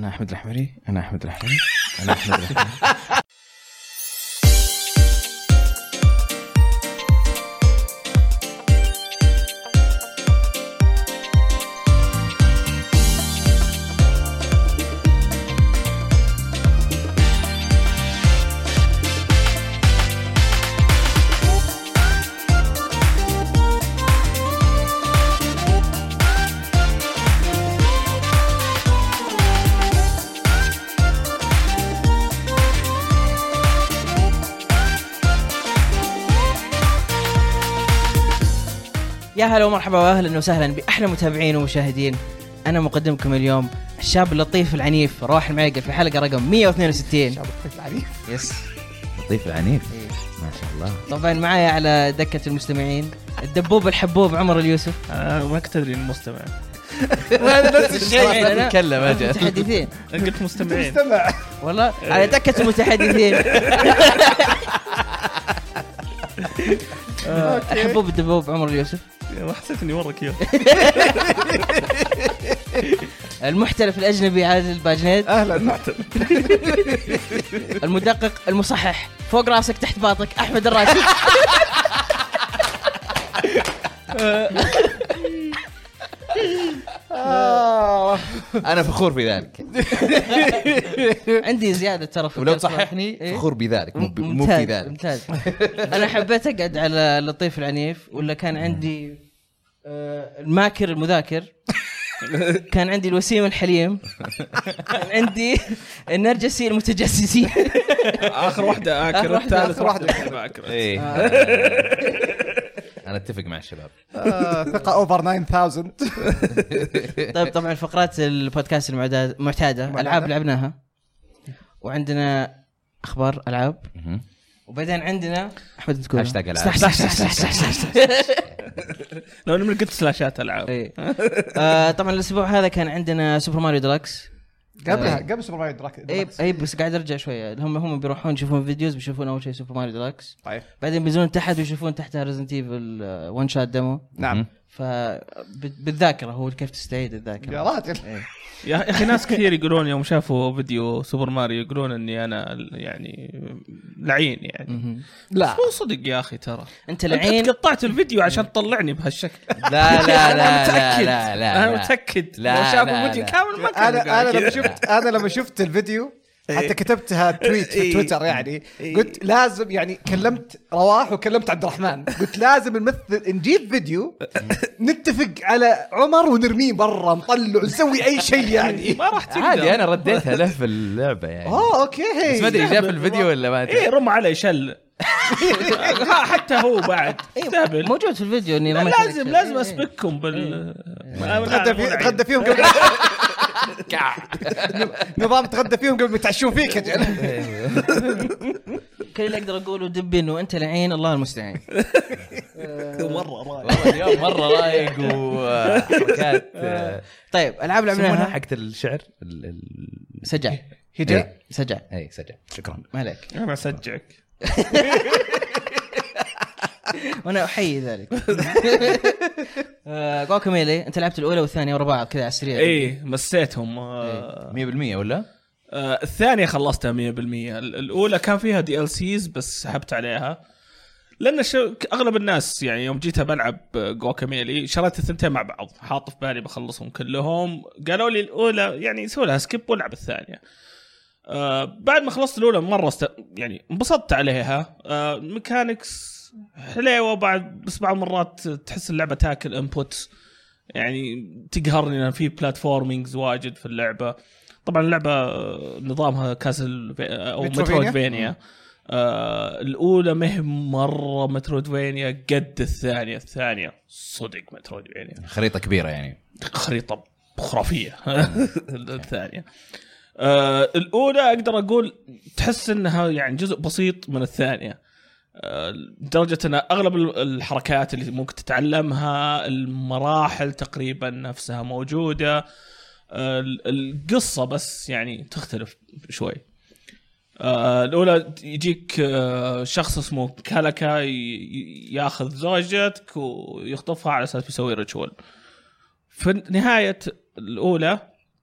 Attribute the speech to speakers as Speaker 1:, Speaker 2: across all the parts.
Speaker 1: أنا أحمد الأحمري. يا هلا ومرحبا واهلا وسهلا باحلى متابعين ومشاهدين. انا مقدمكم اليوم الشاب اللطيف العنيف روح المعيقل في حلقه رقم 162.
Speaker 2: شاب اللطيف العنيف.
Speaker 1: يس
Speaker 3: لطيف العنيف.
Speaker 1: إيه.
Speaker 3: ما شاء الله.
Speaker 1: طبعا معايا على دكه المستمعين الدبوب الحبوب عمر اليوسف.
Speaker 4: ما كنت ادري المستمع.
Speaker 2: وهذا نفس الشيء.
Speaker 1: أنا
Speaker 3: تكلم اجل.
Speaker 1: متحدثين
Speaker 4: قلت مستمعين.
Speaker 2: استمع.
Speaker 1: والله على دكه المتحدثين. الحبوب الدبوب عمر اليوسف.
Speaker 4: حسيت اني ورك يوم.
Speaker 1: المحترف الاجنبي عادل الباجنيد.
Speaker 2: اهلا محترم.
Speaker 1: المدقق المصحح فوق راسك تحت باطك احمد الراشد.
Speaker 3: انا فخور في ذلك.
Speaker 1: عندي زياده ترى في
Speaker 3: ولو
Speaker 1: القصة.
Speaker 3: تصححني
Speaker 1: إيه؟
Speaker 3: فخور بذلك مو في
Speaker 1: ممتاز
Speaker 3: ذلك.
Speaker 1: ممتاز. انا حبيت اقعد على اللطيف العنيف ولا كان عندي الماكر المذاكر. كان عندي الوسيم الحليم. كان عندي النرجسي المتجسسي.
Speaker 4: اخر واحده اكر الثالث واحده اكر.
Speaker 3: ايه انا اتفق مع الشباب.
Speaker 2: ثقة اوفر 9000.
Speaker 1: طيب طبعا فقرات البودكاست المعتاده العاب لعبناها وعندنا اخبار العاب وبعدين عندنا احمد تقول
Speaker 3: هاشتاج العاب.
Speaker 4: لو انا قلت سلاشات العاب.
Speaker 1: إيه. طبعا الاسبوع هذا كان عندنا سوبر ماريو ديلكس
Speaker 2: قبل سوبر ماريو دراك.
Speaker 1: اي بس قاعد ارجع شويه. هم بيروحون يشوفون فيديوز بيشوفون اول شيء سوبر ماريو ديلكس
Speaker 2: طيب.
Speaker 1: بعدين بينزلون تحت ويشوفون تحتها ريزنت ايفل وان شات ديمو.
Speaker 2: نعم.
Speaker 1: فبالذاكره هو كيف تستعيد الذاكره
Speaker 2: يا راجل.
Speaker 1: إيه.
Speaker 4: يا اخي ناس كثير يقولون يوم شافوا فيديو سوبر ماريو يقولون اني انا يعني لعين يعني.
Speaker 2: لا
Speaker 4: مو صدق يا اخي ترى.
Speaker 1: انت لعين
Speaker 4: قطعت الفيديو عشان تطلعني بهالشكل.
Speaker 3: لا لا لا
Speaker 4: متأكد.
Speaker 3: لا لا
Speaker 4: انا متاكد
Speaker 3: لا،
Speaker 4: لو شافوا
Speaker 3: لا،
Speaker 4: الفيديو
Speaker 3: لا.
Speaker 4: كامل ما كان
Speaker 2: انا لما شفت الفيديو حتى كتبتها تويت في تويتر يعني قلت لازم يعني كلمت رواح وكلمت عبد الرحمن قلت لازم نمثل نجيب فيديو نتفق على عمر ونرميه برا نطلع نسوي اي شيء يعني.
Speaker 4: ما راح تقدر.
Speaker 3: عادي انا رديتها له في اللعبه يعني.
Speaker 2: اوكي
Speaker 3: بس ما ادري جاء في الفيديو ولا ما
Speaker 4: ايه رم علي شل. حتى هو بعد استهبل.
Speaker 1: موجود في الفيديو اني
Speaker 4: لازم اسبقكم بال
Speaker 2: تغدى فيهم قبل نظام تغدى فيهم قبل ما يتعشون فيك يا جل.
Speaker 1: كل اللي اقدر اقوله دبين وانت لعين الله المستعان.
Speaker 4: مره
Speaker 3: والله اليوم مره رايق وحركات.
Speaker 1: طيب العاب لعبناها
Speaker 3: حقت الشعر
Speaker 1: سجع
Speaker 2: هجا
Speaker 1: سجع
Speaker 3: اي سجع.
Speaker 2: شكرا.
Speaker 1: ما عليك
Speaker 4: انا اسجعك.
Speaker 1: وانا احيي ذلك. جواكاميلي انت لعبت الاولى والثانيه ورا بعض كذا على السريع.
Speaker 4: ايه مسيتهم
Speaker 3: 100% ولا
Speaker 4: الثانيه خلصتها 100%. الاولى كان فيها DLCs بس سحبت عليها لان اغلب الناس يعني يوم جيتها بلعب جواكاميلي شريت الثنتين مع بعض حاط في بالي بخلصهم كلهم. قالوا لي الاولى يعني سوي لها سكيب والعب الثانيه. بعد ما خلصت الاولى مره يعني انبسطت عليها. ميكانكس حلوه بس بعض المرات تحس اللعبه تاكل انبوت يعني تقهرني لان في بلاتفورمينجز واجد في اللعبه. طبعا اللعبه نظامها كاسل او مترويدفينيا. الاولى مهم مره مترويدفينيا قد الثانيه صدق مترويدفينيا.
Speaker 3: خريطه كبيره يعني
Speaker 4: خريطه خرافيه. الثانيه الاولى اقدر اقول تحس انها يعني جزء بسيط من الثانيه. لدرجة أن أغلب الحركات اللي ممكن تتعلمها المراحل تقريبا نفسها موجودة. القصة بس يعني تختلف شوي. الأولى يجيك شخص اسمه كالكا ياخذ زوجتك ويخطفها على أساس يسوي ريتشوال. في نهاية الأولى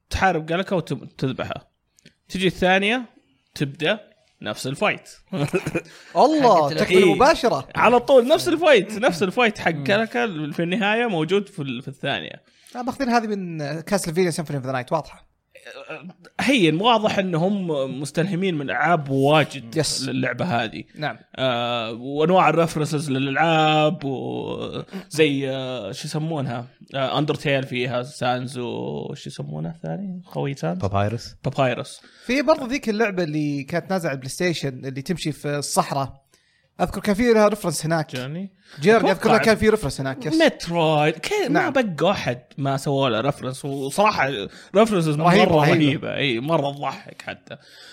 Speaker 4: تحارب جالكا وتذبحها. تجي الثانيه تبدا نفس الفايت.
Speaker 2: الله تكمل مباشره
Speaker 4: على طول نفس الفايت حق جالكا في النهايه موجود في الثانيه.
Speaker 2: ماخذين هذه من كاسلفينيا سيمفوني اوف ذا نايت واضحه.
Speaker 4: هي واضح انهم مستلهمين من العاب واجد للعبه هذه.
Speaker 2: نعم.
Speaker 4: وانواع الريفرنسز للالعاب وزي شو يسمونها اندرتيل فيها سانز وش يسمونها الثاني خوي سانز بابايروس.
Speaker 2: في برضه ذيك اللعبه اللي كانت نازله على البلاي ستيشن اللي تمشي في الصحراء اذكر كان في لها ريفرنس هناك. جيرني اذكر كان في ريفرنس هناك.
Speaker 4: مترويد ما بقى احد ما سوى له ريفرنس وصراحه ريفرنسز مره رهيبه. اي مره تضحك حتى.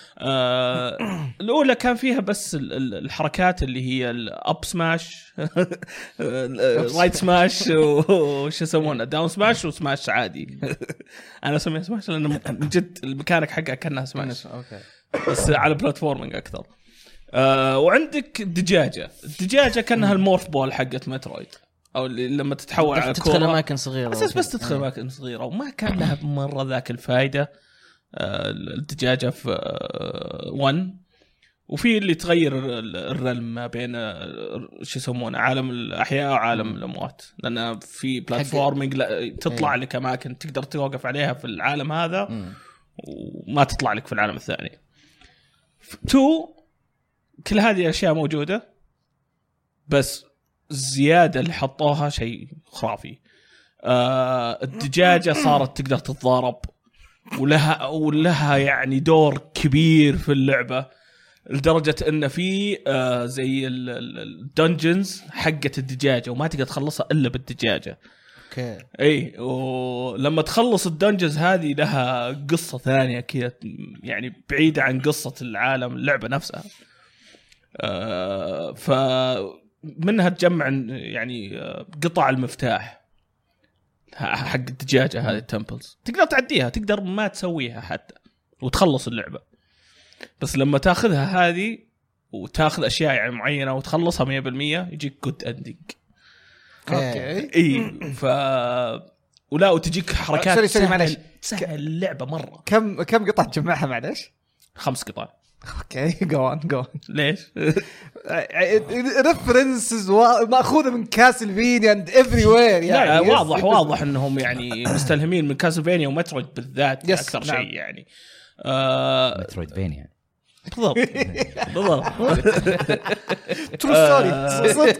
Speaker 4: الاولى كان فيها بس الحركات اللي هي الاب سماش رايت سماش وش يسمونه داون سماش وسماش عادي. انا اسميها سماش لانه من جد الميكانيك حقها كانها سماش بس على بلاتفورمينج اكثر. وعندك الدجاجة كانها المورف بول حقت مترويد او لما تتحول على
Speaker 1: تدخل اماكن صغيره
Speaker 4: بس تدخل اماكن صغيره وما كان لها مره ذاك الفائده. الدجاجه في 1 وفي اللي تغير الرلم ما بين شو يسمونه عالم الاحياء وعالم الاموات لان في بلاتفورمينج تطلع لك اماكن تقدر توقف عليها في العالم هذا وما تطلع لك في العالم الثاني. 2 كل هذه الأشياء موجودة بس الزيادة اللي حطوها شيء خرافي. الدجاجة صارت تقدر تتضارب ولها يعني دور كبير في اللعبة لدرجة إن في زي الدنجنز حقة الدجاجة وما تقدر تخلصها إلا بالدجاجة. اي ولما تخلص الدنجنز هذه لها قصة ثانية كذا يعني بعيدة عن قصة العالم اللعبة نفسها. فمنها تجمع يعني قطع المفتاح حق الدجاجة هذه التمبلز تقدر تعديها تقدر ما تسويها حتى وتخلص اللعبة. بس لما تاخذها هذه وتاخذ أشياء يعني معينة وتخلصها 100% يجيك جود اندينج.
Speaker 2: اوكي
Speaker 4: اي ولا وتجيك حركات سهل اللعبة مرة.
Speaker 2: كم قطعة تجمعها معلش؟
Speaker 4: 5 قطع.
Speaker 2: اوكي جو
Speaker 4: ليش
Speaker 2: ريفرنسز ماخوذه من كاسلفينيا اند ايفري وير
Speaker 4: يعني واضح انهم يعني مستلهمين من كاسلفينيا ومترويد بالذات اكثر شيء يعني
Speaker 3: مترويدفينيا
Speaker 4: بالضبط
Speaker 2: ترو ستوري.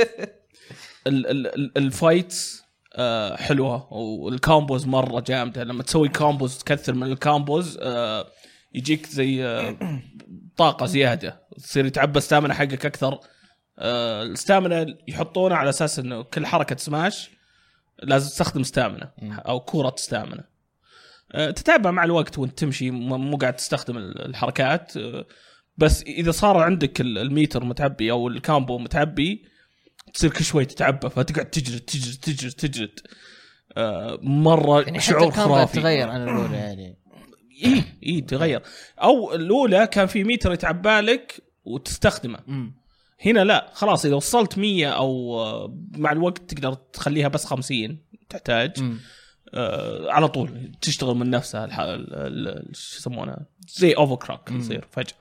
Speaker 4: الفايتس حلوه والكامبوز مره جامده. لما تسوي كامبوز تكثر من الكامبوز يجيك زي طاقة زيادة تصير يتعبى ستامنا حقك أكثر. الستامنا يحطونه على أساس إنه كل حركة سماش لازم تستخدم ستامنا أو كورة ستامنا. تتعبى مع الوقت وانت تمشي مو قاعد تستخدم الحركات. بس إذا صار عندك الميتر متعبي أو الكامبو متعبي تصير كل شوي تتعبى فتقعد تجرد مرة يعني شعور خرافي.
Speaker 1: تغير عن الأولى يعني
Speaker 4: إيه تغير. أو الأولى كان في ميتر يتعبى لك وتستخدمه. هنا لا خلاص إذا وصلت 100 أو مع الوقت تقدر تخليها بس 50 تحتاج على طول تشتغل من نفسها. شو يسمونها زي أوفركراك يصير فجأة.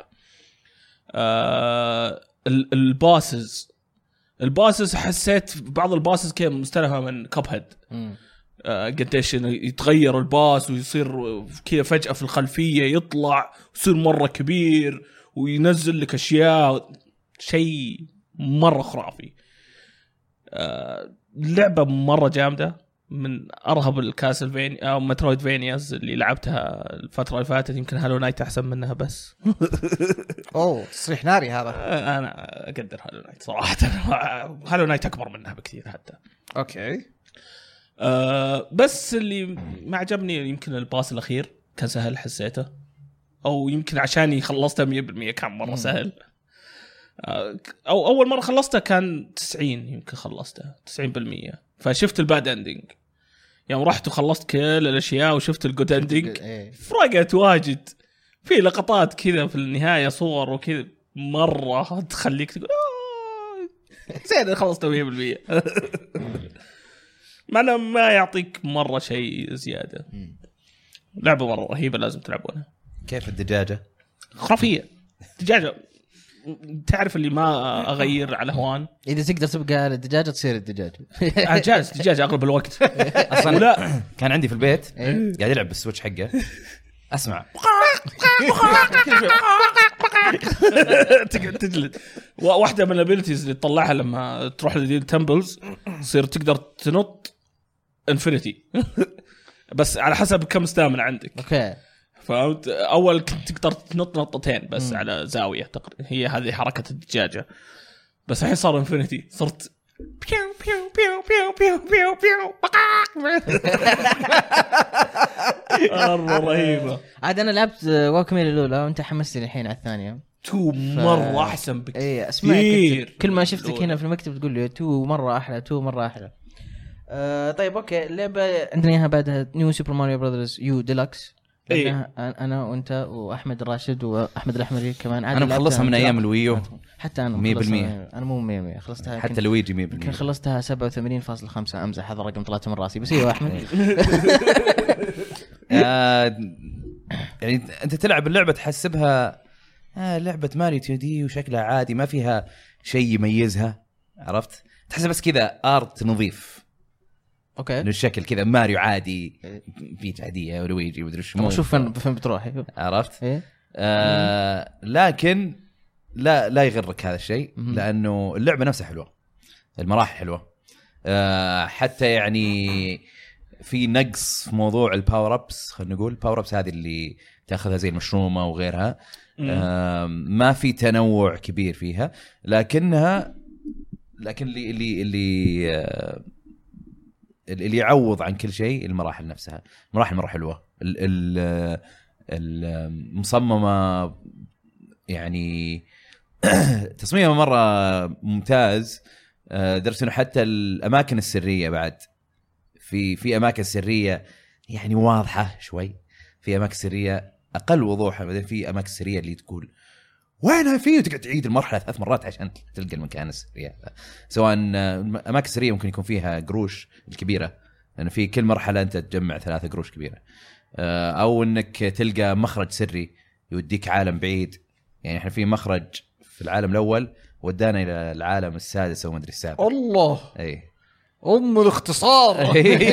Speaker 4: الباسز حسيت بعض الباسز كان مستلهمة من كاب هيد. قديش يتغير الباس ويصير كذا فجأة في الخلفية يطلع ويصير مرة كبير وينزل لك أشياء شيء مرة خرافي. لعبة مرة جامدة من أرهب الكاسلفينيا أو مترويدفينياز اللي لعبتها الفترة اللي فاتت. يمكن هالو نايت أحسن منها بس
Speaker 2: أوه تصريح ناري هذا.
Speaker 4: أنا أقدر هالو نايت صراحة. هالو نايت أكبر منها بكثير حتى.
Speaker 2: أوكي.
Speaker 4: بس اللي ما عجبني يمكن الباس الأخير كان سهل حسيته أو يمكن عشاني خلصته 100% كان مرة سهل. أو أول مرة خلصته كان 90 يمكن خلصته 90%. فشفت الباد اندينج يعني رحت وخلصت كل الأشياء وشفت الجود اندينج فرقت واجد. في لقطات كذا في النهاية صور وكذا مرة تخليك تقول زين خلصته 100%. معنى ما يعطيك مرة شيء زيادة. لعبه مره رهيبه لازم تلعبونها.
Speaker 3: كيف الدجاجه؟
Speaker 4: خرافيه دجاجه، تعرف اللي ما اغير على هوان.
Speaker 1: اذا تقدر تبقى على الدجاجه تصير الدجاجه.
Speaker 4: جالس دجاجه اغلب الوقت.
Speaker 3: اصلا
Speaker 4: ولا
Speaker 3: كان عندي في البيت
Speaker 1: إيه.
Speaker 3: قاعد يلعب بالسويتش حقه اسمع
Speaker 4: تقعد تجلد. واحده من الابيلتيز اللي تطلعها لما تروح للتمبلز تصير تقدر تنط انفينيتي. بس على حسب كم ستامنا عندك.
Speaker 1: اوكي
Speaker 4: فهمت؟ اول كنت تقدر تنط نطتين بس على زاويه تقريبا، هي هذه حركه الدجاجه. بس الحين صار انفينيتي، صرت بيو بيو بيو بيو بيو بيو بيو. رهيبه.
Speaker 1: عاد انا لعبت واكميل الاولى وانت حمستني الحين على الثانيه.
Speaker 4: تو مره احسن بكثير.
Speaker 1: اي اسمع كل ما شفتك هنا في المكتب تقول لي تو مره احلى تو مره احلى. طيب اوكي اللعبه عندنا اياها بعدها نيو سوبر ماريو براذرز يو ديلكس. انا وانت واحمد الراشد واحمد الاحمري كمان.
Speaker 3: انا مخلصها من ايام الويو
Speaker 1: حتى انا
Speaker 3: 100%.
Speaker 1: انا مو 100% خلصتها
Speaker 3: حتى لويجي 100%.
Speaker 1: يمكن خلصتها 87.5. امزح هذا الرقم طلعت من راسي بس ايوه احمد.
Speaker 3: يعني انت تلعب اللعبه تحسبها لعبه ماريو 2 دي وشكلها عادي ما فيها شيء يميزها، عرفت؟ تحسب بس كذا ارت نظيف.
Speaker 1: اوكي
Speaker 3: الشكل كذا ماريو عادي بيج عاديه ولويجي ودري شو.
Speaker 1: شوف فين بتروح
Speaker 3: عرفت؟
Speaker 1: إيه؟
Speaker 3: لكن لا يغرك هذا الشيء لانه اللعبه نفسها حلوه، المراحل حلوه. حتى يعني في نقص في موضوع الباور ابس، خلينا نقول الباور ابس هذه اللي تاخذها زي المشرومه وغيرها. ما في تنوع كبير فيها، لكن اللي يعوض عن كل شيء المراحل نفسها. المراحل مره حلوه، المصممه يعني تصميمها مره ممتاز. درس انه حتى الاماكن السريه بعد في اماكن سريه يعني واضحه شوي، في اماكن سريه اقل وضوحا، بعدين في اماكن سريه اللي تقول وينها فيه وتقعد تعيد المرحله 3 مرات عشان تلقى المكان السري. سواء اماكن سريه ممكن يكون فيها قروش الكبيره، لان يعني في كل مرحله انت تجمع 3 قروش كبيره، او انك تلقى مخرج سري يوديك عالم بعيد. يعني احنا في مخرج في العالم الاول ودانا الى العالم السادس او ما ادري السابع.
Speaker 2: الله
Speaker 3: اي
Speaker 2: الاختصار.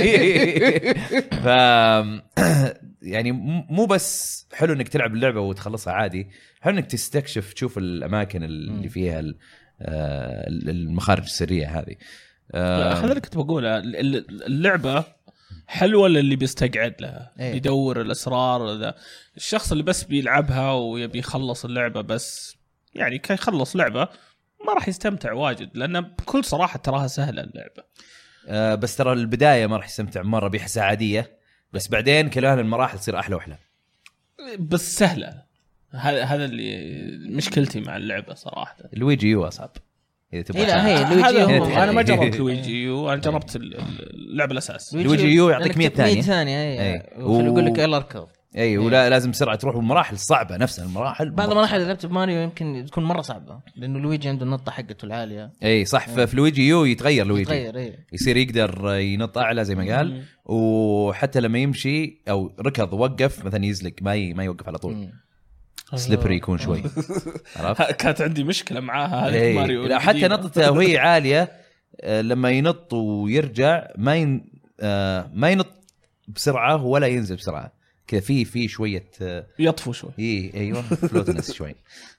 Speaker 3: ف يعني مو بس حلو انك تلعب اللعبه وتخلصها عادي، حلو انك تستكشف تشوف الاماكن اللي فيها المخارج السريه هذه.
Speaker 4: هذا اللي كنت بقوله، اللعبه حلوه للي بيستقعد لها بيدور الاسرار. ذا الشخص اللي بس بيلعبها ويبي يخلص اللعبه بس يعني كي يخلص لعبه ما راح يستمتع واجد، لان بكل صراحه تراها سهله اللعبه.
Speaker 3: بس ترى البدايه ما راح يستمتع مره، بيحسها عاديه، بس بعدين كلها المراحل تصير احلى واحلى.
Speaker 4: بس سهله، هذا اللي مشكلتي مع اللعبه صراحه.
Speaker 3: لويجي يو اصعب اذا تبغى.
Speaker 1: لا هي لويجي
Speaker 4: انا ما جربت لويجي يو، انا جربت اللعبه الاساس.
Speaker 3: لويجي يو يعطيك 100
Speaker 1: ثانيه ويقول لك يلا اركض.
Speaker 3: اي ولا لازم بسرعه تروح، والمراحل صعبه نفسها المراحل.
Speaker 1: بعض المراحل اللي لعبت بماريو يمكن تكون مره صعبه لانه لويجي عنده النطه حقته العاليه.
Speaker 3: اي صح. في لويجي يو يتغير لويجي،
Speaker 1: يتغير
Speaker 3: يصير يقدر ينط اعلى زي ما قال. وحتى لما يمشي او ركض وقف مثلا يزلق، ما يوقف على طول، سليبري يكون شوي. عرفت؟
Speaker 4: كانت عندي مشكله معاها هذه ماريو.
Speaker 3: لا حتى نطته وهي عاليه لما ينط ويرجع ما ينط بسرعه ولا ينزل بسرعه كذا، في شويه
Speaker 4: يطفو شوي.
Speaker 3: ايوه فلوتنس شوي.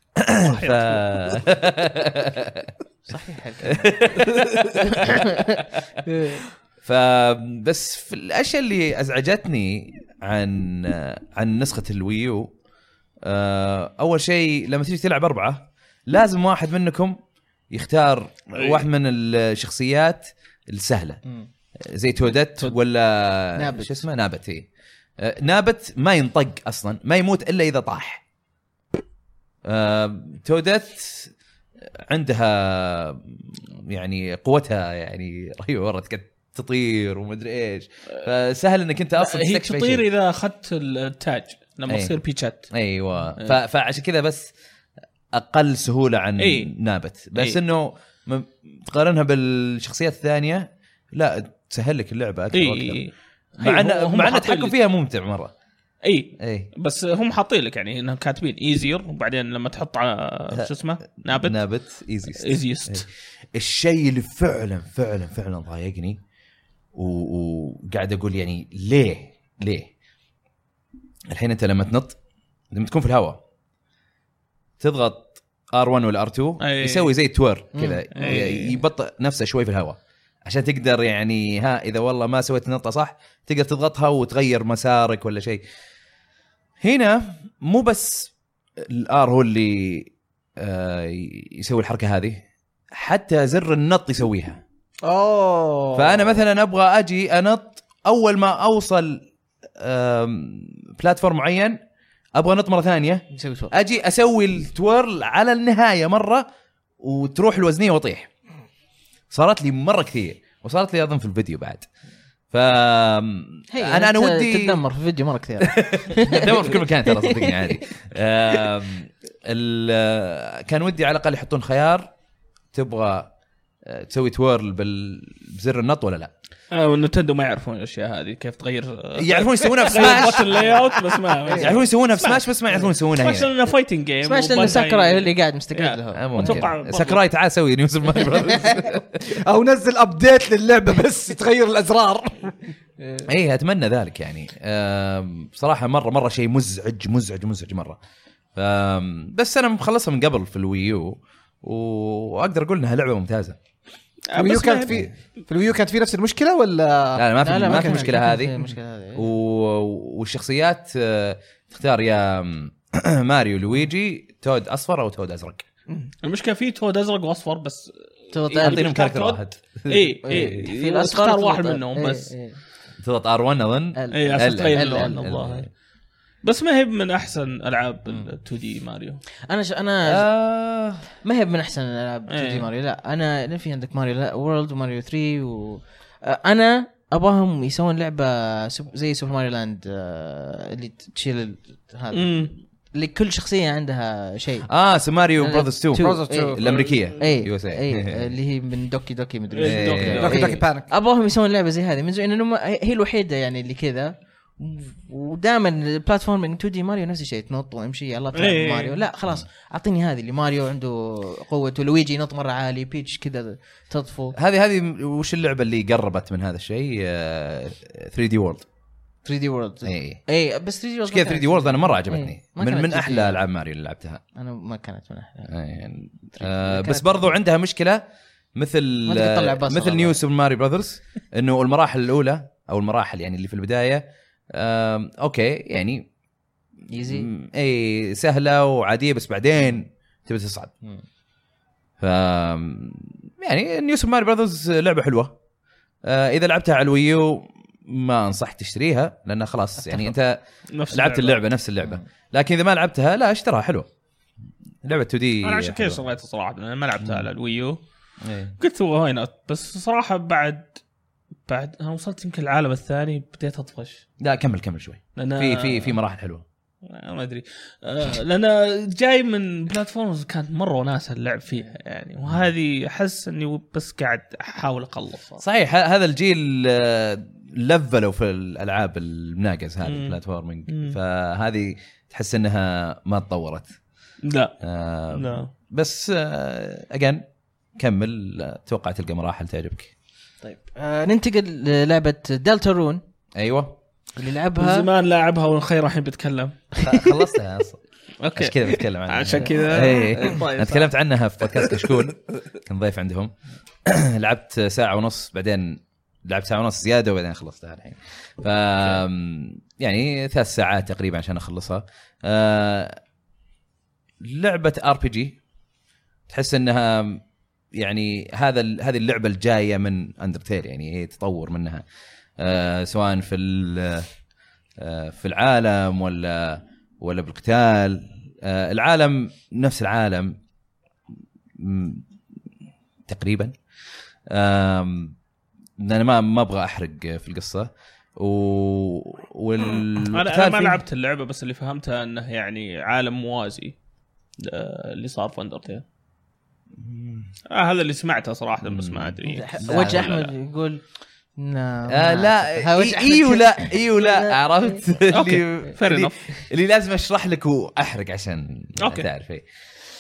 Speaker 1: صحيح.
Speaker 3: فبس في الاشياء اللي ازعجتني عن نسخه الويو، اول شيء لما تيجي تلعب 4 لازم واحد منكم يختار واحد من الشخصيات السهله زي تودت ولا شو اسمه نابت. نابت ما ينطق اصلا، ما يموت الا اذا طاح. تودت عندها يعني قوتها يعني رهيبه مره، تطير ومدري ايش، فسهل انك انت اصلا
Speaker 4: هي تطير اذا اخذت التاج لما تصير بيتشات.
Speaker 3: ايوه فعشان كذا بس اقل سهوله عن نابت، بس انه تقارنها بالشخصيات الثانيه لا تسهل لك اللعبه اكثر واكثر. مع ان التحكم فيها ممتع مره،
Speaker 4: اي بس هم حاطين لك يعني انهم كاتبين ايزير وبعدين لما تحط على شو اسمه
Speaker 3: نابت ايزيست. الشيء اللي فعلا ضايقني وقاعد اقول يعني ليه الحين انت لما تنط لما تكون في الهواء تضغط R1 ولا R2 يسوي زي توير كذا يبطئ نفسه شوي في الهواء عشان تقدر يعني اذا والله ما سويت نطة صح تقدر تضغطها وتغير مسارك ولا شيء. هنا مو بس الار هو اللي يسوي الحركة هذه حتى زر النط يسويها. فأنا مثلا أبغى أجي أنط أول ما أوصل بلاتفورم معين أبغى نط مرة ثانية أجي أسوي التويرل على النهاية مرة وتروح الوزنية وطيح. صارت لي مرة كثير وصارت لي أظن في الفيديو بعد. أنا ودي
Speaker 1: تتدمر في الفيديو مرة كثير.
Speaker 3: تدمر في كل مكان ترى صدقني عادي. كان ودي على الأقل يحطون خيار تبغى تسوي تويرل بزر النط ولا لا.
Speaker 4: والنتندو ما يعرفون الاشياء هذه كيف تغير.
Speaker 3: يعرفون يسوونها في سماش
Speaker 4: اللاي اوت بس ما
Speaker 3: يعرفون يسوونها في سماش بس ما يعرفون يسوونها هنا.
Speaker 4: سماش لانه فايتنج جيم.
Speaker 1: سماش لانه ساكراي اللي قاعد مستقل له.
Speaker 3: اتوقع ساكراي تعال سوي نيو سوبر ماريو براذرز
Speaker 2: او نزل ابديت للعبه بس تغير الازرار.
Speaker 3: ايه اتمنى ذلك يعني. بصراحه مره شيء مزعج مره. بس انا مخلصها من قبل في الويو واقدر اقول انها لعبه ممتازه.
Speaker 2: الويو كانت في الويو كانت في نفس المشكله ولا
Speaker 3: لا ما في المشكله هذه. والشخصيات تختار يا ماريو لويجي تود اصفر او تود ازرق.
Speaker 4: المشكله في تود ازرق واصفر بس
Speaker 3: يعطيهم كاركتر واحد.
Speaker 4: اي في الاصفر تختار واحد منهم بس
Speaker 3: تضغط R1 اظن.
Speaker 4: اي عشان تغير اللون الله. بس ما هي من احسن العاب ال 2 دي ماريو.
Speaker 1: انا ما هي من احسن العاب 2 دي ماريو. لا انا في عندك ماريو وورلد وماريو 3 انا ابغاهم يسوون لعبه زي سوبر ماريو لاند اللي تشيل هذا اللي كل شخصيه عندها شيء.
Speaker 3: سوبر ماريو براذرز 2 الامريكيه
Speaker 1: اللي هي من دوكي مدري
Speaker 2: دوكي بانك.
Speaker 1: ابغاهم يسوون لعبه زي هذه من زين انه هي الوحيده يعني اللي كذا. ودائما البلاتفورمينج 2 دي ماريو نفس الشيء تنط وامشي يلا تلعب ماريو. لا خلاص اعطيني هذه اللي ماريو عنده قوه ولويجي ينط مره عالي بيتش كذا تطفو.
Speaker 3: هذه وش اللعبه اللي قربت من هذا الشيء 3 دي وورلد.
Speaker 1: 3 دي وورلد اي بس 3 دي وورلد
Speaker 3: كذا 3 دي وورلد انا مره عجبتني من احلى العاب ماريو اللي لعبتها.
Speaker 1: انا ما كانت من
Speaker 3: احلى بس برضو عندها مشكله مثل نيو سوبر ماريو براذرز انه المراحل الاولى او المراحل يعني اللي في البدايه اوكي يعني
Speaker 1: ايزي
Speaker 3: اي سهله وعاديه بس بعدين تبي تصعد. يعني نيو سوبر ماريو براذرز لعبه حلوه. اذا لعبتها على الويو ما انصح تشتريها لانها خلاص يعني انت لعبت اللعبه نفس اللعبه. لكن اذا ما لعبتها لا اشتراها حلوه لعبه 2 دي.
Speaker 4: انا عشان كذا شريتها صراحه انا ما لعبتها على الويو. قلت هو هنا بس صراحه بعد انا وصلت يمكن العالم الثاني بديت اطفش.
Speaker 3: لا كمل شوي في مراحل حلوه
Speaker 4: ما ادري لان جاي من بلاتفورمز كانت مره وناسه اللعب فيها يعني وهذه احس اني بس قاعد احاول اقلص.
Speaker 3: صحيح هذا الجيل لفلوا في الالعاب المناقز هذه البلاتفورمينج فهذه تحس انها ما تطورت.
Speaker 4: لا
Speaker 3: بس اجين كمل توقع تلقى مراحل تعجبك.
Speaker 1: طيب ننتقل للعبه دلتارون.
Speaker 3: ايوه
Speaker 1: اللي لعبها
Speaker 4: زمان لاعبها والخير الحين بتكلم.
Speaker 3: خلصتها اصلا
Speaker 4: اوكي
Speaker 3: عشان كذا بتكلم عنها.
Speaker 4: عشان كذا
Speaker 3: انا تكلمت عنها في بودكاست كشكول كنت ضيف عندهم. لعبت ساعة ونص بعدين لعبت ساعة ونص زيادة وبعدين خلصتها الحين. يعني 3 ساعات تقريبا عشان اخلصها. لعبة RPG تحس انها يعني هذه اللعبة الجاية من أندرتيل يعني هي تطور منها سواء في العالم ولا بالقتال. العالم نفس العالم تقريبا. انا ما ابغى احرق في القصه
Speaker 4: انا ما لعبت اللعبه بس اللي فهمتها انه يعني عالم موازي اللي صار في أندرتيل. هذا اللي سمعته صراحه بس ما ادري.
Speaker 1: وجه احمد يقول
Speaker 3: لا اي ولا عرفت
Speaker 4: اوكي فير انف
Speaker 3: اللي لازم اشرح لك واحرق عشان تعرف ايه.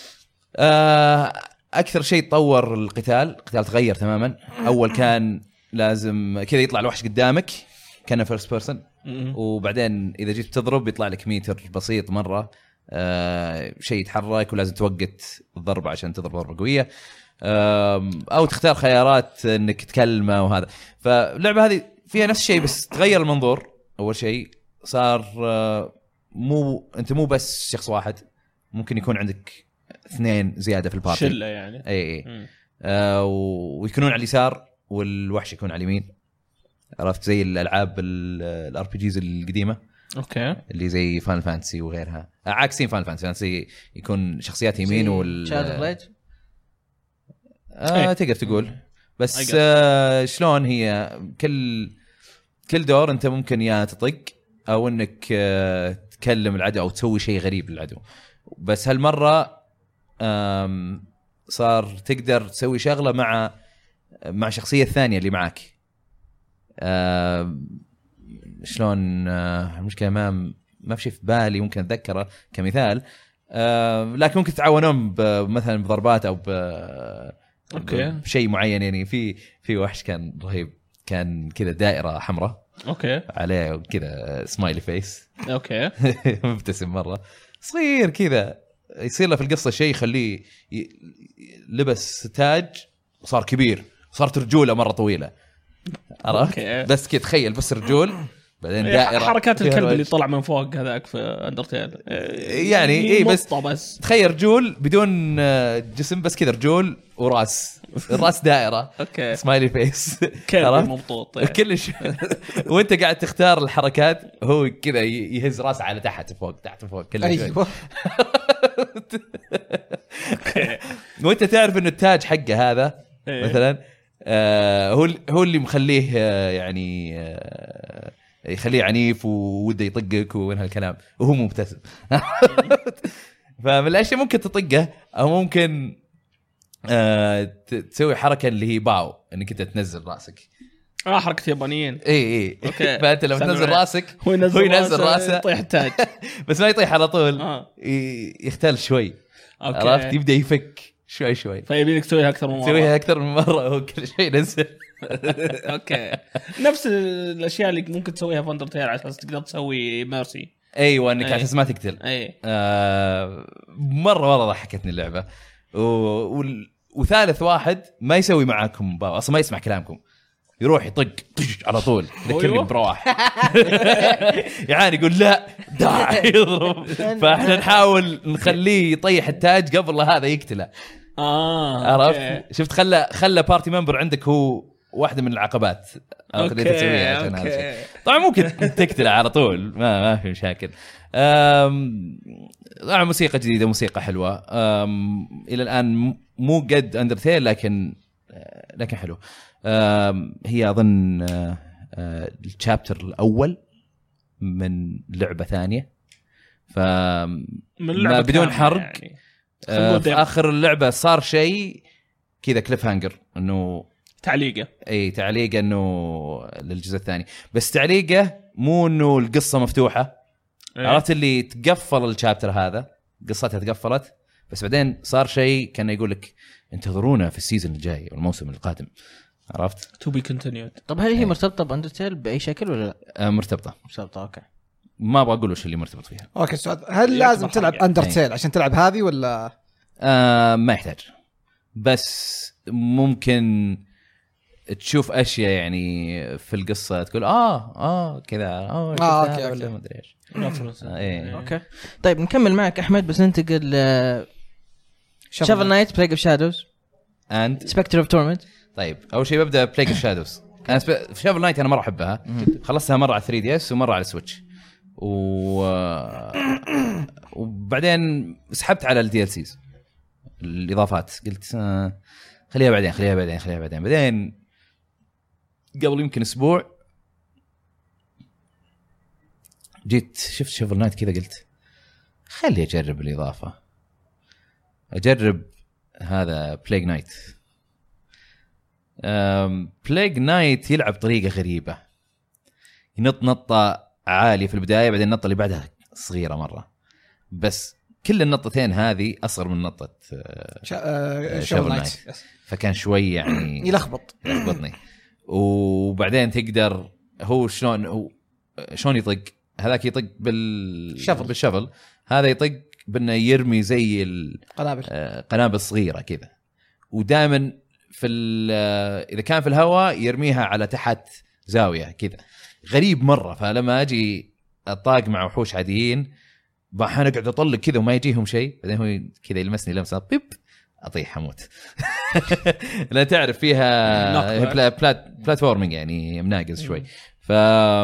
Speaker 3: اكثر شيء تطور القتال تغير تماما. اول كان لازم كذا يطلع الوحش قدامك كان فيرست بيرسون، وبعدين اذا جيت تضرب يطلع لك ميتر بسيط مره، شيء يتحرك ولازم توقت الضربه عشان تضرب ضربه قويه، او تختار خيارات انك تكلمه وهذا. فاللعبه هذه فيها نفس الشيء بس تغير المنظور. اول شيء صار انت مو بس شخص واحد، ممكن يكون عندك 2 زياده في البارتي،
Speaker 4: شله يعني.
Speaker 3: اي ويكونون على اليسار والوحش يكون على اليمين. عرفت زي الالعاب الار بي جيز القديمه،
Speaker 4: اوكي،
Speaker 3: اللي زي فاينل فانتسي وغيرها، عكسين فاينل فانتسي يكون شخصيات يمين تقدر تقول. بس شلون هي كل دور انت ممكن يا تطق او انك تكلم العدو او تسوي شيء غريب للعدو. بس هالمره صار تقدر تسوي شغله مع الشخصيه الثانيه اللي معك. شلون المشكله ما في شيء في بالي ممكن اتذكره كمثال، لكن ممكن تتعاونون مثلا بضربات او بشيء معين. يعني في وحش كان رهيب، كان كذا دائره حمراء
Speaker 4: اوكي
Speaker 3: عليه كذا سمايلي فيس
Speaker 4: اوكي
Speaker 3: مبتسم مره صغير كذا. يصير له في القصه شيء يخليه لبس تاج وصار كبير، صارت رجوله مره طويله، عرفت؟ بس كذا تخيل بس رجول بعدين دائره.
Speaker 4: حركات الكلب اللي طلع من فوق هذاك في اندرتيل
Speaker 3: يعني ايه، بس تخيل رجول بدون جسم، بس كذا رجول وراس، الراس دائره
Speaker 4: اوكي
Speaker 3: سمايلي فيس
Speaker 4: كلب مبطوط
Speaker 3: كلش وانت قاعد تختار الحركات هو كذا يهز راسه على تحت فوق كل شوي. وانت تعرف انه التاج حقه هذا مثلا هو اللي مخليه يعني يخليه عنيف ووده يطقك وين هالكلام، وهو مبتسم. فمن الاشياء ممكن تطقه او ممكن تسوي حركه اللي هي باو، انك انت تنزل راسك.
Speaker 4: حركه يابانيين.
Speaker 3: اي
Speaker 4: اوكي.
Speaker 3: فانت لما تنزل راسك هو ينزل راسه
Speaker 4: يطيح التاج
Speaker 3: بس ما يطيح على طول، يختل شوي. عرفت؟ يبدا يفك شوي
Speaker 4: فيبينك تسويها اكثر من مره
Speaker 3: هو كل شيء ينزل.
Speaker 4: اوكي نفس الاشياء اللي ممكن تسويها في اندرتيل على اساس تقدر تسوي ميرسي.
Speaker 3: ايوه انك على اساس ما تقتل. مره ضحكتني اللعبه. وثالث واحد ما يسوي معاكم اصلا، ما يسمع كلامكم، يروح يطق على طول. ذكرني برواح يعني يقول لا داع يضرب، فاحنا نحاول نخليه يطيح التاج قبل لا هذا يقتله. عرفت؟ شفت خلى بارتي ممبر عندك هو واحدة من العقبات اللي تسويها عشان هذا الشيء. طبعا ممكن تقتله على طول، ما في مشاكل. طبعا موسيقى جديدة، موسيقى حلوة. إلى الآن مو قد أندرتيل لكن حلو. هي أظن الشابتر الأول من لعبة ثانية، ما بدون حرق يعني. في آخر اللعبة صار شيء كذا كليف هانجر، إنه تعليقة إنه للجزء الثاني، بس تعليقة مو إنه القصة مفتوحة. عرفت اللي تقفل الشابتر هذا، قصتها تقفلت، بس بعدين صار شيء كان يقولك انتظرونا في السيزن الجاي والموسم القادم. عرفت؟
Speaker 4: to be continued.
Speaker 1: طب هل هي مرتبطة بأندرتيل بأي شكل ولا لا؟
Speaker 3: مرتبطة.
Speaker 1: أوكي.
Speaker 3: ما أبغى أقول وش اللي مرتبط فيها.
Speaker 2: أوكي سؤال، هل لازم تلعب أندرتيل عشان تلعب هذه ولا؟
Speaker 3: ما يحتاج، بس ممكن تشوف أشياء يعني في القصة تقول كذا
Speaker 2: أوكي
Speaker 3: ولا ما أدري إيش.
Speaker 1: أوكي طيب نكمل معك أحمد، بس ننتقل شافل نايت بلاج اوف شادوز
Speaker 3: اند
Speaker 1: سبكتر اوف تورمنت.
Speaker 3: طيب اول شيء ببدا بلاج اوف شادوز. انا في شافل نايت انا مره احبها، خلصتها مره على 3DS ومره على سويتش، وبعدين سحبت على الدي ال سيز الاضافات. قلت خليها بعدين بعدين قبل يمكن اسبوع جيت شفت شافل نايت كذا، قلت خلي اجرب الاضافه، اجرب هذا بلاج نايت. بلايغ نايت يلعب طريقه غريبه، ينط نطه عاليه في البدايه، بعدين النطه اللي بعدها صغيره مره، بس كل النطتين هذه اصغر من نطه شافل نايت، فكان شوي يعني يلخبطني. وبعدين تقدر هو شلون يطق، هذاك يطق بالشفل، هذا يطق بانه يرمي زي قنابل صغيره كذا، ودائما اذا كان في الهواء يرميها على تحت زاويه كذا، غريب مره. فلما اجي اطاق مع وحوش عاديين بحاول اقعد اطلق كذا وما يجيهم شيء، بعدين هو كذا يلمسني لمسه بيب اطيح اموت. لا تعرف فيها بلاتفورمينج يعني مناقز شوي. ف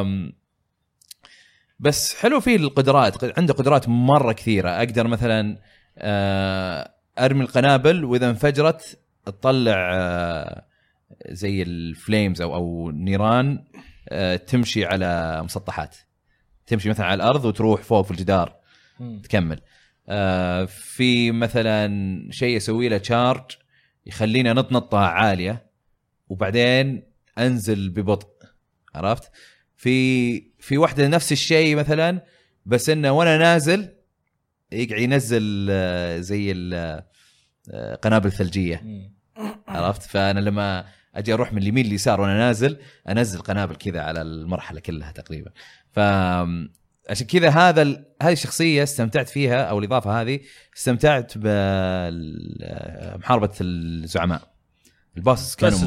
Speaker 3: بس حلو فيه القدرات، عنده قدرات مره كثيره. اقدر مثلا ارمي القنابل واذا انفجرت تطلع زي الفليمز او نيران تمشي على مسطحات، تمشي مثلا على الارض وتروح فوق في الجدار تكمل. في مثلا شيء يسوي له تشارج يخلينا نطنطه عاليه وبعدين انزل ببطء، عرفت؟ في واحده نفس الشيء مثلا، بس انه وانا نازل يقعد ينزل زي القنابل الثلجيه، عرفت؟ فانا لما اجي اروح من اليمين لليسار وانا نازل انزل قنابل كذا على المرحله كلها تقريبا. عشان كذا هذه الشخصيه استمتعت فيها، او الاضافه هذه استمتعت بمحاربه الزعماء. الباسس كانوا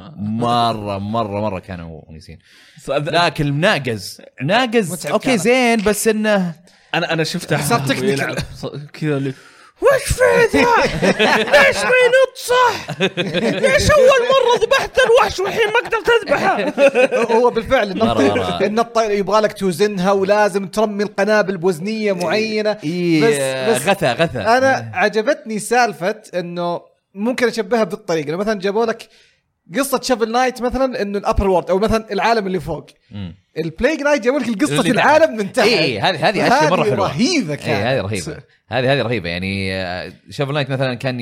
Speaker 3: مره كانوا ونيسين، لكن ناقز اوكي زين، بس انه
Speaker 4: انا شفته صار يلعب كذا اللي وش في ذا؟ ليش ما ينط صح؟ ليش أول مرة ذبحت الوحش والحين ما قدرت أذبحه؟
Speaker 2: هو بالفعل النط يبغى لك توزنها ولازم ترمي القنابل بوزنية معينة.
Speaker 3: بس غثى.
Speaker 2: أنا عجبتني سالفة إنه ممكن أشبهها بالطريقة، لو مثلا جابوا لك قصة شافل نايت مثلا إنه الأبر وورد أو مثلا العالم اللي فوق، البلايغ نايت جابوا لك القصة العالم من تحت.
Speaker 3: هذه أشياء مرة حلوة،
Speaker 2: رهيبة كانت.
Speaker 3: هذه رهيبة، هذه رهيبة. يعني شافل نايت مثلا كان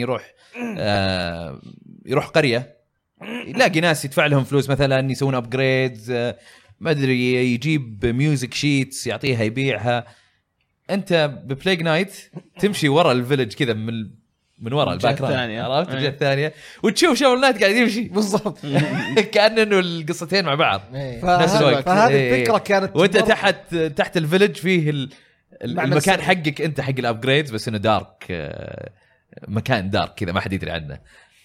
Speaker 3: يروح قرية يلاقي ناس يدفع لهم فلوس مثلا يسوون أبجريدز، ما أدري يجيب ميوزك شيتس يعطيها يبيعها. أنت ببلايغ نايت تمشي ورا الفيلج كذا من وراء الباك جراوند، عرفت؟ الجهة الثانية وتشوف شافل نايت قاعد يمشي
Speaker 2: بالضبط
Speaker 3: كأن إنه القصتين مع بعض نفس الوقت.
Speaker 2: فهذه الفكرة كانت
Speaker 3: وأنت تحت الفيلج فيه المكان حقك أنت حق الأبجريدز، بس إنه دارك، مكان دارك كذا ما حد يدري عنه.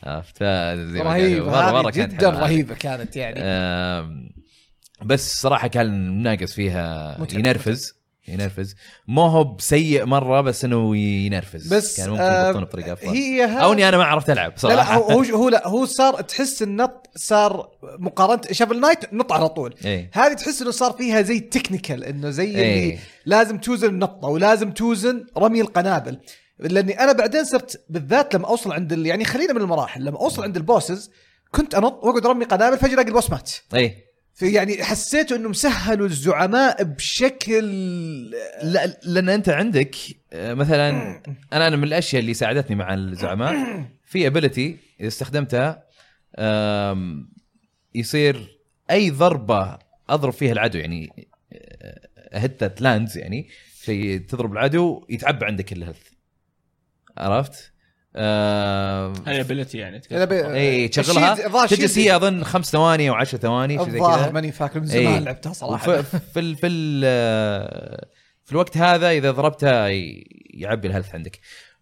Speaker 2: رهيبة مرة جدا رهيبة كانت يعني.
Speaker 3: بس صراحة كان مناقص فيها، ينرفز مو هو بسيء مرة، بس انه ينرفز.
Speaker 2: بس
Speaker 3: كان ممكن يضبطونه بطريقه افضل، او اني انا ما عرفت العب صراحه.
Speaker 2: هو صار تحس النط صار مقارنه شافل نايت نط على طول. هذه تحس انه صار فيها زي تكنيكال، انه زي اللي لازم توزن النطه ولازم توزن رمي القنابل. لاني انا بعدين صرت بالذات لما اوصل عند يعني خلينا من المراحل، لما اوصل عند البوسز كنت انط واقعد ارمي قنابل فجاه الاقي البوس مات. في يعني حسيت انه مسهلوا الزعماء بشكل
Speaker 3: لان انت عندك مثلا انا من الاشياء اللي ساعدتني مع الزعماء في ابيليتي اذا استخدمتها يصير اي ضربه اضرب فيها العدو، يعني هتت لاندز، يعني شيء تضرب العدو يتعبى عندك الهيلث، عرفت؟
Speaker 4: هي ابيلتي يعني
Speaker 3: تشغلها تجلس هي اظن 5 ثواني او 10 ثواني شيء زي كذا،
Speaker 2: ماني فاكر من زمان لعبتها صراحه.
Speaker 3: في الوقت هذا اذا ضربتها يعبي الهيلث عندك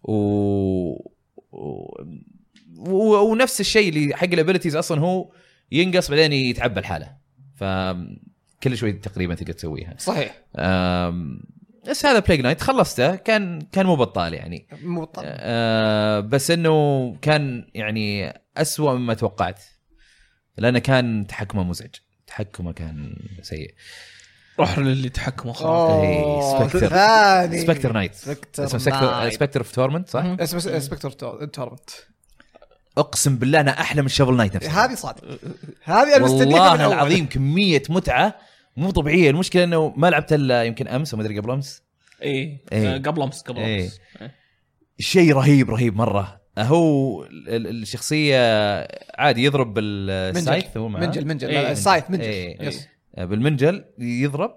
Speaker 3: ونفس الشيء اللي حق الابيليتيز اصلا هو ينقص بعدين يتعبى الحاله، فكل شوي تقريبا تقدر تسويها.
Speaker 2: صحيح.
Speaker 3: بس هذا بلايغ نايت خلصته، كان مو بطال يعني،
Speaker 2: مو بطال.
Speaker 3: بس انه كان يعني أسوأ مما توقعت، لانه كان تحكمه مزعج، تحكمه كان سيء.
Speaker 4: روح للي تحكمه خلاص.
Speaker 3: سبكتر نايت، سبكتر اوف تورمنت، صح؟
Speaker 2: اسمه سبكتر تورمنت.
Speaker 3: اقسم بالله انا احلى من شافل نايت نفسه.
Speaker 2: هذه صادق، هذه انا
Speaker 3: مستنيها والله العظيم، كميه متعه مو طبيعيه. المشكله انه ما لعبت الا يمكن امس وما ادري قبل امس.
Speaker 4: قبل امس.
Speaker 3: شيء رهيب مره. هو الشخصيه عادي يضرب بالسايث هو معاه
Speaker 2: منجل
Speaker 4: إيه.
Speaker 2: السايث منجل
Speaker 3: يس بالمنجل يضرب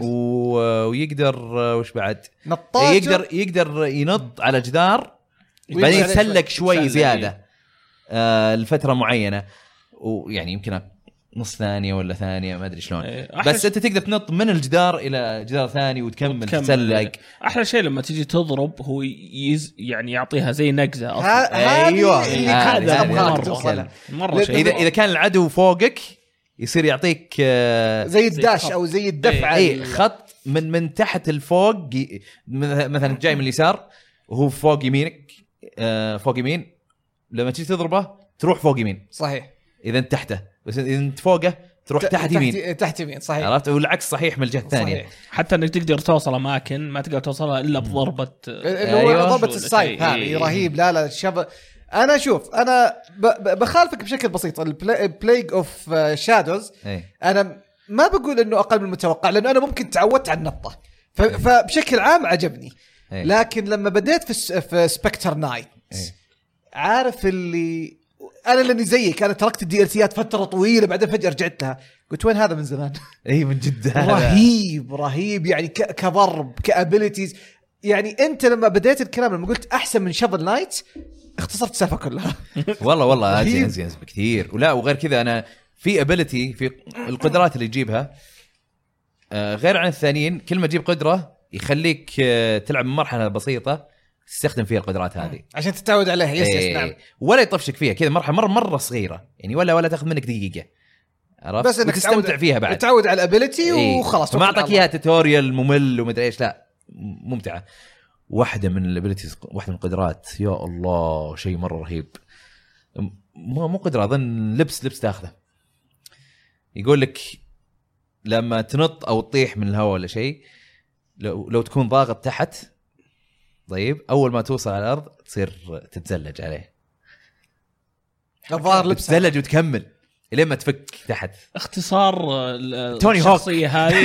Speaker 3: ويقدر وش بعد
Speaker 2: نطاط
Speaker 3: يقدر ينط على جدار
Speaker 2: ويمشي
Speaker 3: بعدين
Speaker 2: عليه
Speaker 3: يتسلق شوي
Speaker 4: يتسلق،
Speaker 3: زياده لفتره معينه ويعني يمكن نص ثانيه ولا ثانيه ما ادري شلون بس انت تقدر تنط من الجدار الى جدار ثاني وتكمل تتسلق.
Speaker 4: احلى شيء لما تيجي تضرب هو يعني يعطيها زي نقزه اصلا.
Speaker 3: ايوه
Speaker 2: هذا
Speaker 4: مرة مره شيء.
Speaker 3: اذا كان العدو فوقك يصير يعطيك
Speaker 2: زي الداش او زي الدفعه
Speaker 3: اي خط من تحت الفوق مثلا جاي من اليسار وهو فوق يمينك فوق يمين لما تيجي تضربه تروح فوق يمين
Speaker 2: صحيح
Speaker 3: اذا انت تحته بس اذا انت فوقه تروح تحت يمين
Speaker 2: تحت يمين صحيح
Speaker 3: عرفت والعكس صحيح من الجهه الثانيه
Speaker 4: حتى انك تقدر توصل اماكن ما تقدر توصلها الا بضربه
Speaker 2: أيوة. ضربه السايف هذه رهيب. لا الشباب انا شوف انا بخالفك بشكل بسيط. البلايج اوف شادوز انا ما بقول انه اقل من المتوقع لانه انا ممكن تعودت على النطه فبشكل عام عجبني. لكن لما بديت في سبكتر نايت عارف اللي انا لاني زيك انا تركت الدي ال سيات فتره طويله بعدين فجاه رجعت لها قلت وين هذا من زمان.
Speaker 3: اي من جد
Speaker 2: رهيب يعني كضرب كابيليتيز. يعني انت لما بديت الكلام لما قلت احسن من شافل نايت اختصرت السالفه كلها.
Speaker 3: والله ازين بكثير. ولا وغير كذا انا في ابيليتي في القدرات اللي تجيبها غير عن الثانيين. كل ما تجيب قدره يخليك تلعب مرحله بسيطه تستخدم فيها القدرات هذه
Speaker 2: عشان تتعود عليها. يس نعم.
Speaker 3: ولا يطفشك فيها كذا مرحله مره صغيره يعني ولا تاخذ منك دقيقه عرفت
Speaker 2: بس انك
Speaker 3: تستمتع فيها بعد
Speaker 2: تعود على الابيليتي وخلاص
Speaker 3: ما اعطاك اياها توتوريال ممل ومدري ايش. لا ممتعه. واحده من الابيليتيز واحده من القدرات يا الله شيء مره رهيب. مو قدره اظن لبس تاخذه يقول لك لما تنط او تطيح من الهواء ولا شيء لو تكون ضاغط تحت طيب اول ما توصل على الارض تصير تتزلج عليه.
Speaker 2: الظاهر لبس
Speaker 3: تتزلج وتكمل لين ما تفك تحت.
Speaker 4: اختصار
Speaker 3: توني هوك
Speaker 4: الشخصيه هذه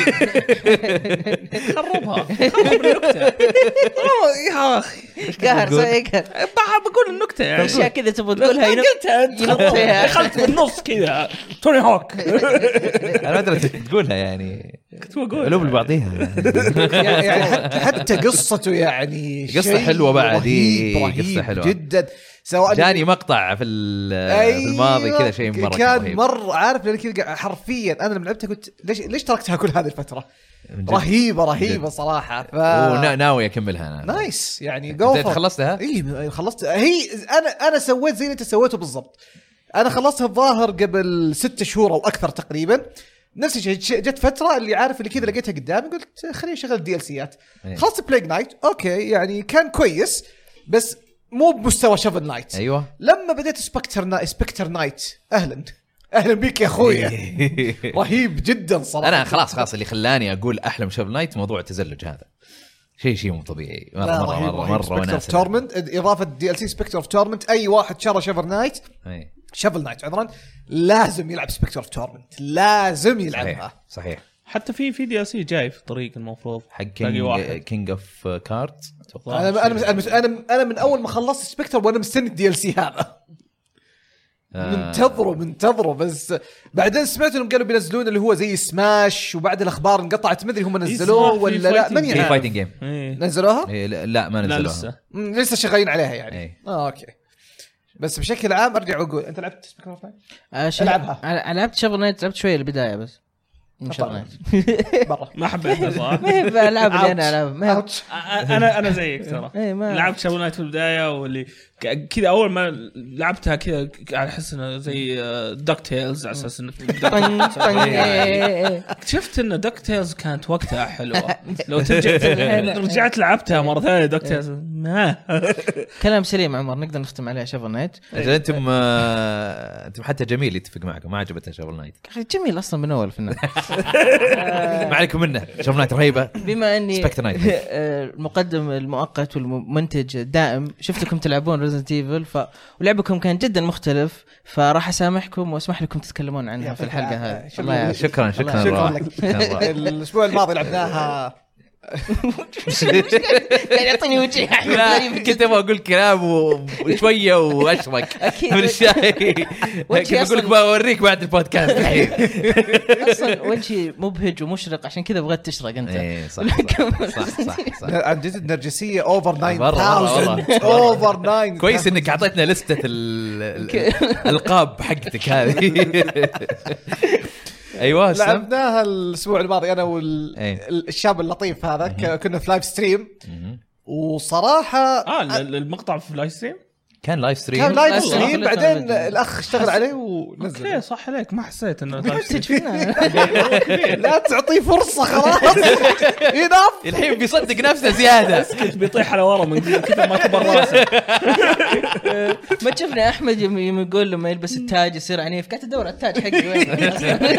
Speaker 4: خرب النكته. يا اخي
Speaker 1: قهر
Speaker 4: بقول النكته يعني
Speaker 1: اشياء كذا تبغى تقولها
Speaker 4: قلتها انت دخلت بالنص كذا توني هوك.
Speaker 3: انا ادري تقولها يعني
Speaker 4: كنت بقول
Speaker 3: قلوب بعضيها
Speaker 2: يعني حتى قصته يعني
Speaker 3: قصه حلوه بعد
Speaker 2: قصه حلوه جدا. سواء
Speaker 3: جاني مقطع في الماضي كذا شيء مره
Speaker 2: كان
Speaker 3: رهيب.
Speaker 2: مره عارف لأن حرفيا انا لما لعبتها قلت ليش تركتها كل هذه الفتره. رهيبه صراحه.
Speaker 3: ناوي اكملها انا.
Speaker 2: نايس يعني انت
Speaker 3: خلصتها؟
Speaker 2: اي خلصتها. هي انا سويت زي اللي انت سويته بالضبط. انا خلصتها الظاهر قبل 6 شهور او اكثر تقريبا. نفس الشيء جت فتره اللي عارف اللي كذا لقيتها قدامي قلت خليني اشغل الدي ال سيات. خلصت بلايج نايت اوكي يعني كان كويس بس مو بمستوى شافل نايت.
Speaker 3: ايوه
Speaker 2: لما بديت سبكتر نايت اهلا بيك يا اخويا. رهيب جدا صراحه.
Speaker 3: انا خلاص اللي خلاني اقول احلى من شافل نايت موضوع التزلج هذا شيء مو طبيعي مره
Speaker 2: وناسه. تورمنت اضافه دي ال سي سبكتر اوف تورمنت. اي واحد شرى شافل نايت عذرا لازم يلعب سبكتر اوف تورمنت لازم يلعبها.
Speaker 3: صحيح.
Speaker 4: حتى في دي ال سي جاي في الطريق المفروض
Speaker 3: حق كينج اوف كاردز.
Speaker 2: انا من اول ما خلصت سبكتر وانا مستني الدي ال سي هذا. منتظره بس بعدين سمعت انهم قالوا بينزلون اللي هو زي سماش وبعد الاخبار انقطعت ما ادري هم نزلوه ولا لا. ماني عارف.
Speaker 3: فايتنج جيم
Speaker 2: نزلوها؟
Speaker 3: لا ما نزلوها
Speaker 2: لسه شغالين عليها يعني. اوكي بس بشكل عام ارجع اقول انت لعبت سبكتر اوف نايت؟
Speaker 1: العبها. لعبت شافل نايت لعبت شويه البدايه بس
Speaker 2: برا
Speaker 4: ما حبيتها صراحه.
Speaker 1: ما هي العاب اللي انا العبها.
Speaker 4: انا زيك ترى لعبت شافل نايت في البدايه واللي كذا اول ما لعبتها كذا احس انه زي دك تيلز على اساس انه اكتشفت ان دك تيلز كانت وقتها حلوه. لو رجعت لعبتها مره ثانيه دك تيلز
Speaker 1: كلام سليم عمر نقدر نختم عليها شافل نايت.
Speaker 3: انتم حتى جميل يتفق معكم ما عجبته شافل نايت.
Speaker 1: جميل اصلا من اول في الناس.
Speaker 3: ما عليكم منه شافل نايت رهيبه.
Speaker 1: بما اني المقدم المؤقت والمنتج الدائم شفتكم تلعبون ريزنت ايفل ولعبكم كان جدا مختلف فراح اسامحكم واسمح لكم تتكلمون عنها في الحلقه هذه.
Speaker 3: شكرا
Speaker 2: لك. الاسبوع الماضي لعبناها
Speaker 1: يعني يعطيني وجه احمد
Speaker 3: لا
Speaker 1: غريب
Speaker 3: كنت ابغى اقول كلام وشويه واشرك من الشاي. كنت اقول لك بوريك بعد البودكاست الحين.
Speaker 1: اصلا وجهي مبهج ومشرق عشان كذا بغيت تشرق انت.
Speaker 3: ايه صح صح.
Speaker 2: عن جد النرجسيه اوفر 9000
Speaker 3: والله.
Speaker 2: اوفر 9
Speaker 3: كويس انك اعطيتنا لستة الالقاب حقتك هذه. ايوه
Speaker 2: لعبناها الاسبوع الماضي انا والشاب اللطيف هذا كنا في لايف ستريم وصراحه
Speaker 4: المقطع في لايف ستريم
Speaker 3: كان لايف ستريم
Speaker 2: بعدين الاخ اشتغل عليه ونزل.
Speaker 4: اوكي صح عليك، ما حسيت انه
Speaker 2: لا تعطيه فرصه خلاص يناف
Speaker 3: الحين بيصدق نفسه زياده.
Speaker 4: كنت بيطيح على ورا من كذا ما كبر راسه.
Speaker 1: ما تشوفني احمد يوم يقول لما يلبس التاج يصير عنيف، قاعد ادور على التاج حقي وين.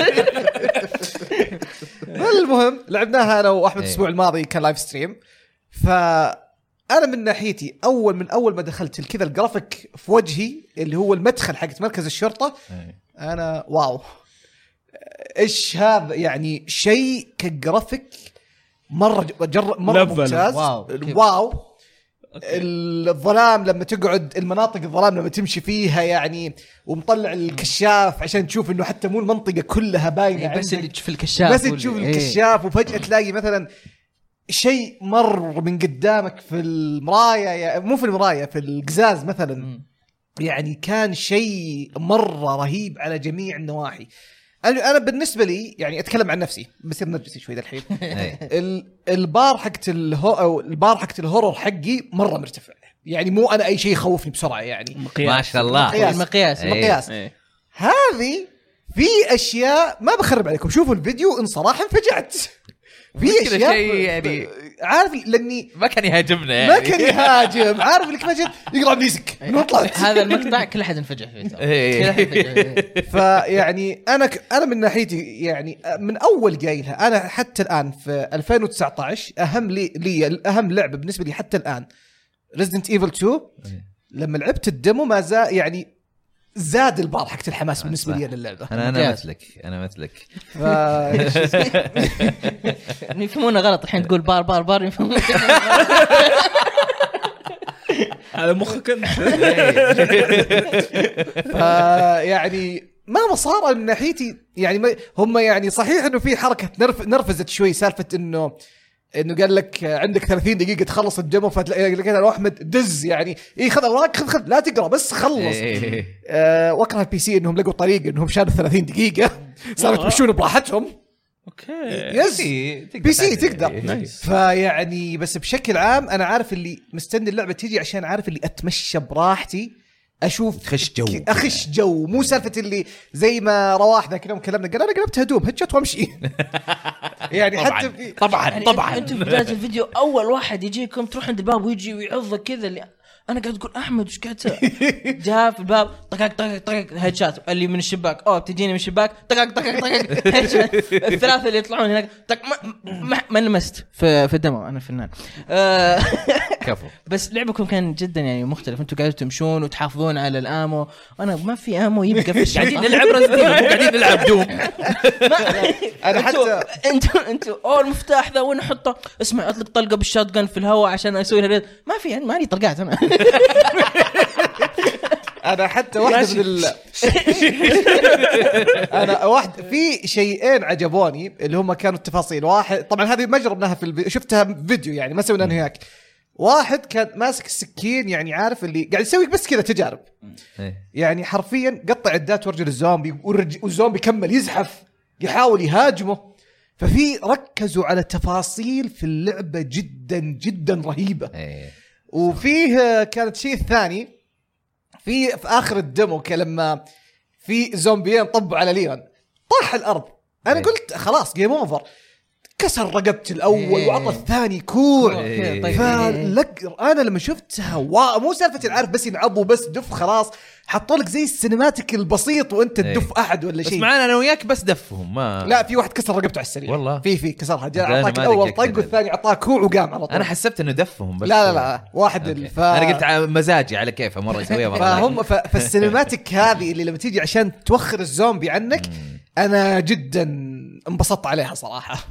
Speaker 2: المهم لعبناها انا واحمد الاسبوع الماضي كان لايف ستريم. انا من ناحيتي من اول ما دخلت كذا الجرافيك في وجهي اللي هو المدخل حق مركز الشرطه انا واو ايش هذا يعني شيء كجرافيك مره ممتاز. واو الظلام لما تقعد المناطق الظلام لما تمشي فيها يعني ومطلع الكشاف عشان تشوف انه حتى مو المنطقه كلها باينه
Speaker 1: بس اللي تشوف الكشاف
Speaker 2: بس تشوف الكشاف وفجاه تلاقي مثلا شيء مر من قدامك في المراية مو في المراية في القزاز مثلا. يعني كان شيء مرة رهيب على جميع النواحي. أنا بالنسبة لي يعني أتكلم عن نفسي بصير نرجسي شوي الحين. البار حقت الهورر حقي مرة مرتفع يعني مو أنا أي شيء يخوفني بسرعة يعني
Speaker 3: ما شاء الله
Speaker 1: المقياس.
Speaker 2: هذه في أشياء ما بخرب عليكم شوفوا الفيديو إن صراحة انفجعت في اشياء
Speaker 3: يعني
Speaker 2: عارف لاني
Speaker 3: ما كان يهاجمنا يعني
Speaker 2: ما كان يهاجم عارف اللي فجأة يقرا ميوزك نطلع
Speaker 1: هذا المقطع كل احد انفجع فيه.
Speaker 2: فيعني انا من ناحيتي يعني من اول قايلها انا حتى الان في 2019 اهم لعبه بالنسبه لي حتى الان Resident Evil 2 لما لعبت الديمو ما زال يعني زاد البار حقت الحماس بالنسبه لي للعبه.
Speaker 3: انا مثلك
Speaker 1: يفهمونا غلط الحين تقول بار يفهمون
Speaker 4: هذا مخك انت.
Speaker 2: يعني ما صار من ناحيتي يعني هم يعني صحيح انه في حركه نرفزت شوي سالفه انه قال لك عندك 30 دقيقة تخلص الديمو فتلاقي لك أنا أحمد دز يعني خذ لا تقرأ بس خلص. وأكره البي سي إنهم لقوا طريقة إنهم شالوا 30 دقيقة صاروا يمشون براحتهم.
Speaker 4: اوكي
Speaker 2: بي سي تقدر. فيعني بس بشكل عام أنا عارف اللي مستني اللعبة تيجي عشان عارف اللي أتمشى براحتي أشوف أخش جو مو سالفة اللي زي ما رواح ذاك اليوم كلامنا قال أنا قلبت هدوم هتشت وامشي. يعني حتى
Speaker 3: طبعا
Speaker 1: انتم في بداية الفيديو اول واحد يجيكم تروح عند الباب ويجي ويعضك كذا اللي انا قاعد اقول احمد ايش قاعد جاء في الباب طقق هيد شات اللي من الشباك بتجيني من الشباك طقق هيد شات الثلاثه اللي يطلعون هناك ما لمست في الدمو انا فنان.
Speaker 3: كفو.
Speaker 1: بس لعبكم كان جدا يعني مختلف انتم قاعدين تمشون وتحافظون على الامو وانا ما في امو يبقى في الشنطه
Speaker 3: قاعدين نلعب قاعدين نلعب دوم.
Speaker 2: انا حتى
Speaker 1: انتوا المفتاح ذا وين احطه اسمع اطلق طلقه بالشوت جن في الهواء عشان اسوي ما في يعني ماني طلقات
Speaker 2: انا حتى واحده من انا واحد في شيئين عجبوني اللي هم كانوا التفاصيل. واحد طبعا هذه ما جربناها شفتها فيديو يعني ما سوينا هناك. واحد كان ماسك السكين يعني عارف اللي قاعد يسوي بس كذا تجارب يعني حرفيا قطع عدات ورجل الزومبي والزومبي كمل يزحف يحاول يهاجمه. ففي ركزوا على تفاصيل في اللعبة جدا جدا رهيبة. وفيه كانت شيء ثاني في آخر الديمو لما في زومبيين طبوا على ليون طاح الأرض أنا قلت خلاص جيم أوفر كسر رقبت الأول وعطى الثاني كوع. أنا لما شفتها مو سالفة عارف بس ينعبوا بس دف خلاص حطوا لك زي السينماتيك البسيط وانت تدف احد ولا شيء.
Speaker 3: بس معنا انا وياك بس دفهم ما
Speaker 2: لا في واحد كسر رقبته على السريع
Speaker 3: والله
Speaker 2: في كسرها جاء اعطاك الاول طق والثاني اعطاه كوع وقام على طول.
Speaker 3: انا حسبت انه دفهم بس
Speaker 2: لا واحد
Speaker 3: انا قلت على مزاجي على كيفه مره يسويها مره
Speaker 2: فهم فالسينماتيك هذه اللي لما تيجي عشان توخر الزومبي عنك انا جدا انبسطت عليها صراحه.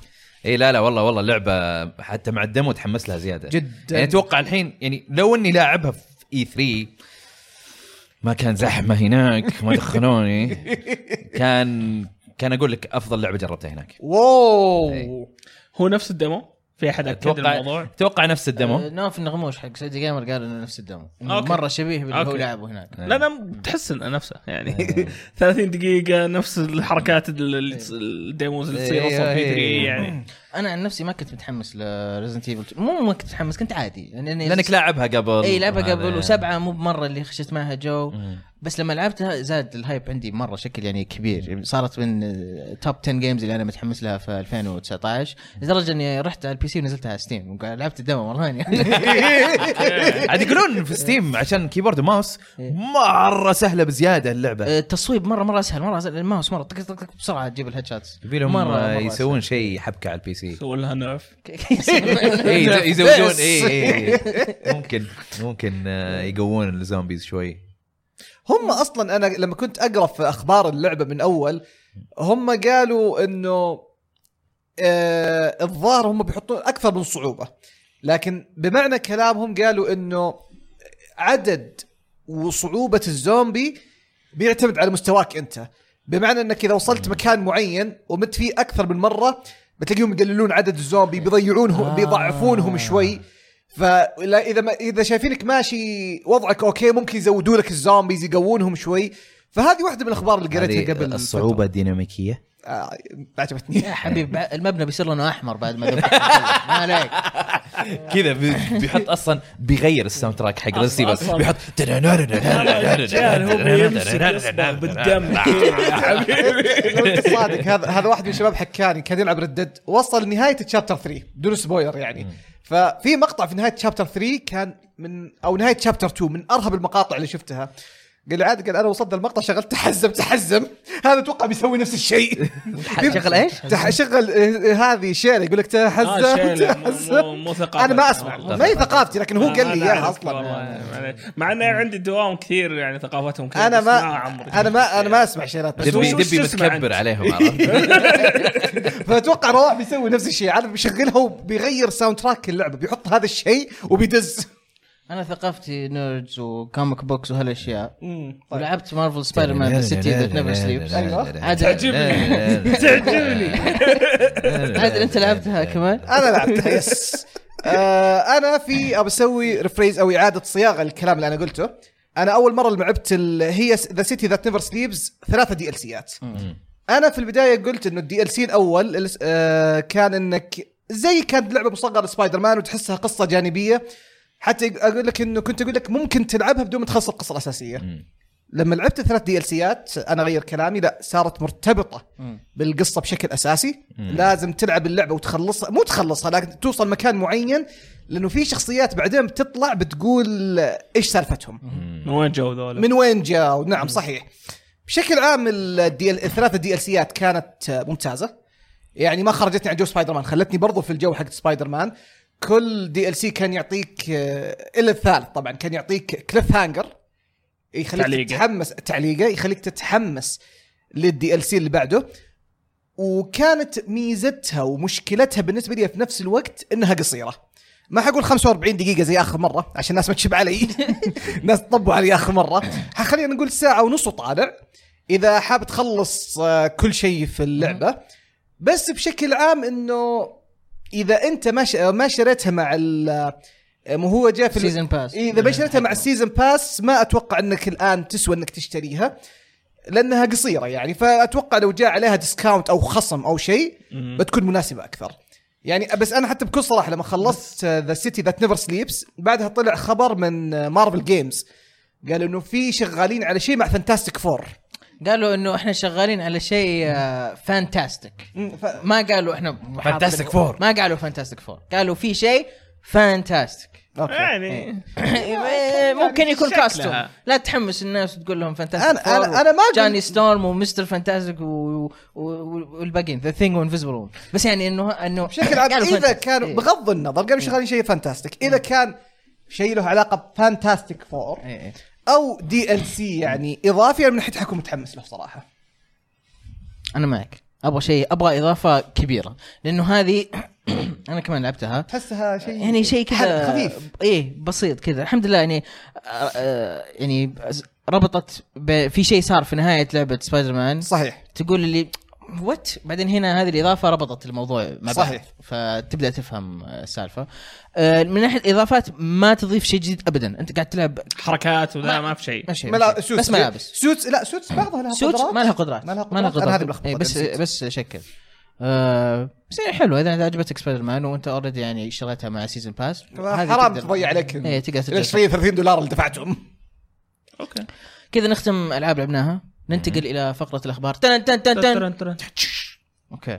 Speaker 3: اي لا والله اللعبه حتى مع الديمو تحمس لها زياده
Speaker 2: جدا.
Speaker 3: يعني اتوقع الحين يعني لو اني لاعبها في E3 ما كان زحمه هناك ما دخلوني كان اقول لك افضل لعبه جربتها هناك.
Speaker 2: واو
Speaker 4: هو نفس الديمو في احد اكد الموضوع؟
Speaker 3: اتوقع نفس الديمو.
Speaker 1: نوف النغموش حق سيدي جيمر قال انه نفس الدمو
Speaker 4: أوكي.
Speaker 1: مره شبيه باللي هو
Speaker 4: أوكي.
Speaker 1: لعبه هناك.
Speaker 4: لا انا تحس انه نفسه يعني 30 دقيقه نفس الحركات الديموز اللي تصير اصلا في 3 يعني.
Speaker 1: انا عن نفسي ما كنت متحمس لريزنت ايفل، مو ما كنت متحمس، كنت عادي
Speaker 3: لانك لاعبها قبل.
Speaker 1: اي لعبها قبل وسبعة مو بمره اللي خشيت معها جو. بس لما لعبتها زاد الهايب عندي مره شكل يعني كبير، صارت من توب 10 جيمز اللي انا متحمس لها في 2019 لدرجه اني رحت على البي سي ونزلتها على ستيم ولعبت الدمو مره ثانيه.
Speaker 3: عاد يقولون في ستيم عشان كيبورد وماوس مره سهله بزياده اللعبه.
Speaker 1: التصويب مره اسهل، مره اسهل، الماوس مره طق طق طق بسرعه تجيب الهيد شوتس.
Speaker 3: يبيلهم يسوون شيء حبكه على البي سي.
Speaker 4: سووا لها نرف
Speaker 3: يزودون ممكن يقوون الزومبيز شوي.
Speaker 2: هم اصلا انا لما كنت اقرا في اخبار اللعبه من اول هم قالوا انه الظاهر هم بيحطون اكثر من صعوبه، لكن بمعنى كلامهم قالوا انه عدد وصعوبه الزومبي بيعتمد على مستواك انت، بمعنى انك اذا وصلت مكان معين ومت فيه اكثر من مره بتلاقيهم يقللون عدد الزومبي، بيضعفونهم شوي. فاذا شايفينك ماشي وضعك اوكي ممكن يزودوا لك الزومبيز يقوونهم شوي. فهذه واحده من الاخبار اللي قريتها قبل.
Speaker 3: الصعوبه الديناميكيه
Speaker 2: عجبتني
Speaker 1: يا حبيب المبنى بيصير لونه احمر بعد ما دفع. ما عليك
Speaker 3: كذا بيحط اصلا بيغير الساوند تراك حق ريزنت ايفل، بيحط
Speaker 4: هو بيمسك اصبع بالدم يا حبيبي.
Speaker 2: لو انت صادق هذا واحد من الشباب حكاني كان يلعب ردد وصل نهايه الشابتر 3 بدون سبويلر يعني. ففي مقطع في نهايه شابتر 3 كان من او نهايه شابتر 2 من ارهب المقاطع اللي شفتها. قال انا وصلت المقطع شغلت تحزم هذا اتوقع بيسوي نفس الشيء.
Speaker 1: شغل ايش؟
Speaker 2: شغل هذه شيء يقول لك تحزم.
Speaker 4: مو ثقافة.
Speaker 2: انا ما اسمع ما هي ثقافتي لكن هو قال لي اياها اصلا.
Speaker 4: مع انه عندي دوام كثير يعني ثقافتهم كثير.
Speaker 2: انا ما اسمع شيءات
Speaker 3: دبي متكبر عليهم.
Speaker 2: فاتوقع رواح بيسوي نفس الشيء، عارف بيشغلها وبيغير ساوند تراك اللعبه بيحط هذا الشيء وبيدز.
Speaker 1: انا ثقافتي نيردز وكوميك بوكس وهالاشياء. ولعبت مارفل سبايدر مان ذا سيتي ذات نيفر سليبس.
Speaker 2: ايوه
Speaker 4: تعجبني.
Speaker 1: عادل انت لعبتها كمان؟
Speaker 2: انا لعبتها يس. انا في ابى اسوي ريفريز او اعاده صياغه الكلام اللي انا قلته. انا اول مره لعبت هي ذا سيتي ذات نيفر سليبس 3 دي ال سيات. انا في البدايه قلت انه الدي ال سي الاول كان انك زي كانت لعبه مصغره سبايدر مان وتحسها قصه جانبيه، حتى اقول لك انه كنت اقول لك ممكن تلعبها بدون ما تخلص القصه الاساسيه. لما لعبت 3 دي ال سيات انا غير كلامي، لا صارت مرتبطه بالقصه بشكل اساسي. لازم تلعب اللعبه وتخلصها، مو تخلصها لكن توصل مكان معين، لانه في شخصيات بعدين بتطلع بتقول ايش سالفتهم،
Speaker 4: من وين جو ذولا،
Speaker 2: من وين جاء. نعم صحيح. بشكل عام الثلاثه دي ال سيات كانت ممتازه، يعني ما خرجتني عن جو سبايدر مان، خلتني برضو في الجو حق سبايدر مان. كل دي ال سي كان يعطيك الا الثالث طبعا كان يعطيك كليف هانجر يخليك تتحمس، تعليقه يخليك تتحمس للدي ال سي اللي بعده. وكانت ميزتها ومشكلتها بالنسبه لي في نفس الوقت انها قصيره. ما حقول 45 دقيقه زي اخر مره عشان الناس ما تشب علي. الناس طبوا علي اخر مره، خلينا نقول ساعه ونص طالع اذا حاب تخلص كل شيء في اللعبه. بس بشكل عام انه اذا انت ما شريتها مع مو هو جاء في
Speaker 1: السيزن باس،
Speaker 2: اذا ما شريتها مع السيزن باس ما اتوقع انك الان تسوى انك تشتريها لانها قصيره يعني. فاتوقع لو جاء عليها ديسكاونت او خصم او شيء بتكون مناسبه اكثر يعني. بس انا حتى بكل صراحه لما خلصت ذا سيتي ذات نيفر سليبس بعدها طلع خبر من مارفل جيمز قالوا انه في شغالين على شيء مع فانتاستيك فور.
Speaker 1: قالوا انه احنا شغالين على شيء فانتاستيك، ما قالوا احنا
Speaker 3: فانتاستيك فور،
Speaker 1: ما قالوا فانتاستيك فور، قالوا في شيء فانتاستيك
Speaker 4: يعني
Speaker 1: ممكن يكون كاستوم. لا تحمس الناس وتقول لهم فانتاستيك
Speaker 2: انا ما
Speaker 1: جاني ستورم ومستر فانتاستيك والباقيين ذا ثينج وانفيزبل. بس يعني انه
Speaker 2: بشكل عام اذا كانوا بغض النظر قالوا شغالين شيء فانتاستيك، اذا كان شيء له علاقه بفانتاستيك فور او دي ال سي يعني اضافي، من ناحيه حكم متحمس له صراحه.
Speaker 1: انا معك، ابغى شيء، ابغى اضافه كبيره، لانه هذه انا كمان لعبتها
Speaker 2: تحسها شيء
Speaker 1: يعني شيء كذا
Speaker 2: خفيف
Speaker 1: بسيط كذا الحمد لله يعني. يعني ربطت في شيء صار في نهايه لعبه سبايدر مان
Speaker 2: صحيح،
Speaker 1: تقول لي وات، بعدين هنا هذه الاضافه ربطت الموضوع مع بعض
Speaker 2: صحيح.
Speaker 1: فتبدا تفهم السالفه. من ناحيه الاضافات ما تضيف شيء جديد ابدا، انت قاعد تلعب
Speaker 4: حركات ولا ما في شيء،
Speaker 1: بس ملابس
Speaker 2: سوتس. لا سوتس بعضها لها
Speaker 1: سوتس
Speaker 2: قدرات،
Speaker 1: ما لها قدرات،
Speaker 2: أنا هذه ملخبطة.
Speaker 1: بس شكل بس حلو اذا عجبتك سبايدر مان وانت اوريدي يعني اشتريتها مع سيزن باس،
Speaker 2: حرام تضيع عليك
Speaker 1: تقدر
Speaker 2: ليش في $30 اللي دفعتهم.
Speaker 4: اوكي
Speaker 1: كذا نختم العاب لعبناها، ننتقل الى فقره الاخبار. تن تن تن تن. اوكي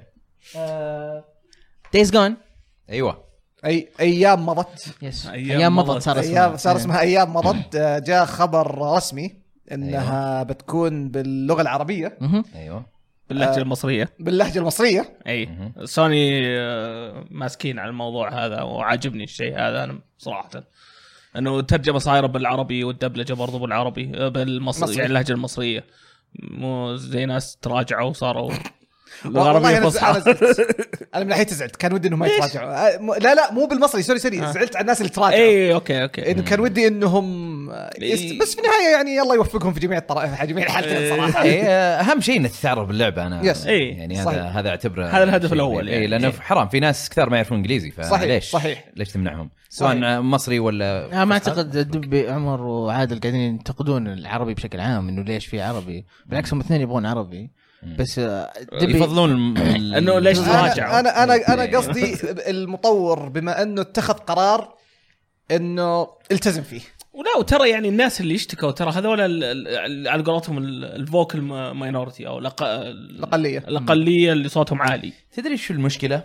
Speaker 1: دايز جون.
Speaker 3: ايوه
Speaker 2: ايام مضت.
Speaker 1: يس
Speaker 4: ايام
Speaker 1: مضت
Speaker 2: صار اسمها ايام مضت. جاء خبر رسمي انها بتكون باللغه العربيه.
Speaker 3: ايوه
Speaker 4: باللهجه المصريه.
Speaker 2: باللهجه المصريه.
Speaker 4: اي سوني ماسكين على الموضوع هذا وعاجبني الشيء هذا انا صراحه، انه الترجمه صايره بالعربي والدبلجه برضو بالعربي بالمصري يعني اللهجه المصريه، مو زي ناس تراجعوا وصاروا
Speaker 2: والله انا من ناحيه زعلت، كان ودي انهم ما يتراجعوا. لا مو بالمصري، سوري زعلت على الناس اللي تراجعوا.
Speaker 4: اي اوكي
Speaker 2: انه كان ودي انهم بس في النهايه يعني الله يوفقهم في جميع الحالتين صراحه.
Speaker 3: اهم شيء انك تتعرف باللعبه انا يعني هذا اعتبره
Speaker 4: هذا الهدف الاول
Speaker 3: يعني. لانه حرام في ناس كثار ما يعرفون انجليزي، فليش ليش تمنعهم سواء مصري ولا
Speaker 1: ما اعتقد دبي عمر وعادل قاعدين ينتقدون العربي بشكل عام انه ليش في عربي، بالعكس هم اثنين يبغون عربي بس
Speaker 3: يفضلون
Speaker 4: انه ليش تراجع.
Speaker 2: انا قصدي المطور بما انه اتخذ قرار انه التزم فيه.
Speaker 4: ولا وترى يعني الناس اللي يشتكوا ترى هذول على قولتهم الفوكل ماينورتي او الاقليه اللي صوتهم عالي.
Speaker 3: تدري شو المشكله؟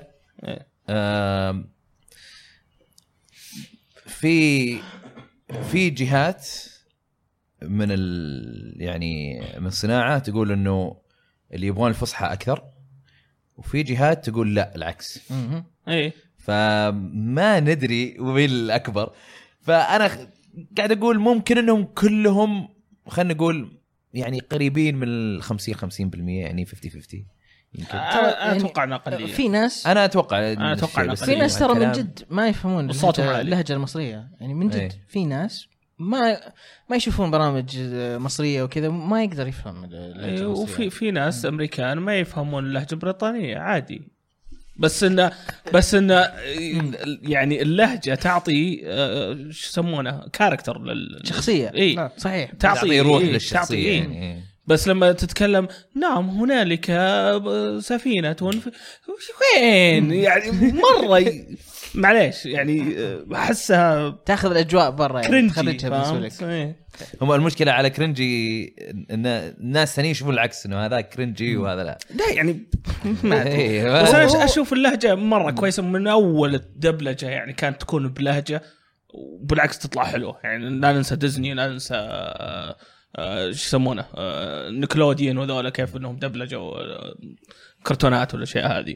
Speaker 3: في جهات من يعني من الصناعه تقول انه اللي يبغون الفصحى اكثر، وفي جهات تقول لا العكس.
Speaker 4: اي
Speaker 3: فما ندري ومين الاكبر. فانا قاعد اقول ممكن انهم كلهم خلينا نقول يعني قريبين من 50-50%، يعني 50-50 يمكن.
Speaker 4: انا اتوقع ان اقليه.
Speaker 1: في ناس
Speaker 3: انا اتوقع
Speaker 1: في ناس ترى من جد ما يفهمون اللهجه المصريه، يعني من جد في ناس ما يشوفون برامج مصريه وكذا ما يقدر يفهم اللهجه المصريه.
Speaker 4: وفي ناس امريكان ما يفهمون اللهجه البريطانيه عادي، بس انه يعني اللهجه تعطي شو يسمونه كاركتر
Speaker 1: شخصيه.
Speaker 4: اي
Speaker 1: صحيح
Speaker 3: تعطي روح للشخصيه يعني.
Speaker 4: بس لما تتكلم نعم هنالك سفينة وين يعني مرة معليش يعني احسها
Speaker 1: تاخذ الاجواء برا يعني
Speaker 4: تخرجها بالنسبه لك.
Speaker 3: هم المشكله على كرنجي ان الناس ثانيين يشوفون العكس انه هذا كرنجي وهذا لا
Speaker 4: يعني ما بس انا اشوف اللهجه مره كويسه من اول الدبلجه، يعني كانت تكون بلهجه وبالعكس تطلع حلوه. يعني لا ننسى ديزني، لا ننسى شو يسمونه نيكلوديان وذولا كيف انهم دبلجوا كرتونات والاشياء هذه.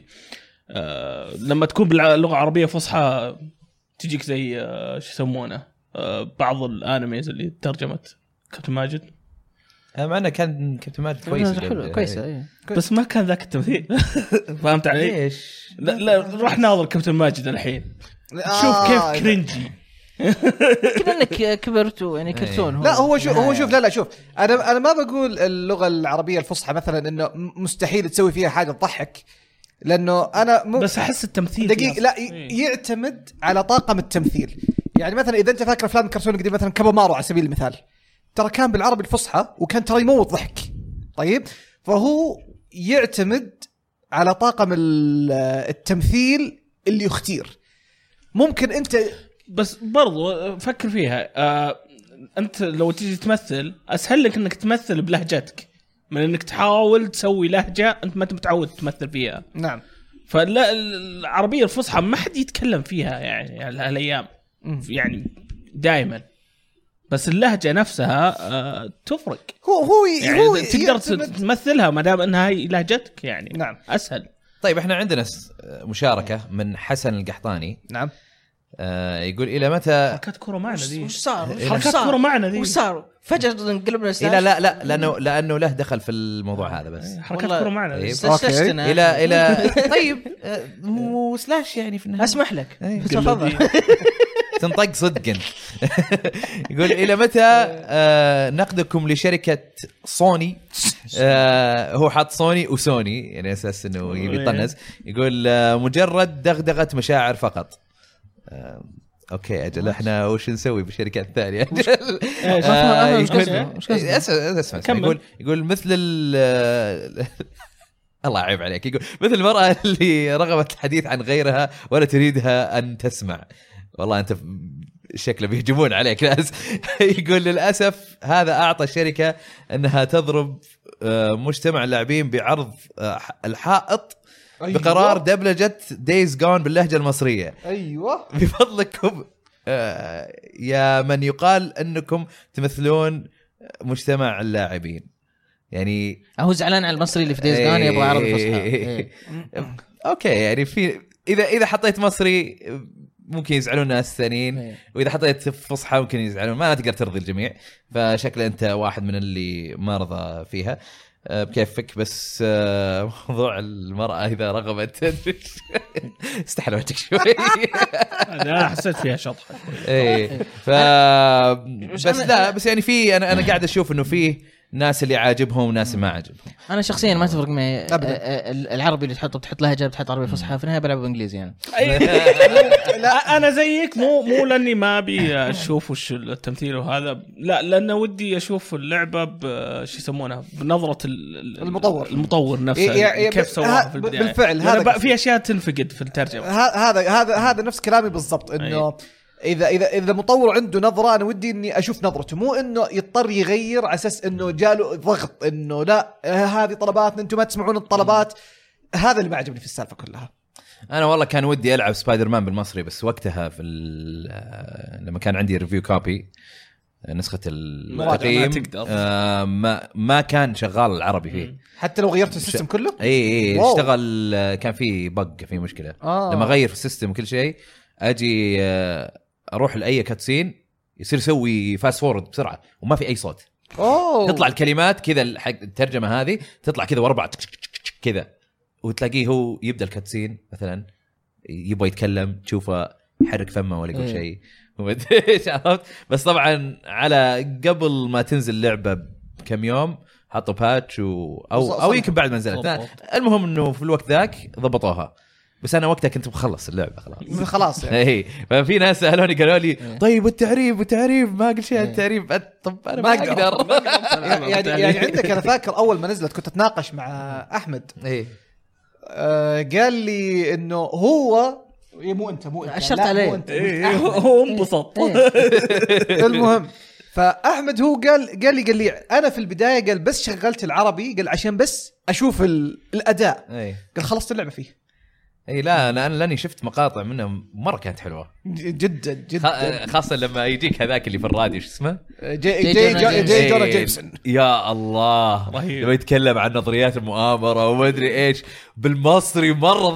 Speaker 4: لما تكون باللغه العربيه فصحى تجيك زي شو يسمونه بعض الانميز اللي ترجمت كابتن ماجد.
Speaker 3: معنا كان كابتن ماجد
Speaker 1: كويسه
Speaker 4: بس ما كان ذاك التمثيل. فهمت علي؟
Speaker 3: ليش؟
Speaker 4: لا روح ناظر كابتن ماجد الحين شوف كيف كرنجي.
Speaker 1: كذا انك كبرت يعني كرتون.
Speaker 2: لا هو شوف لا شوف انا ما بقول اللغه العربيه الفصحى مثلا انه مستحيل تسوي فيها حاجه تضحك، لانه انا
Speaker 4: بس احس التمثيل
Speaker 2: دقيق لا يعتمد على طاقم التمثيل. يعني مثلا اذا انت فاكر افلام الكرتون القديم مثلا كابومارو على سبيل المثال، ترى كان بالعربي الفصحى وكان ترى يموت ضحك. طيب فهو يعتمد على طاقم التمثيل اللي يختير. ممكن انت
Speaker 4: بس برضو فكر فيها انت لو تيجي تمثل اسهل لك انك تمثل بلهجتك من انك تحاول تسوي لهجة انت ما انت متعود تمثل فيها.
Speaker 2: نعم.
Speaker 4: فلا العربية الفصحى ما حد يتكلم فيها يعني هالايام يعني دائما، بس اللهجة نفسها تفرق.
Speaker 2: هو
Speaker 4: تقدر تمثلها ما دام انها هي لهجتك يعني.
Speaker 2: نعم
Speaker 4: اسهل.
Speaker 3: طيب احنا عندنا مشاركة من حسن القحطاني.
Speaker 2: نعم.
Speaker 3: يقول الى متى
Speaker 4: حركات كوره معنا دي
Speaker 1: وش صار؟
Speaker 4: حركات كوره معنا دي
Speaker 1: وش صار؟ فجأة انقلبنا
Speaker 3: لا لانه له دخل في الموضوع هذا بس
Speaker 4: حركات كوره معنا دي.
Speaker 1: سلشتنا
Speaker 3: الى طيب مو سلاش يعني في النهايه
Speaker 1: اسمح لك
Speaker 3: إيه.
Speaker 1: تفضل.
Speaker 3: تنطق صدق انت. يقول الى متى نقدكم لشركه سوني. هو حاط سوني وسوني يعني اساس انه يبي يطنز. يقول مجرد دغدغه مشاعر فقط. اوكي اجل احنا وش نسوي بالشركات الثانيه؟ اسمع يقول مثل الله عيب عليك. يقول مثل المرأة اللي رغبت الحديث عن غيرها ولا تريدها أن تسمع. والله أنت شكله بيهجمون عليك ناس. يقول للأسف هذا أعطى الشركة أنها تضرب مجتمع اللاعبين بعرض الحائط بقرار دبلجة دايز جون باللهجة المصرية.
Speaker 2: أيوة
Speaker 3: بفضلكم يا من يقال أنكم تمثلون مجتمع اللاعبين. يعني
Speaker 1: هو زعلان على المصري اللي في دايز جون يبغى عرض فصحى.
Speaker 3: اوكي يعني في اذا حطيت مصري ممكن يزعلون ناس ثانيين واذا حطيت فصحى ممكن يزعلون. ما تقدر ترضي الجميع فشكله انت واحد من اللي ما رضى فيها بكيفك. بس موضوع المرأة إذا رغبت استحل وجهك شوي.
Speaker 4: أنا حسيت فيها شطحة.
Speaker 3: إيه بس لا بس يعني في أنا قاعد أشوف إنه فيه ناس اللي عاجبهم وناس ما عاجبهم.
Speaker 1: انا شخصيا ما تفرق معي العربي اللي تحط لهجه بتحط عربي فصحى في النهايه بلعب بالانجليزي يعني.
Speaker 4: لا انا زيك مو لاني ما ابي اشوف وش التمثيل وهذا لا لانه ودي اشوف اللعبه بشو يسمونها بنظره المطور نفسه كيف سواها في البدايه.
Speaker 2: بالفعل هذا
Speaker 4: في اشياء تنفقد في الترجمه.
Speaker 2: هذا نفس كلامي بالضبط انه اذا مطور عنده نظره انا ودي اني اشوف نظرته مو انه يضطر يغير على اساس انه جاله ضغط انه لا هذه طلباتنا انتم ما تسمعون الطلبات. هذا اللي ما عجبني في السالفه كلها.
Speaker 3: انا والله كان ودي العب سبايدر مان بالمصري بس وقتها في لما كان عندي ريفيو كوبي نسخه التقييم ما كان شغال العربي فيه.
Speaker 2: حتى لو غيرت السيستم كله
Speaker 3: اي اشتغل كان في بق في مشكله. لما غير في السيستم وكل شيء اجي اروح لاي كاتسين يصير يسوي فاست فورورد بسرعه وما في اي صوت. تطلع الكلمات كذا حق الترجمه هذه تطلع كذا واربع كذا وتلاقيه هو يبدا الكاتسين مثلا يبغى يتكلم تشوفه يحرك فمه ولا يقول شيء ايش عرفت. بس طبعا على قبل ما تنزل اللعبه بكم يوم حطوا باتش او يمكن بعد ما نزلت. المهم انه في الوقت ذاك ضبطوها بس انا وقتها كنت بخلص اللعبه
Speaker 2: خلاص يعني.
Speaker 3: اي ففي ناس سالوني قالوا لي طيب والتعريف ما قلت شيء عن التعريف. طب انا ما اقدر.
Speaker 2: يعني عندك انا فاكر اول ما نزلت كنت اتناقش مع احمد. قال لي انه هو مو انت
Speaker 1: اشرت عليه
Speaker 4: هو انبسط.
Speaker 2: المهم فاحمد هو قال لي انا في البدايه قال بس شغلت العربي قال عشان بس اشوف الاداء. قال خلصت اللعبه فيه.
Speaker 3: اي لا انا لاني شفت مقاطع منه مره كانت حلوه
Speaker 2: جدا
Speaker 3: خاصه لما يجيك هذاك اللي في الراديو شو اسمه
Speaker 2: جي جونا جيمسون.
Speaker 3: يا الله
Speaker 4: رهيب.
Speaker 3: لما يتكلم عن نظريات المؤامره وما ادري ايش بالمصري مره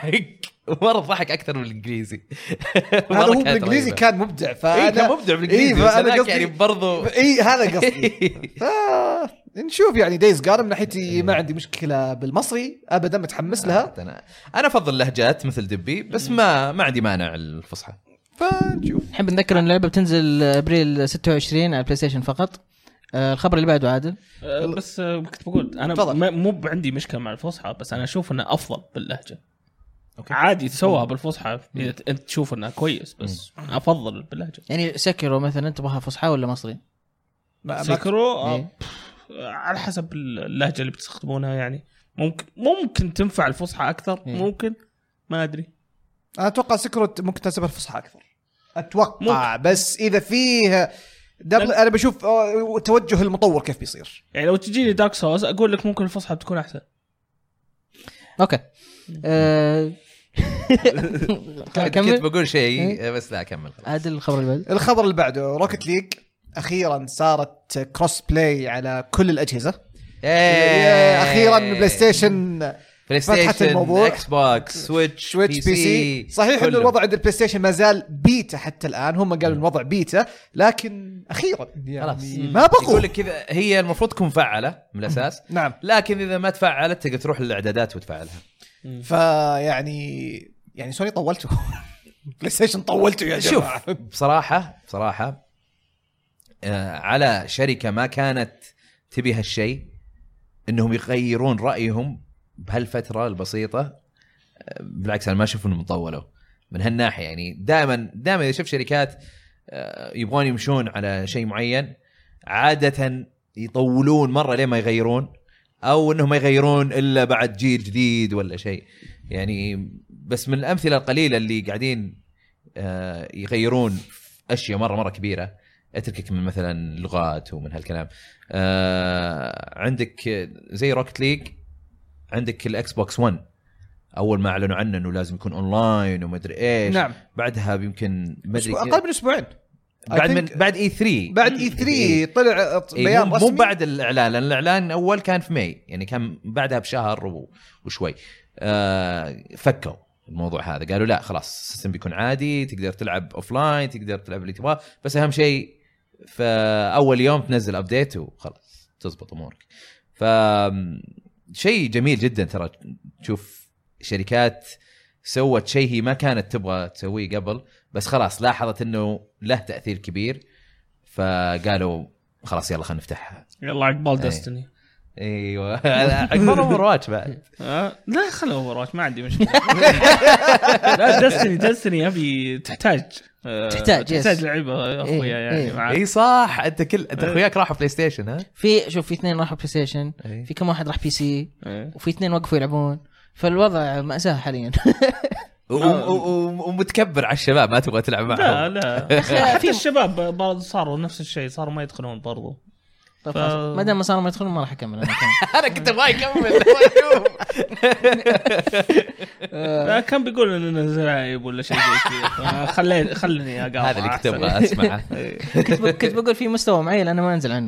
Speaker 3: ضحك اكثر من الانجليزي.
Speaker 2: هذا هو بالانجليزي كان مبدع.
Speaker 3: كان مبدع بالانجليزي
Speaker 2: فانا
Speaker 3: يعني برضو
Speaker 2: هذا قصدي. نشوف يعني دايز جون من ناحيتي ما عندي مشكله بالمصري ابدا متحمس لها.
Speaker 3: انا افضل لهجات مثل دبي بس ما عندي مانع الفصحى فنشوف.
Speaker 1: نحب نذكر ان اللعبه بتنزل ابريل 26 على بلاي ستيشن فقط. الخبر اللي بعده عادل.
Speaker 4: بس كنت بقول انا مو عندي مشكله مع الفصحى بس انا اشوف انه افضل باللهجه. عادي تسويها بالفصحى اذا انت تشوف انها كويس بس افضل باللهجه.
Speaker 1: يعني سكروا مثلا تبغاها فصحى ولا مصري؟
Speaker 4: سكروا على حسب اللهجه اللي بتستخدمونها يعني ممكن تنفع الفصحى اكثر ممكن ما ادري.
Speaker 2: انا اتوقع سكروا ممكن تناسبها الفصحى اكثر اتوقع بس اذا فيه انا بشوف توجه المطور كيف بيصير.
Speaker 4: يعني لو تجيني دارك سولز اقول لك ممكن الفصحى بتكون احسن.
Speaker 1: اوكي
Speaker 3: كنت بقول شيء بس لا اكمل.
Speaker 1: عادل
Speaker 2: الخبر اللي بعده روكت ليج اخيرا صارت كروس بلاي على كل الاجهزه. اخيرا بلاي ستيشن
Speaker 3: بلاي
Speaker 2: فتحت
Speaker 3: ستيشن،
Speaker 2: الموضوع.
Speaker 3: اكس بوكس، سويتش،
Speaker 2: بي سي. صحيح انه
Speaker 3: كله.
Speaker 2: الوضع عند البلاي ستيشن ما زال بيتا حتى الان، هم قالوا الوضع بيتا، لكن اخيرا
Speaker 3: خلاص.
Speaker 2: يعني ما بقوا.
Speaker 3: يقول لك كذا هي المفروض تكون مفعله من الاساس،
Speaker 2: نعم.
Speaker 3: لكن اذا ما تفعلت تقدر تروح للاعدادات وتفعلها.
Speaker 2: يعني سوني طولتوا بلاي ستيشن طولتوا يا جماعه.
Speaker 3: شوف بصراحه على شركه ما كانت تبي هالشيء انهم يغيرون رايهم بهالفتره البسيطه، بالعكس انا ما اشوف انهم طولوا من هالناحيه. يعني دائما اذا شوف شركات يبغون يمشون على شيء معين عاده يطولون مره لين ما يغيرون، او انهم ما يغيرون الا بعد جيل جديد ولا شيء. يعني بس من الامثله القليله اللي قاعدين يغيرون اشياء مره كبيره، اتركك من مثلا لغات ومن هالكلام. عندك زي روكت ليج، عندك الاكس بوكس 1 اول ما اعلنوا عنه انه لازم يكون اونلاين وما ادري ايش.
Speaker 2: نعم.
Speaker 3: بعدها يمكن ما ادري
Speaker 2: اقل من اسبوعين
Speaker 3: بعد اي 3
Speaker 2: بعد اي 3 طلع بيان
Speaker 3: مو
Speaker 2: رسمي.
Speaker 3: بعد الاعلان، لان الاعلان اول كان في ماي، يعني كان بعدها بشهر وشوي. فكوا الموضوع هذا، قالوا لا خلاص السيستم بيكون عادي، تقدر تلعب اوفلاين، تقدر تلعب اللي تبغاه، بس اهم شيء فاول يوم تنزل ابديت وخلاص تزبط امورك. ف شيء جميل جدا ترى تشوف شركات سوت شيء هي ما كانت تبغى تسويه قبل، بس خلاص لاحظت انه له تأثير كبير، فقالوا خلاص يلا خلينا نفتحها.
Speaker 4: يلا عقبال دستني.
Speaker 3: ايوه عقبال اوفرواتش بعد.
Speaker 4: لا خلوا اوفرواتش ما عندي مشكله. لا دستني ابي تحتاج لعيبه اخويا يعني معك.
Speaker 3: اي صح، انت اخوياك راحوا بلاي ستيشن. ها
Speaker 1: في 2 راحوا بلاي ستيشن، في كم واحد راح بي سي، وفي 2 وقفوا يلعبون، فالوضع مأساة حاليا.
Speaker 3: ومتكبر على الشباب ما تبغى تلعب معهم.
Speaker 4: لا في الشباب برضو صاروا نفس الشيء، صاروا ما يدخلون برضو.
Speaker 1: ما دام صاروا ما يدخلون ما راح اكمل انا
Speaker 3: انا كنت ابغى يكمل.
Speaker 4: لا كان بيقول انه زرايب ولا شيء زي كذا، خلني اقاطع.
Speaker 3: هذا اللي كنت ابغى اسمعه.
Speaker 1: كنت بقول في مستوى معين انا ما انزل عنه.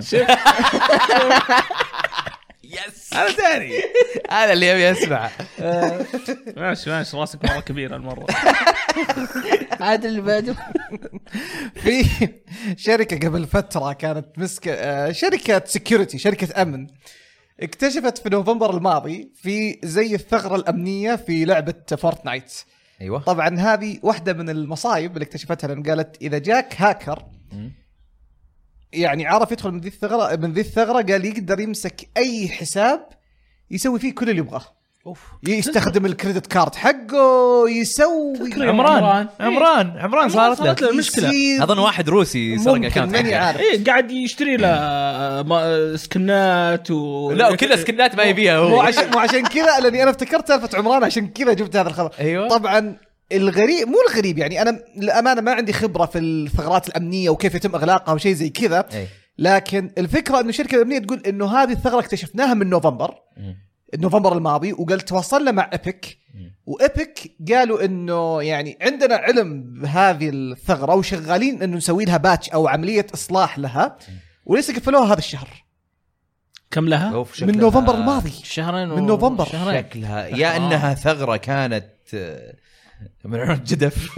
Speaker 3: يس انا داري هذا اللي ابي اسمعه.
Speaker 4: ماشي راسك مره كبيره المره.
Speaker 1: عاد اللي بعده.
Speaker 2: في شركه قبل فتره كانت مسكه شركه سكيورتي، شركه امن، اكتشفت في نوفمبر الماضي في زي الثغره الامنيه في لعبه فورتنايت.
Speaker 3: ايوه
Speaker 2: طبعا هذه واحده من المصايب اللي اكتشفتها، لان قالت اذا جاك هاكر يعني عرف يدخل من ذي الثغره قال يقدر يمسك اي حساب يسوي فيه كل اللي يبغاه. يستخدم الكريدت كارد حقه، يسوي
Speaker 3: عمران صارت له
Speaker 4: المشكله.
Speaker 3: اظن واحد روسي سرق اكونت
Speaker 2: عارف.
Speaker 4: قاعد يشتري له سكنات
Speaker 3: لا وكل سكنات ما يبيها هو.
Speaker 2: مو عشان كذا، لاني انا افتكرت سالفه عمران عشان كذا جبت هذا الخبر.
Speaker 3: أيوة.
Speaker 2: طبعا الغريب مو الغريب، يعني انا للامانه ما عندي خبره في الثغرات الامنيه وكيف يتم اغلاقها وشيء زي كذا، لكن الفكره انه الشركه الامنيه تقول انه هذه الثغره اكتشفناها من نوفمبر الماضي، وقال تواصلنا مع إبك، وإبك قالوا إنه يعني عندنا علم بهذه الثغرة وشغالين إنه نسوي لها باتش أو عملية إصلاح لها، ولسه قفلوها هذا الشهر.
Speaker 4: كم لها؟
Speaker 2: من نوفمبر الماضي،
Speaker 1: شهرين
Speaker 2: من نوفمبر.
Speaker 3: شكلها يا إنها ثغرة كانت من عون جدف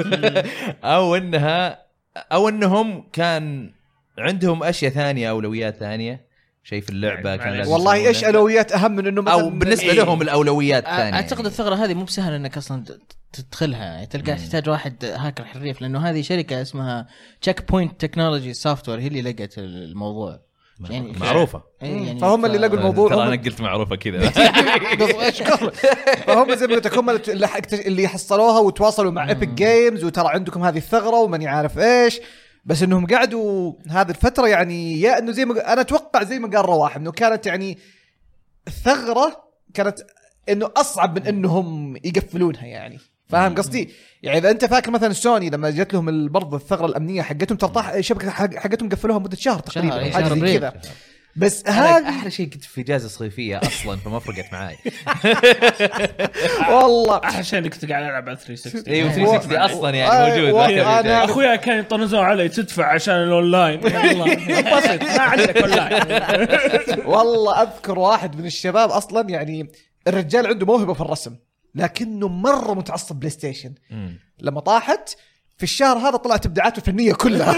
Speaker 3: أو إنهم كان عندهم أشياء ثانية، أولويات ثانية، شيء في اللعبه كان لازم
Speaker 2: والله ايش اولويات اهم من انه
Speaker 3: او بالنسبه لهم الاولويات ثانيه.
Speaker 1: اعتقد الثغره هذه مو بسهل انك اصلا تدخلها، تلقى تحتاج واحد هاكر حريف، لانه هذه شركه اسمها تشيك بوينت تكنولوجي سوفتوير هي اللي لقت الموضوع،
Speaker 3: يعني معروفه
Speaker 2: يعني فهم اللي لقوا الموضوع.
Speaker 3: ترى انا قلت معروفه كذا.
Speaker 2: فهم زي ما قلت لكم اللي حصلوها وتواصلوا مع ايبك جيمز، وترى عندكم هذه الثغره وماني عارف ايش، بس انهم قعدوا هذه الفتره يعني يا انه زي ما انا اتوقع زي ما قال رواح انه كانت يعني الثغره كانت انه اصعب من انهم يقفلونها، يعني فاهم قصدي؟ يعني اذا انت فاكر مثلا سوني لما جت لهم برضه الثغره الامنيه حقتهم ترطح الشبكه حقتهم قفلوها مده شهر تقريبا، حاجه زي كذا. بس هذا
Speaker 3: احلى شيء كنت في اجازه صيفيه اصلا فما فرقت معاي.
Speaker 2: والله
Speaker 4: احلى شيء انك قاعد العب على 360.
Speaker 3: ايوه 360 اصلا يعني موجود.
Speaker 4: اخويا كان يطنزوا علي تدفع عشان الاونلاين، والله بسيط ما عندك اونلاين.
Speaker 2: والله اذكر واحد من الشباب اصلا يعني الرجال عنده موهبة في الرسم لكنه مرة متعصب بلاي ستيشن. لما طاحت في الشهر هذا طلعت إبداعاته الفنية كلها.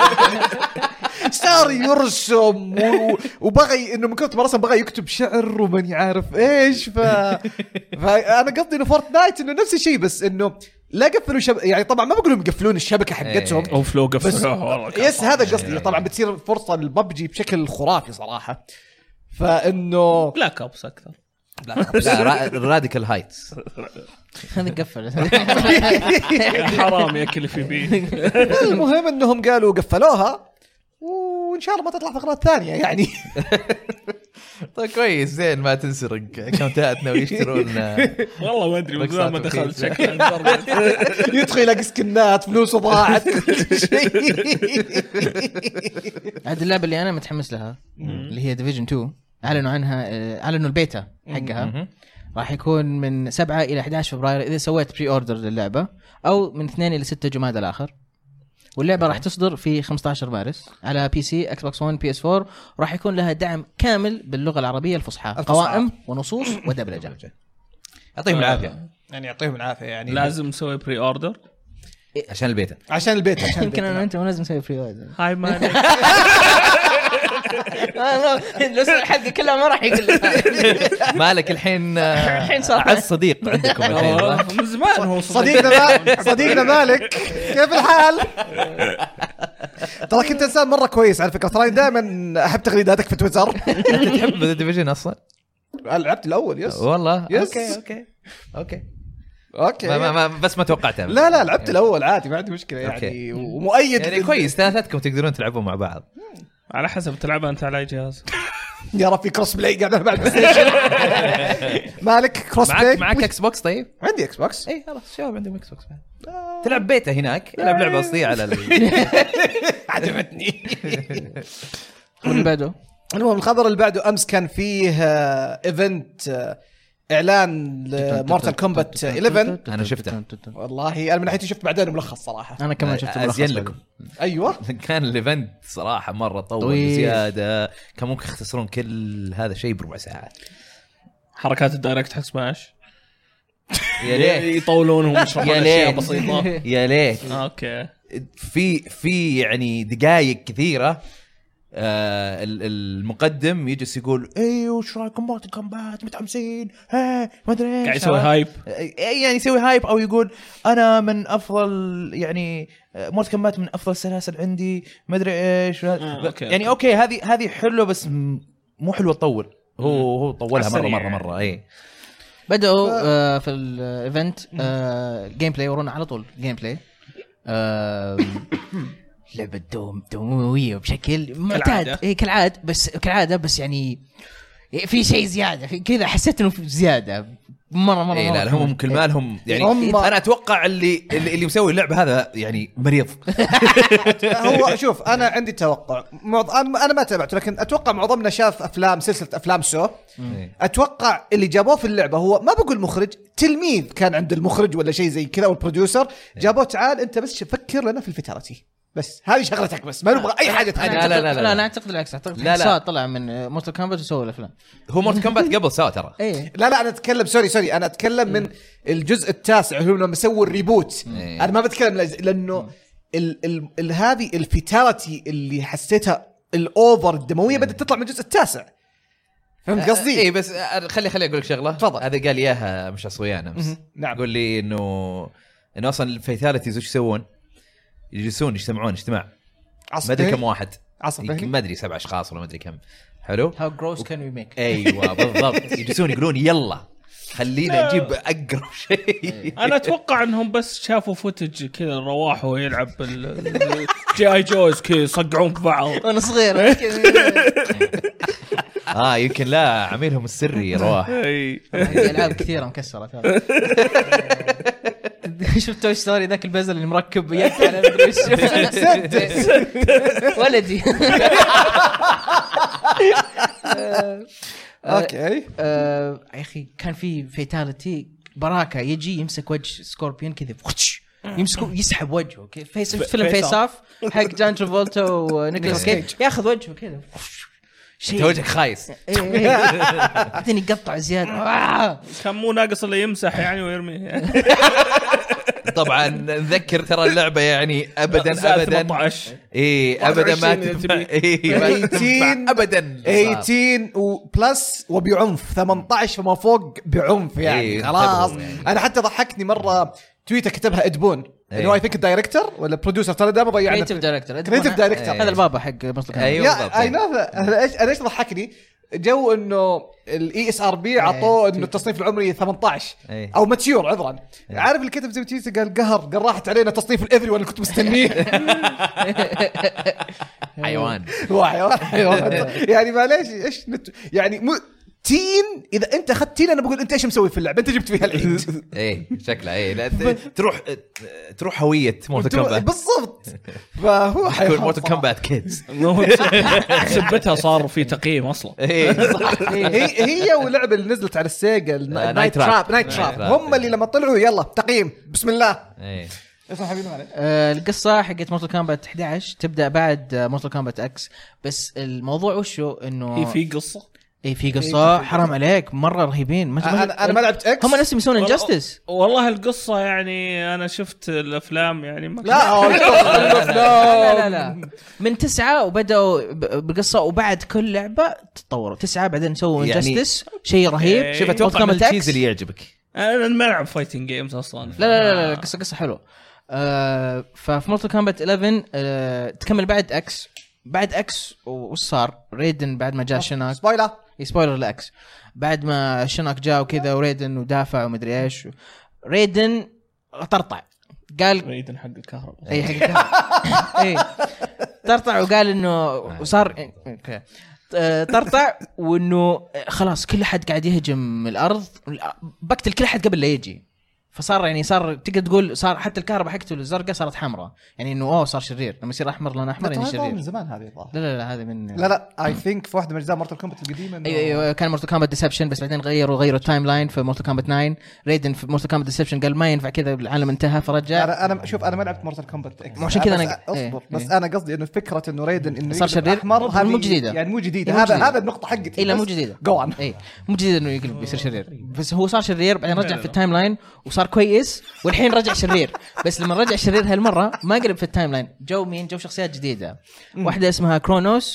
Speaker 2: صار يرسم وبغي إنه من كثر ما رسم بغي يكتب شعر ومن يعرف إيش فأنا قصدي إنه فورتنايت إنه نفس الشيء بس إنه لا قفلوا يعني طبعا ما بقولهم يقفلون الشبكة حقتهم
Speaker 4: أو فلو قفلوها
Speaker 2: يس هذا قصدي طبعا بتصير فرصة للببجي بشكل خرافي صراحة. فإنه
Speaker 4: بلاك أوبس أكثر
Speaker 3: لا راديكال هايتس
Speaker 1: هذا قفل.
Speaker 4: حرام ياكل في بي.
Speaker 2: المهم انهم قالوا قفلوها وان شاء الله ما تطلع فقرات ثانيه يعني.
Speaker 3: طيب كويس زين ما تنسرق اكونتاتنا ويشترون.
Speaker 4: والله ما ادري من زمان ما دخلت شكل
Speaker 2: يدخل يلاقي سكنات فلوسه ضاعت.
Speaker 1: هذه اللعبه اللي انا متحمس لها اللي هي ديفيجن 2 اعلنوا عنها اعلنوا البيتا حقها راح يكون من 7 إلى 11 فبراير إذا سويت بري أوردر للعبة أو من 2 إلى 6 جماد الآخر. واللعبة راح تصدر في 15 مارس على بي سي اكس بوكس 1 بي اس 4 وراح يكون لها دعم كامل باللغة العربية الفصحى قوائم ونصوص ودبلجة.
Speaker 3: يعطيهم العافية
Speaker 2: يعني يعطيهم العافية يعني
Speaker 4: لازم نسوي بري أوردر
Speaker 3: عشان البيت
Speaker 1: يمكن أنا وأنت لازم نسوي بري أوردر.
Speaker 4: هاي مان
Speaker 1: لو الحلقة كلها ما راح يقول لك
Speaker 3: مالك الحين
Speaker 1: صار
Speaker 3: أعز صديق عندكم الحين
Speaker 4: من زمان هو
Speaker 2: صديقنا مالك كيف الحال؟ ترى كنت إنسان مرة كويس على فكرة ترى دائما أحب تغريداتك في تويتر.
Speaker 3: أنت تحب ذا ديفيجن أصلا؟
Speaker 2: لعبت الأول يس
Speaker 3: والله
Speaker 2: يس. اوكي
Speaker 3: ما بس ما توقعتها.
Speaker 2: لا لعبت الاول عادي ما عندي مشكله يعني
Speaker 3: أوكي.
Speaker 2: ومؤيد
Speaker 3: يعني كويس ثلاثتكم تقدرون تلعبوا مع بعض
Speaker 4: على حسب تلعبها انت على اي جهاز.
Speaker 2: يا رب في كروس بلاي قاعد العب على البلاي ستيشن. مالك كروس بلاي
Speaker 3: معك اكس بوكس؟ طيب
Speaker 2: عندي اكس بوكس.
Speaker 3: اي خلاص شباب عندهم اكس بوكس تلعب بيته هناك العب لعبه اصليه على
Speaker 2: عجبتني.
Speaker 1: واللي بعده
Speaker 2: المهم الخبر اللي بعده امس كان فيه ايفنت اعلان لمورتال كومبات 11.
Speaker 3: أنا شفته.
Speaker 2: والله انا من ناحيتي شفت بعدين ملخص صراحه.
Speaker 1: انا كمان شفت
Speaker 3: ازين لكم.
Speaker 2: ايوه
Speaker 3: كان الايفنت صراحه مره طول بزياده كان ممكن يختصرون كل هذا شيء بربع ساعه.
Speaker 4: حركات الدايركت حق سماش
Speaker 3: يا ليه
Speaker 4: يطولونهم يشرحون اشياء بسيطه.
Speaker 3: يا ليت
Speaker 4: اوكي
Speaker 3: في يعني دقائق كثيره المقدم يجلس يقول ايوه وش رايكم مورتال كومبات متحمسين ها ما ادري ايش
Speaker 4: قاعد يسوي هايب
Speaker 3: يعني يسوي هايب او يقول انا من افضل يعني مورتال كومبات من افضل السلاسل عندي ما ادري ايش يعني اوكي هذه حلوه بس مو حلوه تطول. هو طولها مره اي.
Speaker 1: بدأوا في الايفنت جيم بلاي ورونا على طول جيم بلاي لعبة دوموية بشكل معتاد كالعادة بس يعني في شيء زيادة كذا حسيت انه زيادة مرة
Speaker 3: إيه لا هم كل مالهم يعني انا اتوقع اللي مسوي اللعبة هذا يعني مريض.
Speaker 2: هو شوف انا عندي توقع انا ما تابعته لكن اتوقع معظمنا شاف افلام سلسلة افلام اتوقع اللي جابوه في اللعبة هو ما بقول مخرج تلميذ كان عند المخرج ولا شيء زي كذا والبروديوسر جابوه تعال انت بس فكر لنا في الفيتاليتي بس هذه شغلتك بس ما نبغى اي حاجه ثانيه.
Speaker 1: لا انا اعتقد العكس اعتقد سوا طلع من مورتال كومبات وسوى الافلام.
Speaker 3: هو مورتال كومبات قبل سوا ترى.
Speaker 1: إيه.
Speaker 2: لا انا اتكلم سوري انا اتكلم من الجزء التاسع اللي هو لما سووا الريبوت. انا ما بتكلم لانه هذه الفيتاليتي اللي حسيتها الاوفر الدمويه بدات تطلع من الجزء التاسع. فهمت قصدي؟
Speaker 3: اي بس خلي اقول لك شغله.
Speaker 2: تفضل.
Speaker 3: هذا قال اياها مش صويان امس.
Speaker 2: نعم.
Speaker 3: قول لي انه اصلا الفيتاليتيز وش يسوون؟ يجلسون يجتمعون اجتماع ما ادري كم واحد يمكن ما ادري 7 اشخاص ولا ما ادري كم. حلو
Speaker 1: How gross can we make.
Speaker 3: ايوه بالضبط. يجلسون يقولون يلا خلينا نجيب اقرب شيء.
Speaker 4: انا اتوقع انهم بس شافوا فوتج كذا رواح وهو يلعب جي اي جوز كذا يصقعون في بعض
Speaker 1: وانا صغير
Speaker 3: يمكن لا عميلهم السري رواح.
Speaker 1: العاب كثيره مكسره ترى. شفت توي ستوري ذاك البازل اللي مركب يد على مدري ولدي.
Speaker 2: اوكي
Speaker 1: يا اخي كان في فيتاليتي براكه يجي يمسك وجه سكوربيون كذا يمسكه يسحب وجهه فيلم فيس اوف حق جان ترافولتا ونيكولاس كيج ياخذ وجهه كذا
Speaker 3: انت وجهك خايس.
Speaker 1: بعدين يقطع زياده.
Speaker 4: كان مو ناقص اللي يمسح يعني ويرمي.
Speaker 3: طبعا نذكر ترى اللعبه يعني ابدا
Speaker 4: 18
Speaker 3: ايه ابدا ما
Speaker 4: 24
Speaker 3: تنفع.
Speaker 4: تبي.
Speaker 3: ايه ما
Speaker 2: 18
Speaker 3: تنفع ابدا
Speaker 2: 18 وبلس وبعنف 18 فما فوق بعنف يعني
Speaker 3: إيه،
Speaker 2: خلاص.
Speaker 3: يعني.
Speaker 2: انا حتى ضحكني مره تويتر كتبها ادبون اللي هو
Speaker 3: إيه.
Speaker 2: اي ثينك الدايركتور ولا بروديوسر ترى دائما ضيعنا
Speaker 1: كريتيف دايركتور.
Speaker 2: كريتيف دايركتور
Speaker 1: هذا البابا حق مصر كان.
Speaker 3: أيوة. بالضبط.
Speaker 2: اي نو. انا ايش ضحكني جو انه الاي اس ار بي عطوه انه التصنيف العمري 18
Speaker 3: إيه.
Speaker 2: او ماتيور عذرا. عارف اللي كتب زي تيزا قال قهر راحت علينا تصنيف الاذري وانا كنت مستنيه.
Speaker 3: حيوان.
Speaker 2: هو حيوان يعني معليش ايش يعني تين. اذا انت اخذت تين انا بقول انت ايش مسوي في اللعبه انت جبت فيها العيد.
Speaker 3: ايه شكله ايه لا تروح هويه مورتال كومبات
Speaker 2: بالضبط. فهو حيوان
Speaker 3: مورتال كومبات كيدز.
Speaker 4: سبتها صار في تقييم اصلا.
Speaker 2: هي واللعبه اللي نزلت على السيجا نايت تراب هم اللي لما طلعوا يلا تقييم بسم الله.
Speaker 3: ايه
Speaker 2: اسمع حبيبي معلش.
Speaker 1: القصه حقت مورتال كومبات 11 تبدا بعد مورتال كومبات اكس. بس الموضوع وشو انه
Speaker 4: في قصه
Speaker 1: في قصه حرام عليك مره رهيبين.
Speaker 2: انا ما لعبت اكس.
Speaker 1: هم نفسهم يسوون انجستس.
Speaker 4: والله القصه يعني انا شفت الافلام يعني ما
Speaker 1: لا من 9 وبدأوا بقصة وبعد كل لعبة تطوروا 9 بعدين سووا
Speaker 3: يعني
Speaker 1: انجستس شيء رهيب.
Speaker 3: شوف اتوقع من الشيء اللي يعجبك.
Speaker 4: انا ما العب فايتنج جيمز اصلا.
Speaker 1: لا قصة حلوة. ففي مورتال كومبات 11 تكمل بعد اكس. بعد اكس وش صار ريدن بعد ما جاء شناك سبويلر لاكس. بعد ما شناك جاء وكذا وريدن ودافع ومدري ايش ريدن طرطع قال
Speaker 4: ريدن حق الكهرباء.
Speaker 1: اي حق الكهرباء. اي طرطع وقال انه وصار طرطع وانه خلاص كل حد قاعد يهجم الارض بقتل كل حد قبل لا يجي. فصار يعني صار تقدر تقول صار حتى الكهرباء حقته الزرقاء صارت حمراء يعني انه صار شرير. لما يصير احمر لون احمر يعني شرير.
Speaker 2: من زمان هذه الظاهر.
Speaker 1: لا هذه من
Speaker 2: لا اي ثينك في واحده من اجزاء مورتال كومبات القديمه.
Speaker 1: ايوه كان مورتال كومبات ديسبشن بس بعدين غيروا التايم لاين في مورتال كومبات 9. ريدن في مورتال كومبات ديسبشن قال ما ينفع كذا العالم انتهى فرجع.
Speaker 2: انا شوف انا ما لعبت مورتال كومبات اكس
Speaker 1: عشان كذا انا
Speaker 2: اصبر بس انا قصدي انه فكره انه ريدن انه
Speaker 1: صار شرير
Speaker 2: احمر هذه
Speaker 1: مو جديده
Speaker 2: يعني مو جديده. هذا النقطه حقتي.
Speaker 1: لا مو جديده
Speaker 2: جوان
Speaker 1: اي مو جديده انه يقلب يصير شرير. بس هو صار شرير بعدين رجع في التايم لاين وصار كويس والحين رجع شرير. بس لما رجع شرير هالمره ما قلب في التايم لاين. جو شخصيات جديده. واحده اسمها كرونوس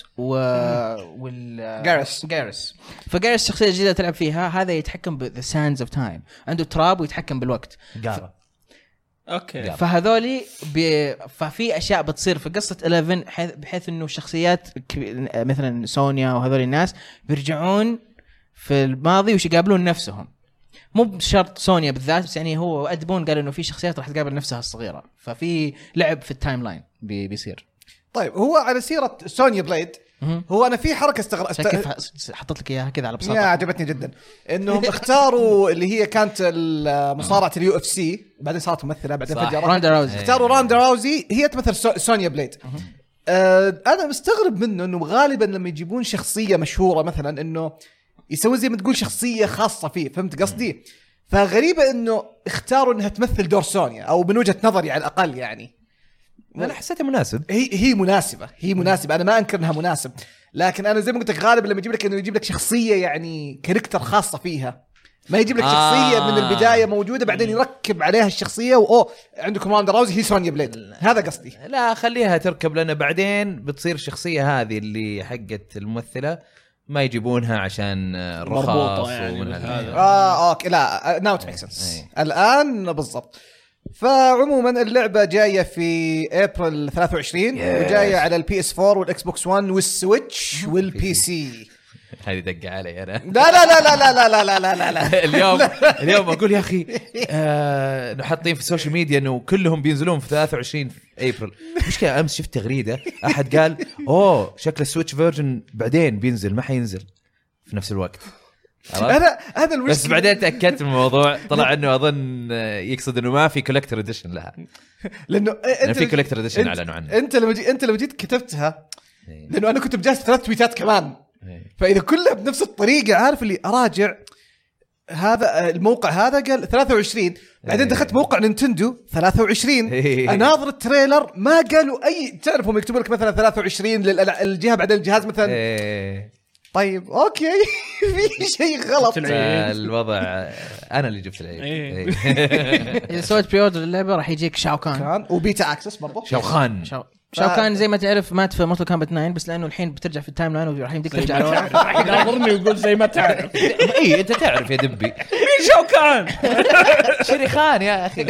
Speaker 1: جارس. فجارس شخصيه جديده تلعب فيها. هذا يتحكم ب The Sands of Time. عنده تراب ويتحكم بالوقت.
Speaker 4: اوكي
Speaker 1: فهذولي ففي اشياء بتصير في قصه 11 بحيث انه شخصيات مثلا سونيا وهذول الناس بيرجعون في الماضي وش يقابلون نفسهم. مو بشرط سونيا بالذات بس يعني هو ادبون قال انه في شخصيات راح تقابل نفسها الصغيره. ففي لعب في التايم لاين بيصير.
Speaker 2: طيب هو على سيره سونيا بليد هو انا في حركه
Speaker 1: كيف حطيت لك اياها كذا على بساطه.
Speaker 2: عجبتني جدا انهم اختاروا اللي هي كانت مصارعه اليو اف سي بعدين صارت ممثله بعدين فجاه
Speaker 1: راندا راوزي.
Speaker 2: اختاروا راندا راوزي هي تمثل سونيا بليد. انا مستغرب منه انه غالبا لما يجيبون شخصيه مشهوره مثلا انه يسوي زي ما تقول شخصيه خاصه فيه. فهمت قصدي؟ فغريبه انه اختاروا انها تمثل دور سونيا او من وجهه نظري على الاقل يعني
Speaker 3: انا حسيتها مناسب.
Speaker 2: هي مناسبه انا ما انكر انها مناسب. لكن انا زي ما قلت لك غالبا لما يجيب لك انه يجيب لك شخصيه يعني كاركتر خاصه فيها ما يجيب لك شخصيه من البدايه موجوده بعدين يركب عليها الشخصيه عندكم راندا راوزي هي سونيا بليد. هذا قصدي.
Speaker 3: لا خليها تركب لنا بعدين بتصير الشخصيه هذه اللي حقت الممثله ما يجيبونها عشان الرخاص
Speaker 4: يعني
Speaker 3: ومن هذا.
Speaker 2: اوكي لا ناو ميك سنس الان بالضبط. فعموما اللعبه جايه في ابريل 23 وجايه على البي اس 4 والاكس بوكس 1 والسويتش والبي سي.
Speaker 3: هذه دقه علي انا.
Speaker 2: لا
Speaker 3: اليوم اقول يا اخي حاطين في السوشيال ميديا انه كلهم بينزلون في 23 ابريل. مشكله امس شفت تغريده احد قال شكل السويتش فيرجن بعدين بينزل ما حينزل في نفس الوقت.
Speaker 2: هذا المشكله.
Speaker 3: بس بعدين تاكدت من الموضوع طلع انه اظن يقصد انه ما في كولكتر اديشن لها
Speaker 2: لانه انت
Speaker 3: في كولكتر اديشن اعلنوا عنه.
Speaker 2: انت لما جيت كتبتها لانه انا كنت بجهز 3 تويتات كمان فاذا كلها بنفس الطريقه عارف اللي اراجع هذا الموقع هذا قال 23 بعدين دخلت موقع نينتندو 23 اناظر التريلر ما قالوا اي تعرفهم يكتبوا لك مثلا 23 للجهه بعدين الجهاز مثلا طيب اوكي في شيء غلط.
Speaker 3: الوضع انا اللي جبت العيد.
Speaker 4: إيه.
Speaker 1: اذا سويت بري اوردر اللعبه راح يجيك شاو كان.
Speaker 2: كان وبيتا اكسس برضه.
Speaker 3: شوخان
Speaker 1: شاو كان زي ما تعرف مات في موتل كامبات 9 بس لانه الحين بترجع في التايم لاين وراح يمديك ترجع لورا.
Speaker 4: راح يناظرني ويقول زي ما تعرف.
Speaker 3: اي انت تعرف يا دبي
Speaker 4: مين شوكان؟
Speaker 3: شريخان يا اخي.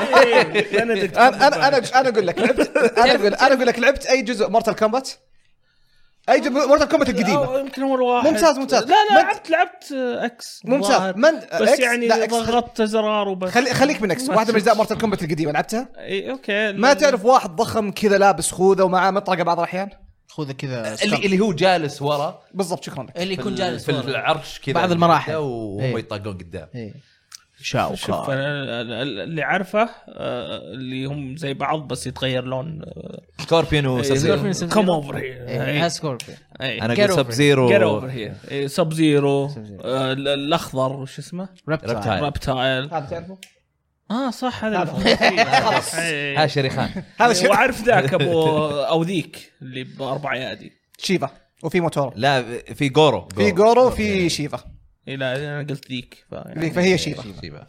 Speaker 2: انا اقول لك انا اقول لك لعبت اي جزء مورتال كومبات؟ اي جزء مورتال كومبات القديمه؟
Speaker 4: يمكن اول واحد.
Speaker 2: ممتاز.
Speaker 4: لا لعبت اكس
Speaker 2: ممتاز.
Speaker 4: بس يعني ضغطت زرار وبس.
Speaker 2: خليك من اكس. واحده من اجزاء مورتال كومبات القديمه لعبتها؟
Speaker 4: اي اوكي.
Speaker 2: ما تعرف واحد ضخم كذا لابس خوذه ومعاه مطرقه بعض الاحيان؟
Speaker 1: خذ كذا
Speaker 3: اللي هو جالس ورا
Speaker 2: بالضبط. شكرا لك.
Speaker 1: اللي يكون جالس
Speaker 3: في العرش كذا
Speaker 1: بعض المراحل
Speaker 3: وهم يطقون قدام.
Speaker 1: شاو
Speaker 4: شوف أنا اللي عارفه اللي هم زي بعض بس يتغير لون.
Speaker 3: سكوربيون وسب
Speaker 4: كم اوفر هي
Speaker 1: سكوربيون.
Speaker 3: انا قلت سب زيرو.
Speaker 4: جيت اوفر هي سب زيرو. الاخضر وش اسمه؟ رابتايل.
Speaker 2: هذا تعرفه؟
Speaker 4: صح هذا.
Speaker 2: خلاص
Speaker 3: ها شريخان.
Speaker 2: هذا
Speaker 4: وعارف ذاك ابو او ذيك اللي باربع ايادي
Speaker 2: شيفا وفي موتور.
Speaker 3: لا في جورو
Speaker 2: وفي شيفا.
Speaker 4: لا انا قلت ذيك
Speaker 2: فهي شيفا.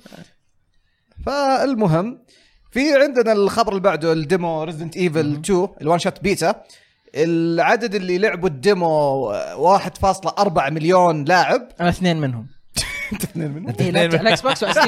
Speaker 2: فالمهم في عندنا الخبر اللي بعده الديمو ريزيدنت ايفل 2 الوان شوت بيتا. العدد اللي لعبوا الديمو 1.4 مليون لاعب.
Speaker 1: انا 2 منهم.
Speaker 2: انت 2 منهم؟
Speaker 1: اي لعبت على الاكس بوكس وستيم.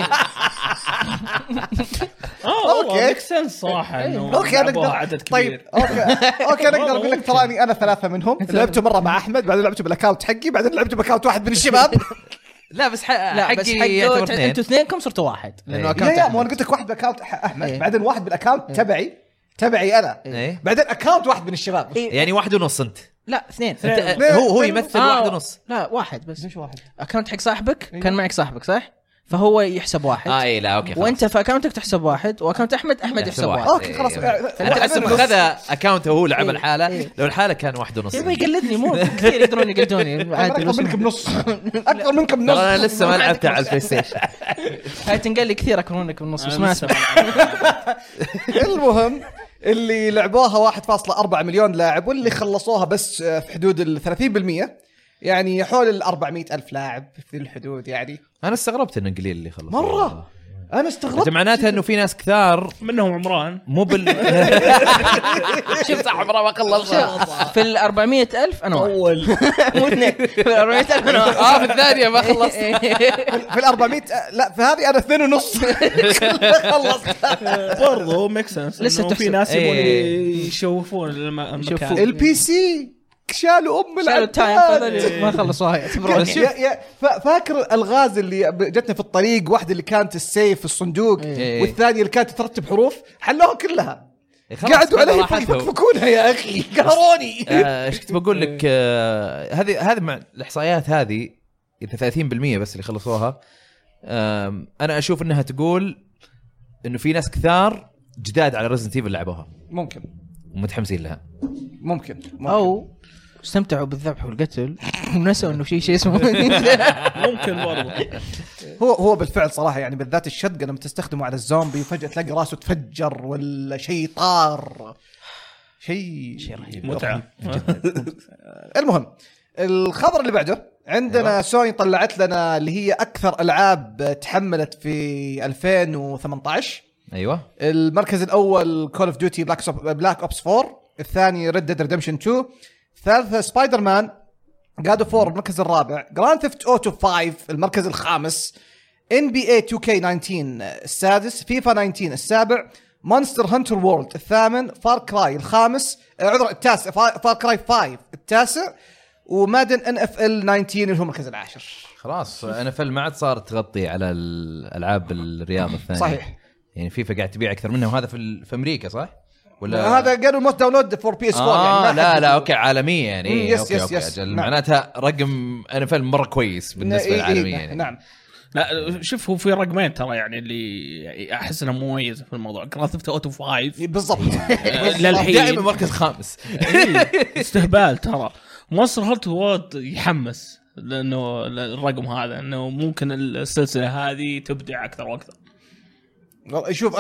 Speaker 2: اوكي
Speaker 4: ميكسن صراحه
Speaker 2: اوكي انا اقدر
Speaker 4: عدد كبير.
Speaker 2: طيب اوكي انا اقدر اقول لك تراني انا 3 منهم. لعبته مره مع احمد بعدين لعبته بالاكاونت حقي بعدين لعبته باكاونت واحد من الشباب.
Speaker 3: لا بس
Speaker 1: حقي انتوا اثنينكم صرتوا واحد لانه
Speaker 2: اكونت مو انا قلت لك واحد باكاونت احمد بعدين واحد بالاكاونت تبعي انا بعدين اكاونت واحد من الشباب.
Speaker 3: يعني 1.5 انت.
Speaker 1: لا 2.
Speaker 3: هو يمثل 1.5.
Speaker 1: لا واحد بس.
Speaker 2: ليش واحد؟
Speaker 1: اكونت حق صاحبك كان معك صاحبك صح؟ فهو يحسب واحد.
Speaker 3: اي لا اوكي خلاص.
Speaker 1: وانت في اكونتك تحسب واحد واكونت احمد يحسب واحد.
Speaker 2: اوكي خلاص.
Speaker 3: انت حسب خذ اكونته هو لعب الحاله. لو الحاله كان 1.5
Speaker 1: يبغى يقلدني مو كثير يقدرون يقلدوني عادي.
Speaker 2: اكثر منكم بنص. اكثر منكم بنص.
Speaker 3: انا لسه ما لعبتها على البلاي ستيشن.
Speaker 1: هاي تنقل لي كثير اكثر منك بالنص بس ما اسمع.
Speaker 2: المهم اللي لعبوها 1.4 مليون لاعب واللي خلصوها بس في حدود ال 30%. يعني حول 400,000 لاعب في الحدود. يعني
Speaker 3: انا استغربت انه قليل اللي خلص
Speaker 2: مره. انا استغربت.
Speaker 3: معناتها انه في ناس كثار
Speaker 4: منهم عمران
Speaker 3: مو شوف صح عمران ما خلص.
Speaker 1: في ال 400,000 انا
Speaker 4: اول
Speaker 1: مو اثنين. في ال 400,000 انا
Speaker 3: في الثانيه ما خلص.
Speaker 2: في ال 400 لا في هذه انا 2.5 خلصت.
Speaker 4: برضو ميك سنس.
Speaker 1: لسه
Speaker 4: في ناس يبون يشوفون المكان.
Speaker 2: البي سي شالوا
Speaker 1: التايم ما خلصوها يعتبرون.
Speaker 2: فاكر الغاز اللي جتنا في الطريق واحده اللي كانت السيف في الصندوق والثانيه اللي كانت ترتب حروف حلوها كلها. قعدوا عليه يفكفكونها يا اخي قهروني.
Speaker 3: ايش كنت بقول لك هذه مع الاحصائيات هذه اذا 30% بس اللي خلصوها. انا اشوف انها تقول انه في ناس كثار جداد على ريزنت ايفل لعبوها
Speaker 2: ممكن
Speaker 3: ومتحمسين لها.
Speaker 2: ممكن
Speaker 1: او استمتعوا بالذبح والقتل ونسوا انه شيء اسمه
Speaker 4: ممكن برضه.
Speaker 2: هو بالفعل صراحه يعني بالذات الشد لما تستخدمه على الزومبي وفجاه تلاقي راسه تفجر ولا شيء طار شيء رهيب
Speaker 4: متعه.
Speaker 2: المهم الخبر اللي بعده عندنا سوني طلعت لنا اللي هي اكثر العاب تحملت في 2018.
Speaker 3: ايوه
Speaker 2: المركز الاول كول اوف ديوتي بلاك اوبس 4. الثاني ريد ديد ريدمشن 2. الثالث سبايدر مان جاد اوف 4 المركز الرابع. جراند ثيفت اوتو 5 المركز الخامس. NBA 2K19 السادس. فيفا 19 السابع. مونستر هانتر وورلد الثامن. فار كراي الخامس التاسع. فار كراي 5 التاسع. ومادن NFL 19 اللي هو المركز العاشر.
Speaker 3: خلاص NFL ما عاد صارت تغطي على الالعاب الرياضه الثانيه.
Speaker 2: صحيح.
Speaker 3: يعني فيفا قاعد تبيع اكثر منها وهذا في امريكا صح ولا
Speaker 2: هذا قالوا موست داونلود فور بي اس 4 يعني
Speaker 3: لا اوكي عالميه يعني
Speaker 2: يس يس يس.
Speaker 3: معناتها رقم NFL مره كويس بالنسبه للعالميه يعني.
Speaker 2: نعم.
Speaker 4: لا شوف هو في رقمين ترى يعني اللي احس انه مميز في الموضوع. جراند ثيفت اوتو 5
Speaker 2: بالضبط
Speaker 4: للحين
Speaker 3: دائما مركز خامس.
Speaker 4: استهبال ترى. مصر هالت وورد يحمس لانه الرقم هذا انه ممكن السلسله هذه تبدع اكثر واكثر.
Speaker 2: شوف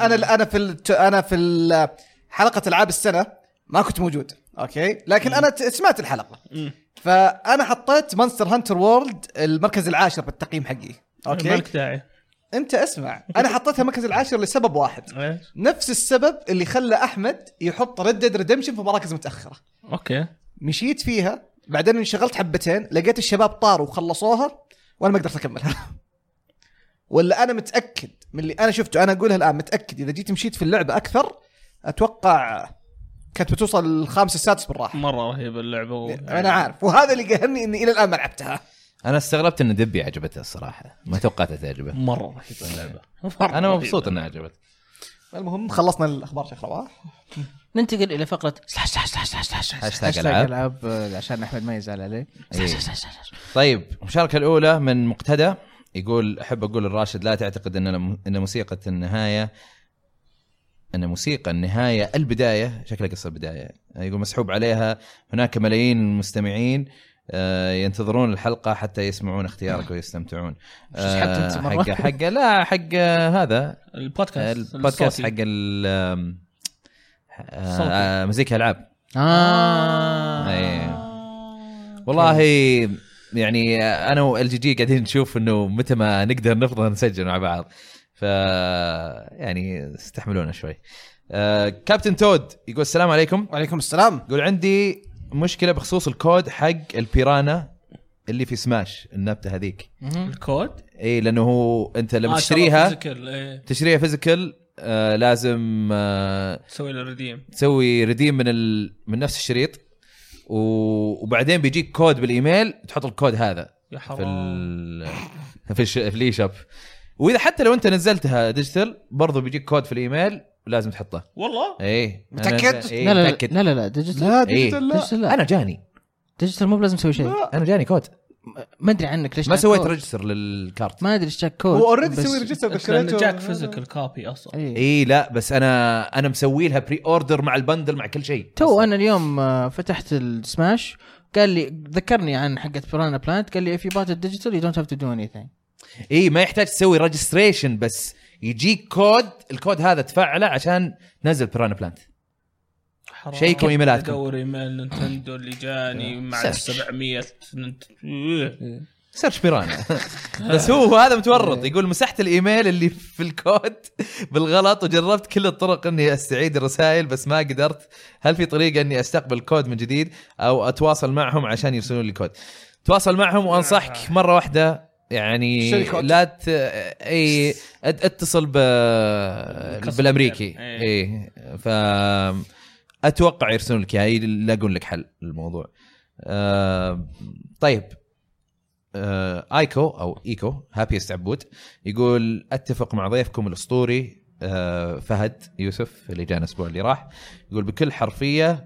Speaker 2: انا في حلقه العاب السنه ما كنت موجود اوكي لكن انا سمعت الحلقه فانا حطيت مونستر هانتر وورلد المركز العاشر بالتقييم حقي. اوكي
Speaker 4: مالك داعي.
Speaker 2: انت اسمع، انا حطيتها المركز العاشر لسبب واحد،
Speaker 4: إيش؟
Speaker 2: نفس السبب اللي خلى احمد يحط ريد ديد ريدمشن في مراكز متاخره.
Speaker 4: اوكي
Speaker 2: مشيت فيها بعدين انشغلت حبتين، لقيت الشباب طاروا وخلصوها وانا ما قدرت اكملها. ولا انا متاكد من اللي انا شفته، انا اقولها الان متاكد اذا جيت مشيت في اللعبه اكثر اتوقع كانت بتوصل الخامس السادس بالراحه.
Speaker 4: مره رهيبه اللعبه
Speaker 2: انا عارف، وهذا اللي قهرني اني الى الان ما لعبتها.
Speaker 3: انا استغربت ان دبي عجبتها الصراحه، ما توقعتها تعجبه.
Speaker 4: مره رهيبه اللعبه.
Speaker 3: انا مبسوط انها عجبت.
Speaker 2: المهم خلصنا الاخبار شيخ رواح،
Speaker 1: ننتقل الى فقره
Speaker 3: هاشتاج العاب.
Speaker 2: العاب عشان احمد ما يزعل عليه.
Speaker 3: طيب المشاركه الاولى من مقتدى يقول احب اقول الراشد لا تعتقد ان موسيقى النهايه البدايه شكلها قصه البدايه. يقول مسحوب عليها، هناك ملايين المستمعين ينتظرون الحلقه حتى يسمعون اختيارك ويستمتعون. حق لا حق هذا البودكاست حق مزيكا العاب. والله يعني انا والجي جي قاعدين نشوف انه متى ما نقدر نفضل نسجل مع بعض، ف يعني استحملونا شوي. كابتن تود يقول السلام عليكم.
Speaker 2: وعليكم السلام.
Speaker 3: يقول عندي مشكله بخصوص الكود حق البيرانا اللي في سماش، النبته هذيك
Speaker 4: الكود.
Speaker 3: اي لانه هو انت لما تشتريها فيزيكال لازم تسوي ريديم من نفس الشريط، وبعدين بيجيك كود بالايميل تحط الكود هذا في الاي شوب. واذا حتى لو انت نزلتها ديجيتال برضو بيجيك كود في الايميل لازم تحطه.
Speaker 4: والله
Speaker 3: ايه
Speaker 2: متاكد؟
Speaker 1: لا ديجيتال
Speaker 2: لا
Speaker 3: انا جاني
Speaker 1: ديجيتال مو لازم تسوي شيء.
Speaker 3: انا جاني كود
Speaker 1: ما ادري عنك ليش
Speaker 3: ما سويت ريجستر للكارت،
Speaker 1: ما ادري ايش جاك كود.
Speaker 2: هو اوريدي سوي ريجستر بس
Speaker 4: جاك فيزيكال كوبي اصلا.
Speaker 3: اي لا بس انا مسوي لها بري اوردر مع البندل مع كل شيء.
Speaker 1: تو انا اليوم فتحت السماش قال لي ذكرني عن حقه بيرانا بلانت، قال لي if you bought it digital you don't have to do anything.
Speaker 3: اي ما يحتاج تسوي ريجستريشن، بس يجيك كود، الكود هذا تفعله عشان تنزل بيرانا بلانت. شيكوا ايميلاتكم.
Speaker 4: دور ايميل نينتندو اللي جاني مع 700
Speaker 3: سيرش بيرانا. بس هو هذا متورط، يقول مسحت الايميل اللي في الكود بالغلط وجربت كل الطرق اني استعيد الرسائل بس ما قدرت. هل في طريقه اني استقبل الكود من جديد او اتواصل معهم عشان يرسلون لي كود؟ تواصل معهم وانصحك مره واحده يعني لا اتصل بالامريكي. اي ف اتوقع يرسلون لك اياه، يلاقون لك حل للموضوع. طيب ايكو او ايكو هابيست عبود يقول اتفق مع ضيفكم الاسطوري فهد يوسف اللي جانا الاسبوع اللي راح. يقول بكل حرفيه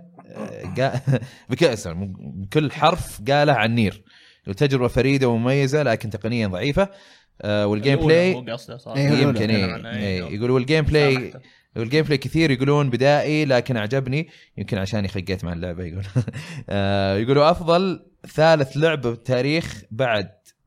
Speaker 3: بكل حرف قاله عن نير. تجربه فريده ومميزه لكن تقنيا ضعيفه، والجيم بلاي يمكن يقول والجيم بلاي كثير يقولون بدائي لكن عجبني يمكن عشان خقيت مع اللعبه. يقول يقولوا افضل ثالث لعبه بالتاريخ بعد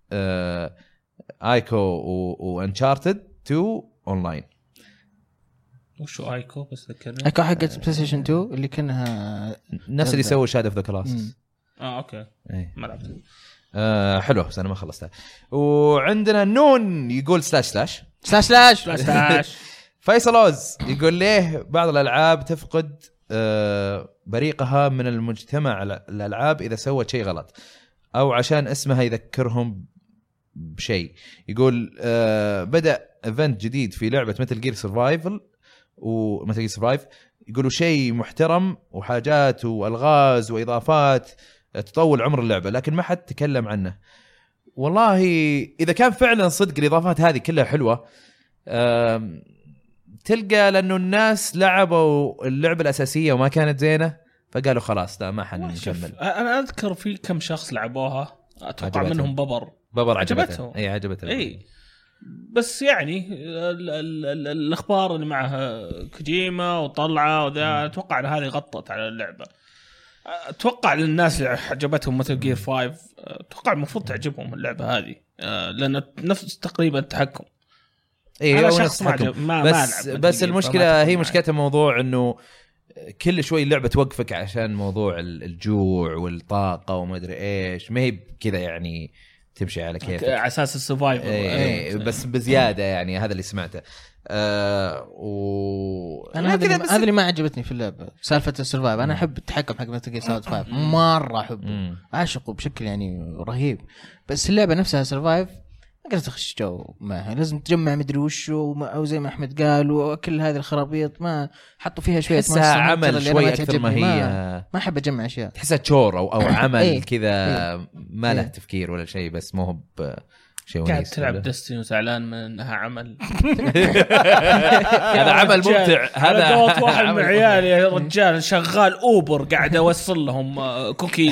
Speaker 3: ايكو وانشارتد 2 اونلاين.
Speaker 4: وشو ايكو بس ذكرني؟
Speaker 1: ايكو حقت بلاي ستيشن 2 اللي كانها
Speaker 3: نفس اللي سووا شاد اوف ذا كلاسز.
Speaker 4: اوكي ما لعبت.
Speaker 3: حلو بس انا ما خلصتها. وعندنا نون يقول سلاش فيصل اوز يقول ليه بعض الالعاب تفقد بريقها من المجتمع الالعاب اذا سوت شيء غلط او عشان اسمها يذكرهم بشيء. يقول بدا ايفنت جديد في لعبه مثل جير سرفايفل ومثل جير سرفايف، يقولوا شيء محترم وحاجات والغاز واضافات تطول عمر اللعبه لكن ما حد تكلم عنه. والله اذا كان فعلا صدق الاضافات هذه كلها حلوه تلقى لانه الناس لعبوا اللعبه الاساسيه وما كانت زينه فقالوا خلاص لا ما حنكمل.
Speaker 4: انا اذكر في كم شخص لعبوها اتوقع منهم ببر
Speaker 3: عجبتهم. اي عجبتهم.
Speaker 4: اي بس يعني الاخبار اللي معها كوجيما وطلعه وذا اتوقع ان هذه غطت على اللعبه. اتوقع للناس اللي عجبتهم مثل جير 5 اتوقع المفروض تعجبهم اللعبه هذه لان نفس تقريبا التحكم.
Speaker 3: ايه بس المشكله هي مشكلة موضوع انه كل شوي اللعبه توقفك عشان موضوع الجوع والطاقه وما ادري ايش، ما هي كذا يعني تمشي على كيفك
Speaker 4: على اساس السرفايفل.
Speaker 3: بس بزياده يعني. هذا اللي سمعته.
Speaker 1: انا هذا اللي ما عجبتني في اللعبه، سالفه السرفايف. انا احب التحكم حق متل جير سوليد 5 مره احبه، اعشقه بشكل يعني رهيب. بس اللعبه نفسها سرفايف ما قدرت اخش جو معها، لازم تجمع مدري وش او زي ما احمد قال وكل هذه الخرابيط. ما حطوا فيها شويه
Speaker 3: عمل شويه اكثر ما هي
Speaker 1: ما احب اجمع اشياء،
Speaker 3: تحسها تشور او عمل كذا ما له تفكير ولا شيء، بس مو هو شيء
Speaker 4: قاعد تلعب دستني وزعلان من انها عمل.
Speaker 3: هذا عمل ممتع. هذا
Speaker 4: قوت واحد من عيالي يا رجال شغال اوبر قاعد اوصل لهم كوكي.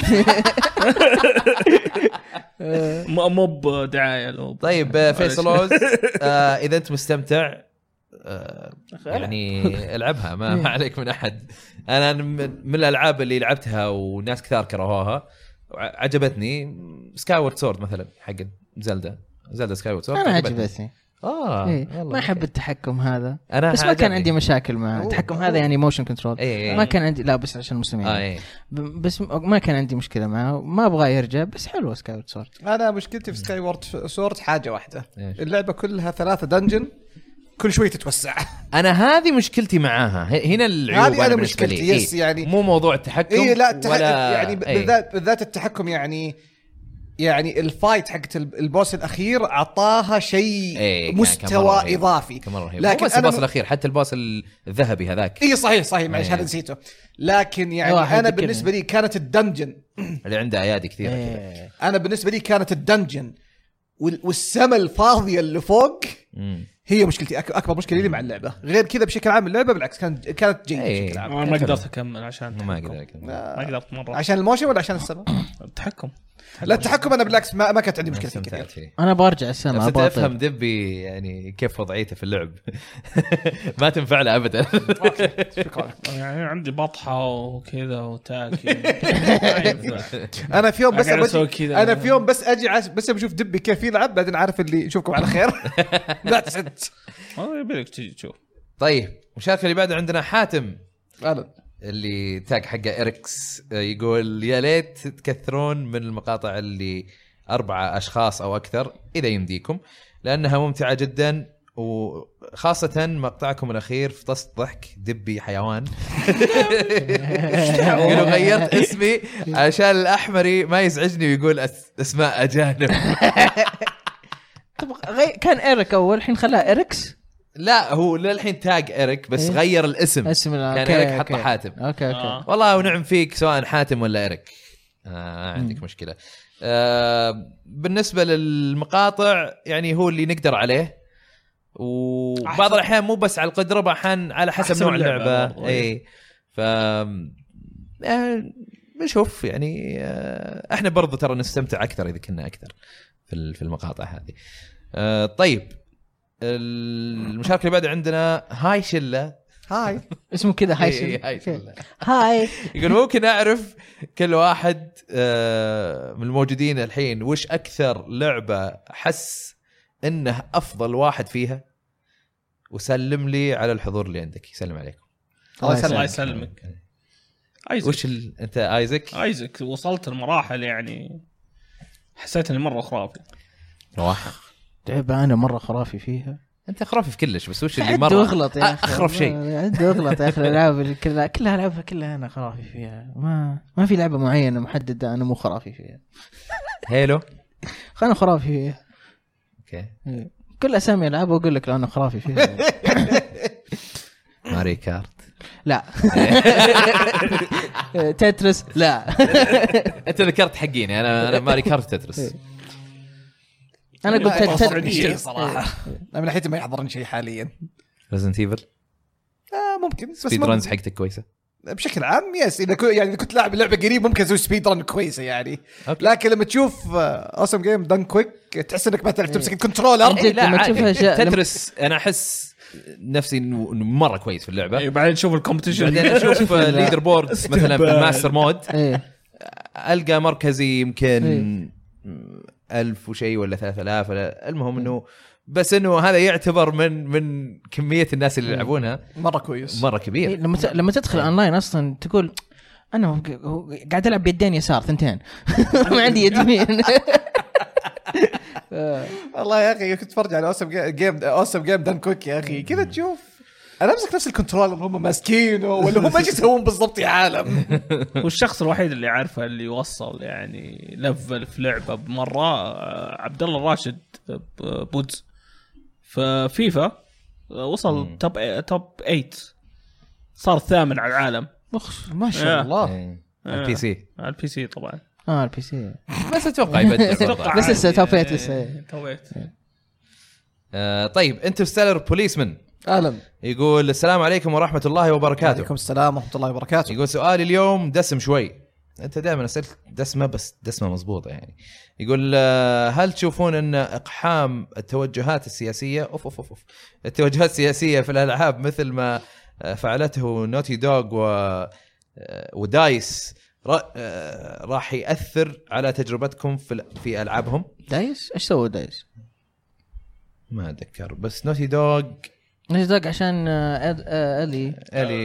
Speaker 4: مو بدعايه لو.
Speaker 3: طيب فيصلوز اذا انت مستمتع يعني العبها، ما عليك من احد. انا من الالعاب اللي لعبتها وناس كثار كرهوها عجبتني سكاي وورد سورد مثلا حق زلدا سكاي وورد سورد.
Speaker 1: انا عجبتني ما احب التحكم هذا، بس ما كان عندي مشاكل مع التحكم هذا يعني موشن كنترول. ما كان عندي، لا بس عشان المسلمين بس ما كان عندي مشكله معه، ما ابغى يرجع. بس حلو سكاي وورد سورد.
Speaker 2: انا مشكلتي في سكاي وورد سورد حاجه واحده، اللعبه كلها 3 دنجن كل شوي تتوسع.
Speaker 3: انا هذه مشكلتي معاها هنا العيوب.
Speaker 2: هذه انا مشكلتي يس يعني
Speaker 3: مو موضوع التحكم
Speaker 2: لا ولا يعني بالذات التحكم يعني الفايت حقت البوس الاخير عطاها شيء مستوى اضافي.
Speaker 3: لكن بس البوس الاخير حتى البوس الذهبي هذاك
Speaker 2: صحيح معلش هذا نسيته. لكن يعني انا بالنسبه لي كانت الدنجن
Speaker 3: اللي عنده ايادي كثيره
Speaker 2: انا بالنسبه لي كانت الدنجن والسما الفاضيه اللي فوق هي مشكلتي، اكبر مشكله لي مع اللعبه. غير كذا بشكل عام اللعبه بالعكس كانت جيده بشكل عام.
Speaker 4: ما قدرت اكمل عشان
Speaker 3: ما
Speaker 4: قدرت مره.
Speaker 2: عشان الموشن ولا عشان السما؟
Speaker 4: التحكم.
Speaker 2: لا التحكم انا بالعكس ما كانت عندي مشكله كثير.
Speaker 1: انا برجع السما
Speaker 3: ابغى افهم دبي يعني كيف وضعيته في اللعب. ما تنفع له ابدا.
Speaker 2: شكرا.
Speaker 4: يعني عندي بطحه وكذا وتاكي.
Speaker 2: انا في يوم بس اجي بس بشوف دبي كيف يلعب، بعدين عارف اللي اشوفكم على خير. لا تسد
Speaker 4: يبيلك تجي تشوف.
Speaker 3: طيب المشاركه اللي بعدها عندنا حاتم
Speaker 2: فعلا
Speaker 3: اللي تاج حقه إريكس، يقول يا ليت تكثرون من المقاطع اللي 4 أشخاص أو أكثر إذا يمديكم، لأنها ممتعة جدا، وخاصة مقطعكم الأخير في طست ضحك دبي حيوان. يقولوا غيرت اسمي عشان الأحمري ما يزعجني ويقول أسماء أجانب.
Speaker 1: كان إيريك أول حين خلاه إيريكس.
Speaker 3: لا هو للحين تاج إيريك بس غير الاسم. كان إيريك حط حاتم.
Speaker 1: أوكي.
Speaker 3: والله ونعم فيك سواء حاتم ولا إيريك. عندك مشكلة. بالنسبة للمقاطع يعني هو اللي نقدر عليه، وبعض الأحيان مو بس على القدرة، بأحيان على حسب نوع اللعبة. أي بنشوف يعني احنا برضو ترى نستمتع أكثر إذا كنا أكثر في المقاطع هذه. طيب المشاركة اللي بعد عندنا هاي شلة.
Speaker 2: هاي
Speaker 1: اسمه كذا هاي شلة. هاي
Speaker 3: يقول ممكن أعرف كل واحد من الموجودين الحين وش أكثر لعبة حس إنه أفضل واحد فيها، وسلم لي على الحضور اللي عندك. يسلم عليكم.
Speaker 4: الله يسلمك.
Speaker 3: وش أنت آيزك
Speaker 4: وصلت المراحل يعني حسيت إني مرة خرافي.
Speaker 3: رواح
Speaker 1: لعبة أنا مرة خرافي فيها.
Speaker 3: أنت خرافي في كلش، بس وش اللي مرة
Speaker 1: أغلط يا أخي؟
Speaker 3: أخرف شيء
Speaker 1: عنده أغلط يا أخي. الألعاب كلها ألعبها كلها أنا خرافي فيها. ما في لعبة معينة محددة أنا مو خرافي فيها.
Speaker 3: هيلو
Speaker 1: أنا خرافي فيها.
Speaker 3: أوكي.
Speaker 1: كل أسامي ألعاب وأقول لك لا أنا خرافي فيها.
Speaker 3: ماري كارت
Speaker 1: لا. تترس لا.
Speaker 3: أنت ذكرت حقيني أنا ماري كارت تترس.
Speaker 1: أنا قلت
Speaker 2: شيء صراحة. أنا من ناحيتي ما يحضرني شيء حاليا.
Speaker 3: ريزنت ايفل
Speaker 2: ممكن بس
Speaker 3: سبيد رانز حقتك كويسة
Speaker 2: بشكل عام. يس إذا كنت لاعب لعبة قريب ممكن أسوي سبيد ران كويسة يعني. لكن لما تشوف أوسم جيم دان كويك تحس إنك ما تعرف تمسك الكنترولر.
Speaker 1: لما تشوفها
Speaker 3: تترس أنا أحس نفسي إنه مرة كويس في اللعبة.
Speaker 4: بعدين نشوف الكومبيتيشن،
Speaker 3: بعدين أشوف ليدر بورد مثلا في الماستر مود ألقى مركزي يمكن 1000 وشيء ولا 3000. المهم إنه بس انه هذا يعتبر من كميه الناس اللي يلعبونها
Speaker 2: مره كويس
Speaker 3: مره كبير.
Speaker 1: لما تدخل اونلاين اصلا تقول انا قاعد العب بيدين يسار ثنتين ما عندي يد يمين.
Speaker 2: والله يا اخي كنت اتفرج على اوسم جيم دان كوك يا اخي كذا تشوف انا امسك نفس الكنترولر هم ماسكينه ولا هم ايش يسوون بالضبط يا عالم.
Speaker 4: والشخص الوحيد اللي عارفه اللي وصل يعني ليفل في لعبه بمره عبد الله الراشد بودز في فيفا وصل توب 8 صار ثامن على العالم
Speaker 2: ما شاء الله.
Speaker 3: البي سي
Speaker 4: على البي سي طبعا
Speaker 1: البي سي
Speaker 3: بس اتوقع يبدل
Speaker 1: بس لسه توب 8 لسه.
Speaker 3: طيب انترستيلر بوليسمان
Speaker 2: اهلا
Speaker 3: يقول السلام عليكم ورحمه الله وبركاته.
Speaker 2: عليكم السلام ورحمه الله وبركاته.
Speaker 3: يقول سؤالي اليوم دسم شوي، انت دائما اسئله دسمه بس دسمه مضبوطه يعني. يقول هل تشوفون ان اقحام التوجهات السياسيه التوجهات السياسيه في الالعاب مثل ما فعلته نوتي دوغ ودايس راح ياثر على تجربتكم في العابهم؟
Speaker 1: دايس ايش سووا دايس؟
Speaker 3: ما اتذكر، بس نوتي دوغ
Speaker 1: عشان الي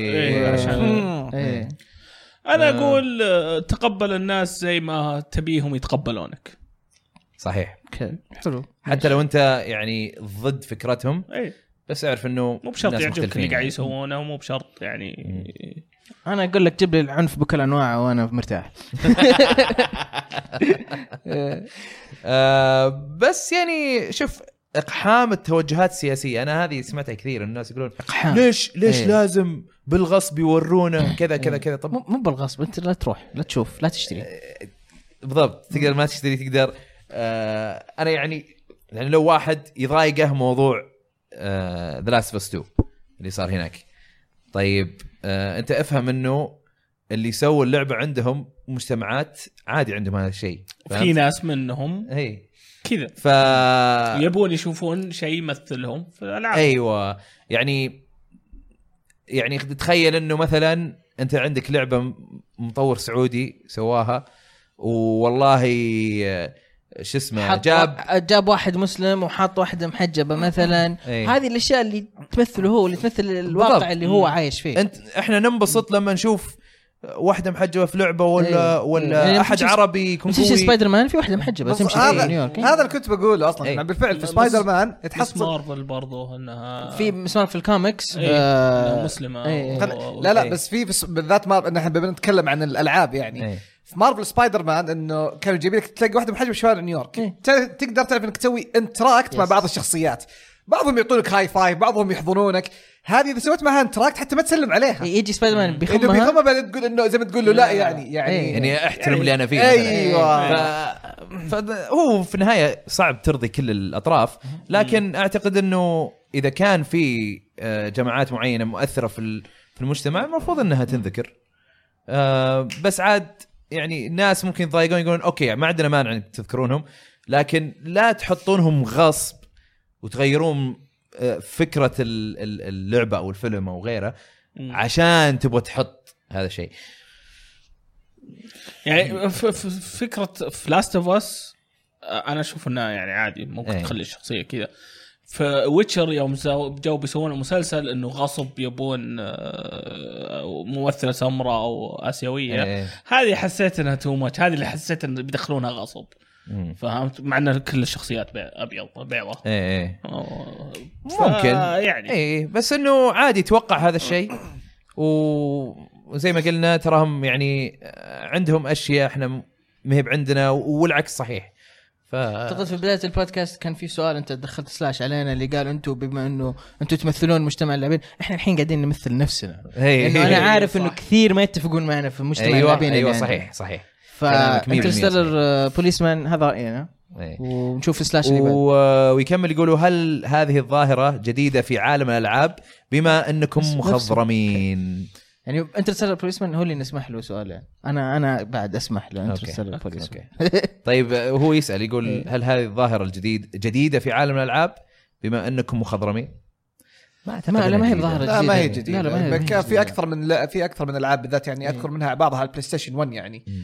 Speaker 4: عشان انا اقول تقبل الناس زي ما تبيهم يتقبلونك.
Speaker 3: صحيح
Speaker 1: حلو،
Speaker 3: حتى لو انت يعني ضد فكرتهم بس اعرف انه
Speaker 4: مو بشرط يعجبك اللي قاعد يسوونه، ومو بشرط يعني
Speaker 1: انا اقول لك جيب لي العنف بكل انواعه وانا مرتاح.
Speaker 3: بس يعني شوف اقحام التوجهات السياسيه انا هذه سمعتها كثير، الناس يقولون
Speaker 1: إقحام.
Speaker 3: ليش لازم بالغصب يورونا كذا. طب
Speaker 1: مو بالغصب، انت لا تروح لا تشوف لا تشتري.
Speaker 3: بالضبط، تقدر ما تشتري تقدر. انا يعني لو واحد يضايقه موضوع The Last of Us 2 اللي صار هناك، طيب انت افهم انه اللي سووا اللعبه عندهم مجتمعات عادي عندهم هذا الشيء،
Speaker 4: في ناس منهم كذا يبون يشوفون شيء يمثلهم في الالعاب.
Speaker 3: ايوه يعني تخيل انه مثلا انت عندك لعبه مطور سعودي سواها والله شو اسمه
Speaker 1: جاب واحد مسلم وحط واحده محجبه مثلا. هذه الاشياء اللي تمثله هو، اللي تمثل الواقع بالضبط. اللي هو عايش فيه.
Speaker 3: احنا ننبسط لما نشوف واحده محجبه في لعبه ولا يعني احد عربي يكون قوي.
Speaker 1: سبايدر مان في واحده محجبه تمشي في نيويورك.
Speaker 2: هذا اللي كنت بقوله اصلا يعني بالفعل في سبايدر مان
Speaker 4: تحصل مارفل برضه انها
Speaker 1: في في الكوميكس
Speaker 4: مسلمه.
Speaker 2: لا بس في بالذات ما احنا بنتكلم عن الالعاب يعني. في مارفل سبايدر مان انه كانوا يجيبوا لك تلاقي واحده محجبه في شوارع نيويورك، تقدر تعرف انك تسوي انتراكت مع بعض الشخصيات، بعضهم يعطونك هاي فايف، بعضهم يحضنونك. هذه اذا سويت معها انتراكت حتى ما تسلم عليها،
Speaker 1: يجي سبايدر مان بيخمها
Speaker 2: بعدين تقول انه زي ما تقول له لا يعني
Speaker 3: احترم اللي انا فيه.
Speaker 2: ايوه
Speaker 3: فهو في النهايه صعب ترضي كل الاطراف، لكن اعتقد انه اذا كان في جماعات معينه مؤثره في المجتمع المفروض انها تنذكر. بس عاد يعني الناس ممكن يضايقون يقولون اوكي ما عندنا مانع ان تذكرونهم، لكن لا تحطونهم غصب وتغيرون فكرة اللعبة أو الفيلم أو غيره عشان تبغى تحط هذا الشيء.
Speaker 4: يعني فكرة في لاست اوف اس أنا أشوف إنها يعني عادي ممكن تخلي الشخصية كذا. في ويتشر يوم جو بيسوون مسلسل إنه غصب يبون ممثلة سمراء أو آسيوية، هذه حسيت إنها تو ماتش، هذه اللي حسيت إنه بيدخلونها غصب. فهمت؟ مع ان كل الشخصيات بيضة
Speaker 3: ممكن يعني بس انه عادي توقع هذا الشيء. وزي ما قلنا تراهم يعني عندهم اشياء احنا ما هي عندنا والعكس صحيح.
Speaker 1: اعتقد في بدايه البودكاست كان في سؤال انت دخلت سلاش علينا اللي قال انتم بما انه انتم تمثلون مجتمع اللاعبين، احنا الحين قاعدين نمثل نفسنا. انا عارف انه كثير ما يتفقون معنا في مجتمع اللاعبين.
Speaker 3: ايوه صحيح.
Speaker 1: فانترستيلر بوليسمان هذا رأينا. ونشوف سلاش اللي بعد.
Speaker 3: ويكمل يقولوا هل هذه الظاهرة جديدة في عالم الألعاب بما أنكم مخضرمين؟
Speaker 1: يعني انترستيلر بوليسمان هو اللي نسمح له سؤال يعني. أنا بعد أسمح له انترستيلر بوليسمان.
Speaker 3: طيب هو يسأل يقول هل هذه الظاهرة جديدة في عالم الألعاب بما أنكم مخضرمين؟
Speaker 1: ما هي ظاهرة جديدة.
Speaker 2: ما هي جديدة. في أكثر من ألعاب بالذات يعني أذكر منها بعضها البلاي ستيشن 1 يعني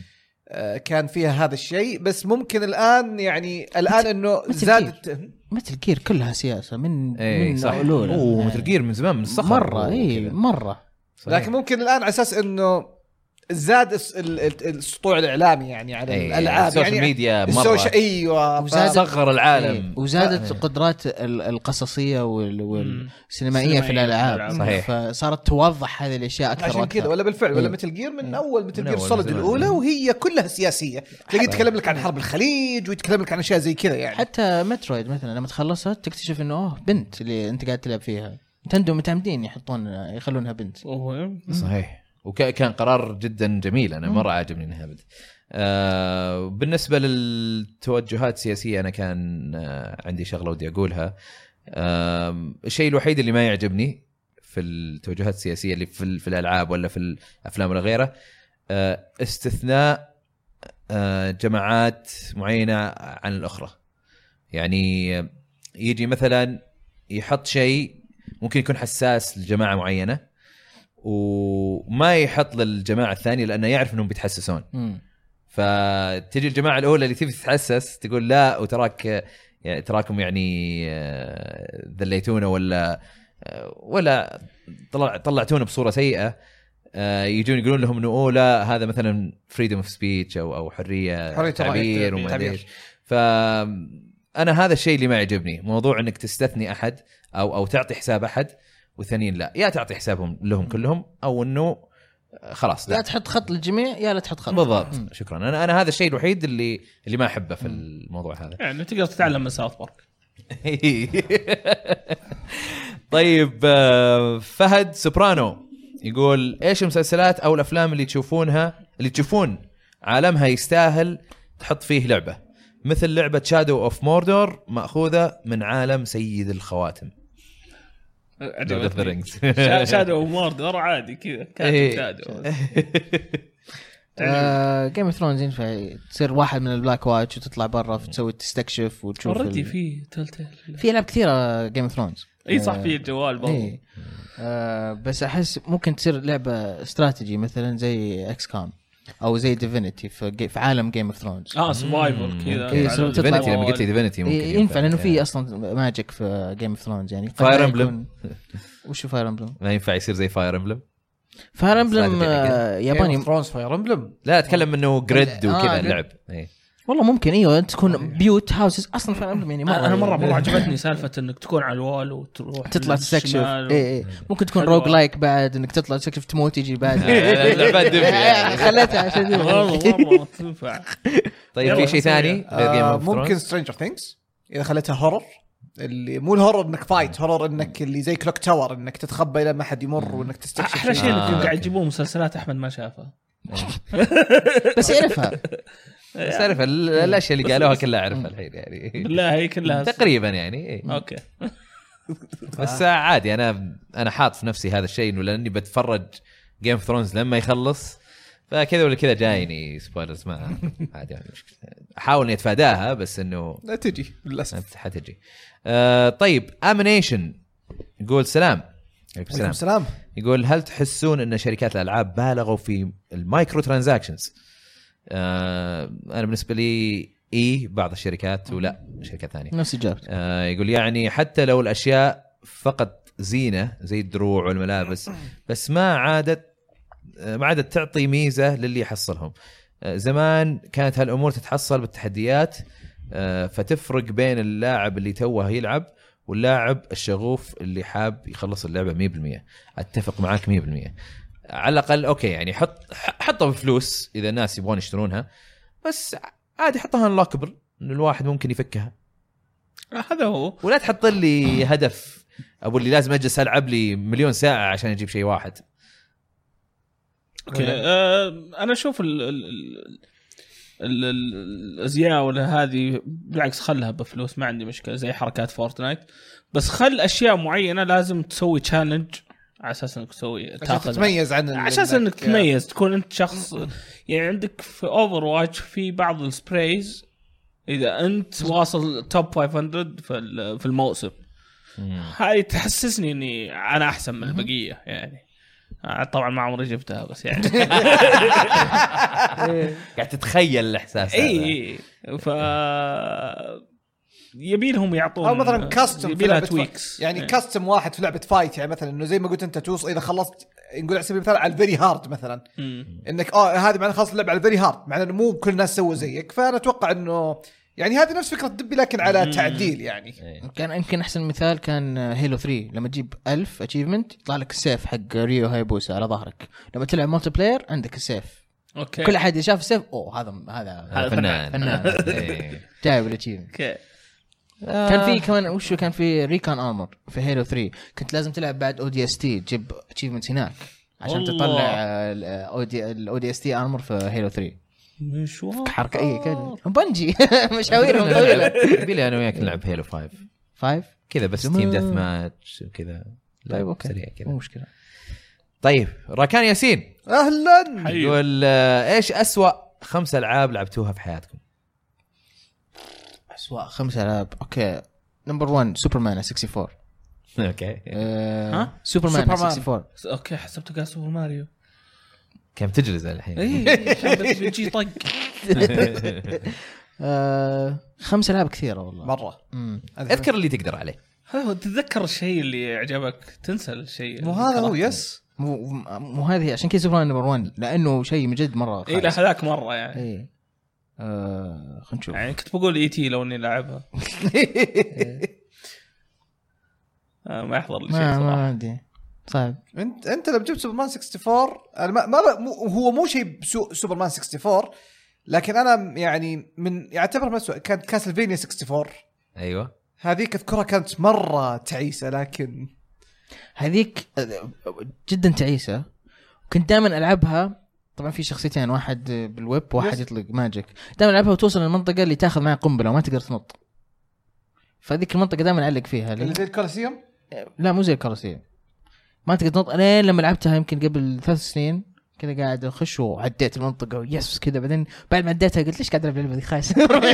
Speaker 2: كان فيها هذا الشيء، بس ممكن الان يعني الان انه زادت
Speaker 1: مثل جير كلها سياسه من
Speaker 3: صح.
Speaker 1: الاولى.
Speaker 3: مثل جير من زمان من الصخر
Speaker 1: مره مره.
Speaker 2: صحيح. لكن ممكن الان على اساس انه زاد السطوع الاعلامي يعني على الالعاب،
Speaker 3: السوشيال
Speaker 2: يعني
Speaker 3: ميديا مره
Speaker 2: ايوه
Speaker 3: صغر العالم
Speaker 1: وزادت القدرات القصصيه والسينمائيه في الالعاب.
Speaker 3: صحيح.
Speaker 1: فصارت توضح هذه الاشياء اكثر
Speaker 2: عشان كذا ولا بالفعل ولا مثل جير من اول مثل جير صلد الاولى وهي كلها سياسيه، تلاقي يتكلم لك عن حرب الخليج ويتكلم لك عن اشياء زي كذا يعني.
Speaker 1: حتى مترويد مثلا لما تخلصها تكتشف انه بنت اللي انت قاعد تلعب فيها، نتندو متعمدين يخلونها بنت.
Speaker 3: صحيح. وكان قرار جدا جميل، انا مره عاجبني انها بنت. بالنسبه للتوجهات السياسيه انا كان عندي شغله ودي اقولها. الشيء الوحيد اللي ما يعجبني في التوجهات السياسيه اللي في الالعاب ولا في الافلام ولا غيره، استثناء جماعات معينه عن الاخرى. يعني يجي مثلا يحط شيء ممكن يكون حساس لجماعه معينه وما يحط للجماعه الثانيه لانه يعرف انهم بيتحسسون. فتجي الجماعه الاولى اللي تبي تتحسس تقول لا وتراك يعني تراكم يعني ذليتونا ولا طلعتونا بصوره سيئه. يجون يقولون لهم انه لا هذا مثلا فريدم اوف سبيتش او حريه تعبير وما ادري ايش. فانا هذا الشيء اللي ما يعجبني، موضوع انك تستثني احد او تعطي حساب احد والثانيين لا، يا تعطي حسابهم لهم كلهم او انه خلاص
Speaker 1: لا تحط خط للجميع يا لا تحط خط.
Speaker 3: بالضبط. شكرا. انا هذا الشيء الوحيد اللي ما احبه في الموضوع هذا.
Speaker 4: يعني تقدر تتعلم من ساوث بارك.
Speaker 3: طيب فهد سوبرانو يقول ايش المسلسلات او الافلام اللي تشوفون عالمها يستاهل تحط فيه لعبه، مثل لعبه شادو اوف موردور ماخوذه من عالم سيد الخواتم.
Speaker 4: شادو موردور عادي كذا كان شادو.
Speaker 1: جيم اوف ثرونز ينفع تصير واحد من البلاك واتش وتطلع برا تسوي تستكشف وتشوف.
Speaker 4: اوريدي في تلتيل
Speaker 1: في العاب كثيره جيم اوف ثرونز.
Speaker 4: اي صح في الجوال برضه.
Speaker 1: بس احس ممكن تصير لعبه استراتيجي مثلا زي اكس كام او زي ديفينيتي في عالم جيم اوف ثرونز.
Speaker 4: سرفايفل كذا.
Speaker 3: ديفينيتي لما قلت لي ديفينيتي ممكن
Speaker 1: ينفع لانه في اصلا ماجيك في جيم اوف ثرونز. يعني
Speaker 3: فاير امبلم
Speaker 1: وش فاير امبلم
Speaker 3: ما ينفع يصير زي فاير امبلم.
Speaker 1: فاير امبلم ياباني
Speaker 2: ثرونز فاير امبلم.
Speaker 3: لا اتكلم انه جريد وكذا اللعب.
Speaker 1: والله ممكن ايوه تكون بيوت هاوسز اصلا فاير امبلم. يعني
Speaker 4: انا مره عجبتني سالفه انك تكون على الوال وتروح
Speaker 1: تطلع تستكشف. ممكن تكون روج لايك بعد انك تطلع تستكشف تموت يجي بعد.
Speaker 3: اللعبه دفي
Speaker 1: خليتها عشان
Speaker 4: والله تنفع.
Speaker 3: طيب في شيء ثاني
Speaker 2: ممكن سترينجر ثينكس اذا خليتها هورر، اللي مو الهورر انك فايت، هورر انك اللي زي كلوك تاور انك تتخبى لما حد يمر وانك تستكشف.
Speaker 4: احلى شيء انكم قاعد تجيبون مسلسلات احمد ما شافها
Speaker 1: بس يعرفها.
Speaker 3: تعرف الاشياء اللي قالوها كلها اعرفها الحين يعني
Speaker 4: بالله هي كلها
Speaker 3: تقريبا يعني.
Speaker 4: اوكي
Speaker 3: بس عادي انا حاط في نفسي هذا الشيء انه لاني بتفرج جيم اوف ثرونز لما يخلص، فكذا ولا كذا جايني سبويلرز ما عادي يعني مشكله. احاول اني اتفاداها بس انه
Speaker 2: لا تجي للاسف
Speaker 3: حتجي. طيب امينيشن يقول سلام.
Speaker 2: عليكم السلام.
Speaker 3: يقول هل تحسون ان شركات الالعاب بالغوا في المايكرو ترانزاكشنز؟ انا بالنسبه لي بعض الشركات ولا شركات ثانيه
Speaker 1: نفس الجواب.
Speaker 3: يقول يعني حتى لو الاشياء فقط زينه زي الدروع والملابس بس ما عادت تعطي ميزه للي يحصلهم. زمان كانت هالامور تتحصل بالتحديات، فتفرق بين اللاعب اللي توه يلعب واللاعب الشغوف اللي حاب يخلص اللعبه 100%. اتفق معاك 100%. على الاقل اوكي يعني حطها بفلوس اذا الناس يبغون يشترونها، بس عادي حطها انلوكبل ان الواحد ممكن يفكها.
Speaker 4: هذا هو.
Speaker 3: ولا تحط لي هدف ابو اللي لازم اجلس العب لي مليون ساعه عشان اجيب شيء واحد.
Speaker 4: اوكي انا اشوف الازياء ولا هذه بالعكس خلها بفلوس ما عندي مشكله زي حركات فورتنايت، بس خل اشياء معينه لازم تسوي تشالنج على اساس انك تسوي
Speaker 2: تاخذ تميز عن
Speaker 4: على اساس انك تميز تكون انت شخص. يعني عندك في اوفر واتش في بعض السبرايز اذا انت واصل توب 500 في الموسم هاي تحسسني اني انا احسن من البقيه يعني. طبعا ما عمري جبتها بس يعني
Speaker 3: قاعد تتخيل الاحساس هذا.
Speaker 4: اي ف يبيلهم يعطون
Speaker 2: او مثلا كاستم
Speaker 4: يبيلها تويكس
Speaker 2: يعني كاستم واحد في لعبه فايت يعني مثلا انه زي ما قلت انت توصل اذا خلصت نقول على سبيل المثال على الفيري هارد مثلا انك هذه معناها خلاص اللعبه على الفيري هارد معناه انه مو كل الناس سووا زيك فانا اتوقع انه يعني هذه نفس فكره دبي لكن على تعديل يعني
Speaker 1: كان يمكن احسن مثال كان هيلو 3 لما تجيب 1000 اتشيفمنت يطلع لك السيف حق ريو هايبوسا على ظهرك لما تلعب مالتي بلاير عندك السيف
Speaker 4: اوكي
Speaker 1: كل احد شاف السيف هذا
Speaker 3: فنان.
Speaker 1: جايب الاتشيفمنت. كان في كمان وشو كان في ريكان ارمور في هيلو 3 كنت لازم تلعب بعد او دي اس تي تجيب اتشيفمنت هناك عشان تطلع الاو دي اس تي ارمور في هيلو 3
Speaker 4: مش
Speaker 1: حركه اي كذا بنجي مشاويرهم طويله.
Speaker 3: بيلي انا وياك نلعب هيلو 5 كذا بس تيم ديث ماتش وكذا.
Speaker 1: طيب اوكي
Speaker 3: سريع كذا
Speaker 1: مو مشكله.
Speaker 3: طيب راكان ياسين
Speaker 2: اهلا
Speaker 3: يقول ايش أسوأ 5 ألعاب لعبتوها في حياتكم؟
Speaker 1: أسوأ 5 ألعاب اوكي نمبر 1 سوبرمان 64
Speaker 3: اوكي
Speaker 1: سوبرمان 64
Speaker 4: اوكي حسبته قال سوبر ماريو
Speaker 3: كم تجلس الحين؟
Speaker 4: اي بيجي طق
Speaker 1: 5 ألعاب كثيره والله
Speaker 2: مره
Speaker 3: اذكر اللي تقدر عليه.
Speaker 4: هو تتذكر الشيء اللي عجبك تنسى الشيء
Speaker 2: مو هذا هو يس
Speaker 1: مو هذه عشان كذا سوبرمان نمبر 1 لانه شيء من جد مره
Speaker 4: اي لا هذاك مره يعني
Speaker 1: اي خلينا نشوف
Speaker 4: يعني كنت بقول اي تي لو اني لاعبها ما يحضر لي شيء
Speaker 1: ما
Speaker 4: صراحه
Speaker 1: عندي صعب.
Speaker 2: انت لو جبت سوبرمان 64 انا هو مو شيء سوبرمان 64 لكن انا يعني من يعتبر مسوء كانت كاسلفينيا 64
Speaker 3: ايوه
Speaker 2: هذيك اذكرها كانت مره تعيسه لكن
Speaker 1: هذيك جدا تعيسه كنت دائما العبها. طبعا في شخصيتين واحد بالويب وواحد يطلق ماجيك دائما العبها وتوصل للمنطقه اللي تاخذ معها قنبله وما تقدر تنط فهذيك المنطقه دائما اعلق فيها
Speaker 2: اللي زي الكولوسيوم
Speaker 1: لا مو زي الكرسي ما تقدر تنط. انا لما لعبتها يمكن قبل 3 سنين كذا قاعد اخش وعديت المنطقه يس كذا بعدين بعد ما عديتها قلت ليش قاعد العب اللعبه دي خايس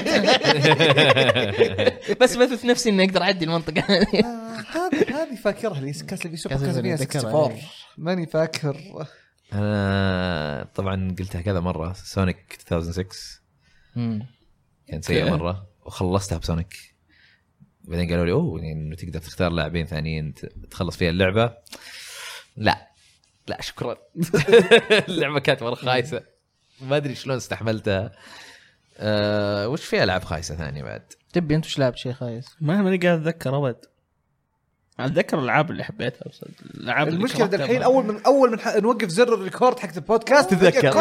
Speaker 1: بس بثبت نفسي اني اقدر اعدي المنطقه
Speaker 2: هذه فاكرها لي كاسلفينيا 64 ماني فاكر.
Speaker 3: انا طبعا قلتها كذا مره سونيك 2006 كانت سيئه مره وخلصتها بسونيك بعدين قالوا لي اوه انه تقدر تختار لاعبين ثانيين تخلص فيها اللعبه. لا شكرا اللعبه كانت مره خايسه ما ادري شلون استحملتها. وش فيها العاب خايسه ثانيه بعد
Speaker 1: تبي انت وش لعبت شيء خايس؟
Speaker 4: ما ماني قاعد اتذكر ابد. اتذكر الالعاب اللي حبيتها بس الالعاب
Speaker 2: المشكله الحين اول من نوقف زر الريكورد حق البودكاست
Speaker 3: تتذكر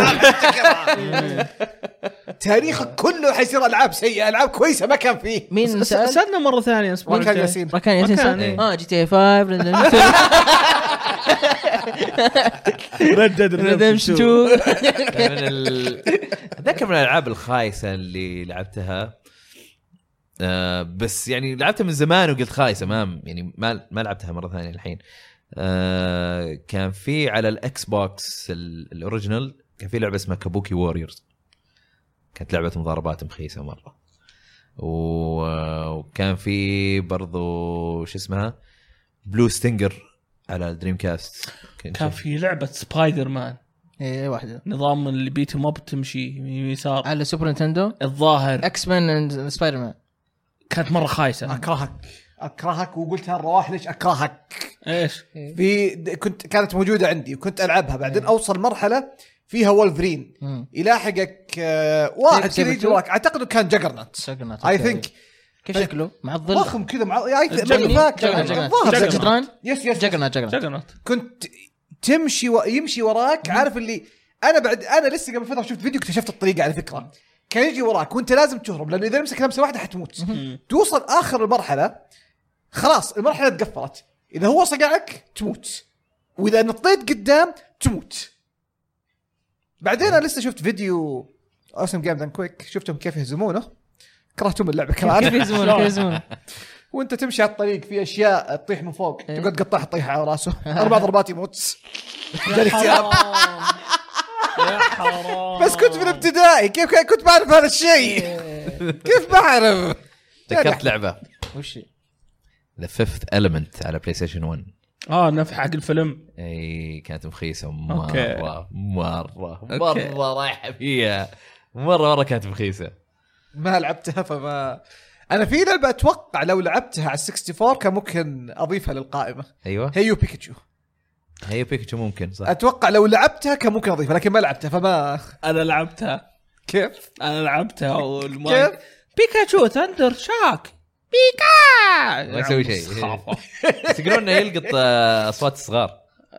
Speaker 2: تاريخك كله حيصير العاب سيئه العاب كويسه ما كان فيه.
Speaker 1: مين
Speaker 4: سالنا مره ثانيه
Speaker 2: راكان ياسين
Speaker 1: جي تي 5
Speaker 4: ردد
Speaker 1: ريدمشن 2
Speaker 3: اتذكر من الالعاب الخايسه اللي لعبتها بس يعني لعبتها من زمان وقلت خايسه يعني ما لعبتها مره ثانيه الحين. كان في على الاكس بوكس الاوريجينال كان في لعبه اسمها كابوكي ووريرز كانت لعبه مضاربات مخيسه مره. وكان في برضو شو اسمها بلو ستينجر على الدريم كاست.
Speaker 4: كان في لعبه سبايدر مان
Speaker 1: اي واحده
Speaker 4: نظام اللي بيت موب تمشي يسار
Speaker 1: على سوبر نينتندو
Speaker 4: الظاهر
Speaker 1: اكس مان اند سبايدر مان
Speaker 4: كانت مره خايسه.
Speaker 2: اكرهك وقلتها الرواح ليش اكرهك
Speaker 4: ايش
Speaker 2: كانت موجوده عندي وكنت العبها بعدين اوصل مرحله فيها وولفرين يلاحقك واحد كذا يجي وراك اعتقد كان جاجرنات اي ثينك
Speaker 1: كيف شكله مع الظل
Speaker 2: ضخم كذا مع
Speaker 1: جاجرنات
Speaker 2: يس
Speaker 1: جاجرنات
Speaker 2: كنت يمشي وراك عارف اللي انا لسه قبل فتره شفت فيديو اكتشفت الطريقه على فكره كان يجي وراك وانت لازم تهرب لانه اذا مسك لمسه واحده حتموت. توصل اخر المرحله خلاص المرحله تقفلت اذا هو صقعك تموت واذا نطيت قدام تموت. بعدين انا لسه شفت فيديو اوسم جيم ذان كويك شفتهم كيف يهزمونه كرهتهم اللعبه كمان
Speaker 1: كيف يهزمونه
Speaker 2: وانت تمشي على الطريق في اشياء تطيح من فوق تقعد تقطعها تطيح على راسه 4 ضربات يموت. جالي اكتئاب
Speaker 4: يا حرام.
Speaker 2: بس كنت في الابتدائي كيف كنت بعرف هذا الشيء كيف بعرف.
Speaker 3: ذكرت لعبه
Speaker 1: وش
Speaker 3: The Fifth Element على بلاي ستيشن 1
Speaker 4: نفح حق الفيلم.
Speaker 3: اي كانت مخيسه
Speaker 4: أوكي.
Speaker 3: مره رايحه فيها مره كانت مخيسه.
Speaker 2: ما لعبتها فما. انا في لعبه اتوقع لو لعبتها على 64 كان ممكن اضيفها للقائمه.
Speaker 3: ايوه
Speaker 2: هيو بيكاتشو.
Speaker 3: هي بيكاتشو ممكن صح.
Speaker 2: اتوقع لو لعبتها كان ممكن اضيفها لكن ما لعبتها فما.
Speaker 4: انا لعبتها.
Speaker 2: كيف
Speaker 4: كيف بيكاتشو ثندر شاك بيكا
Speaker 3: ما يسوي شيء. بس يقولون انه يلقط اصوات الصغار.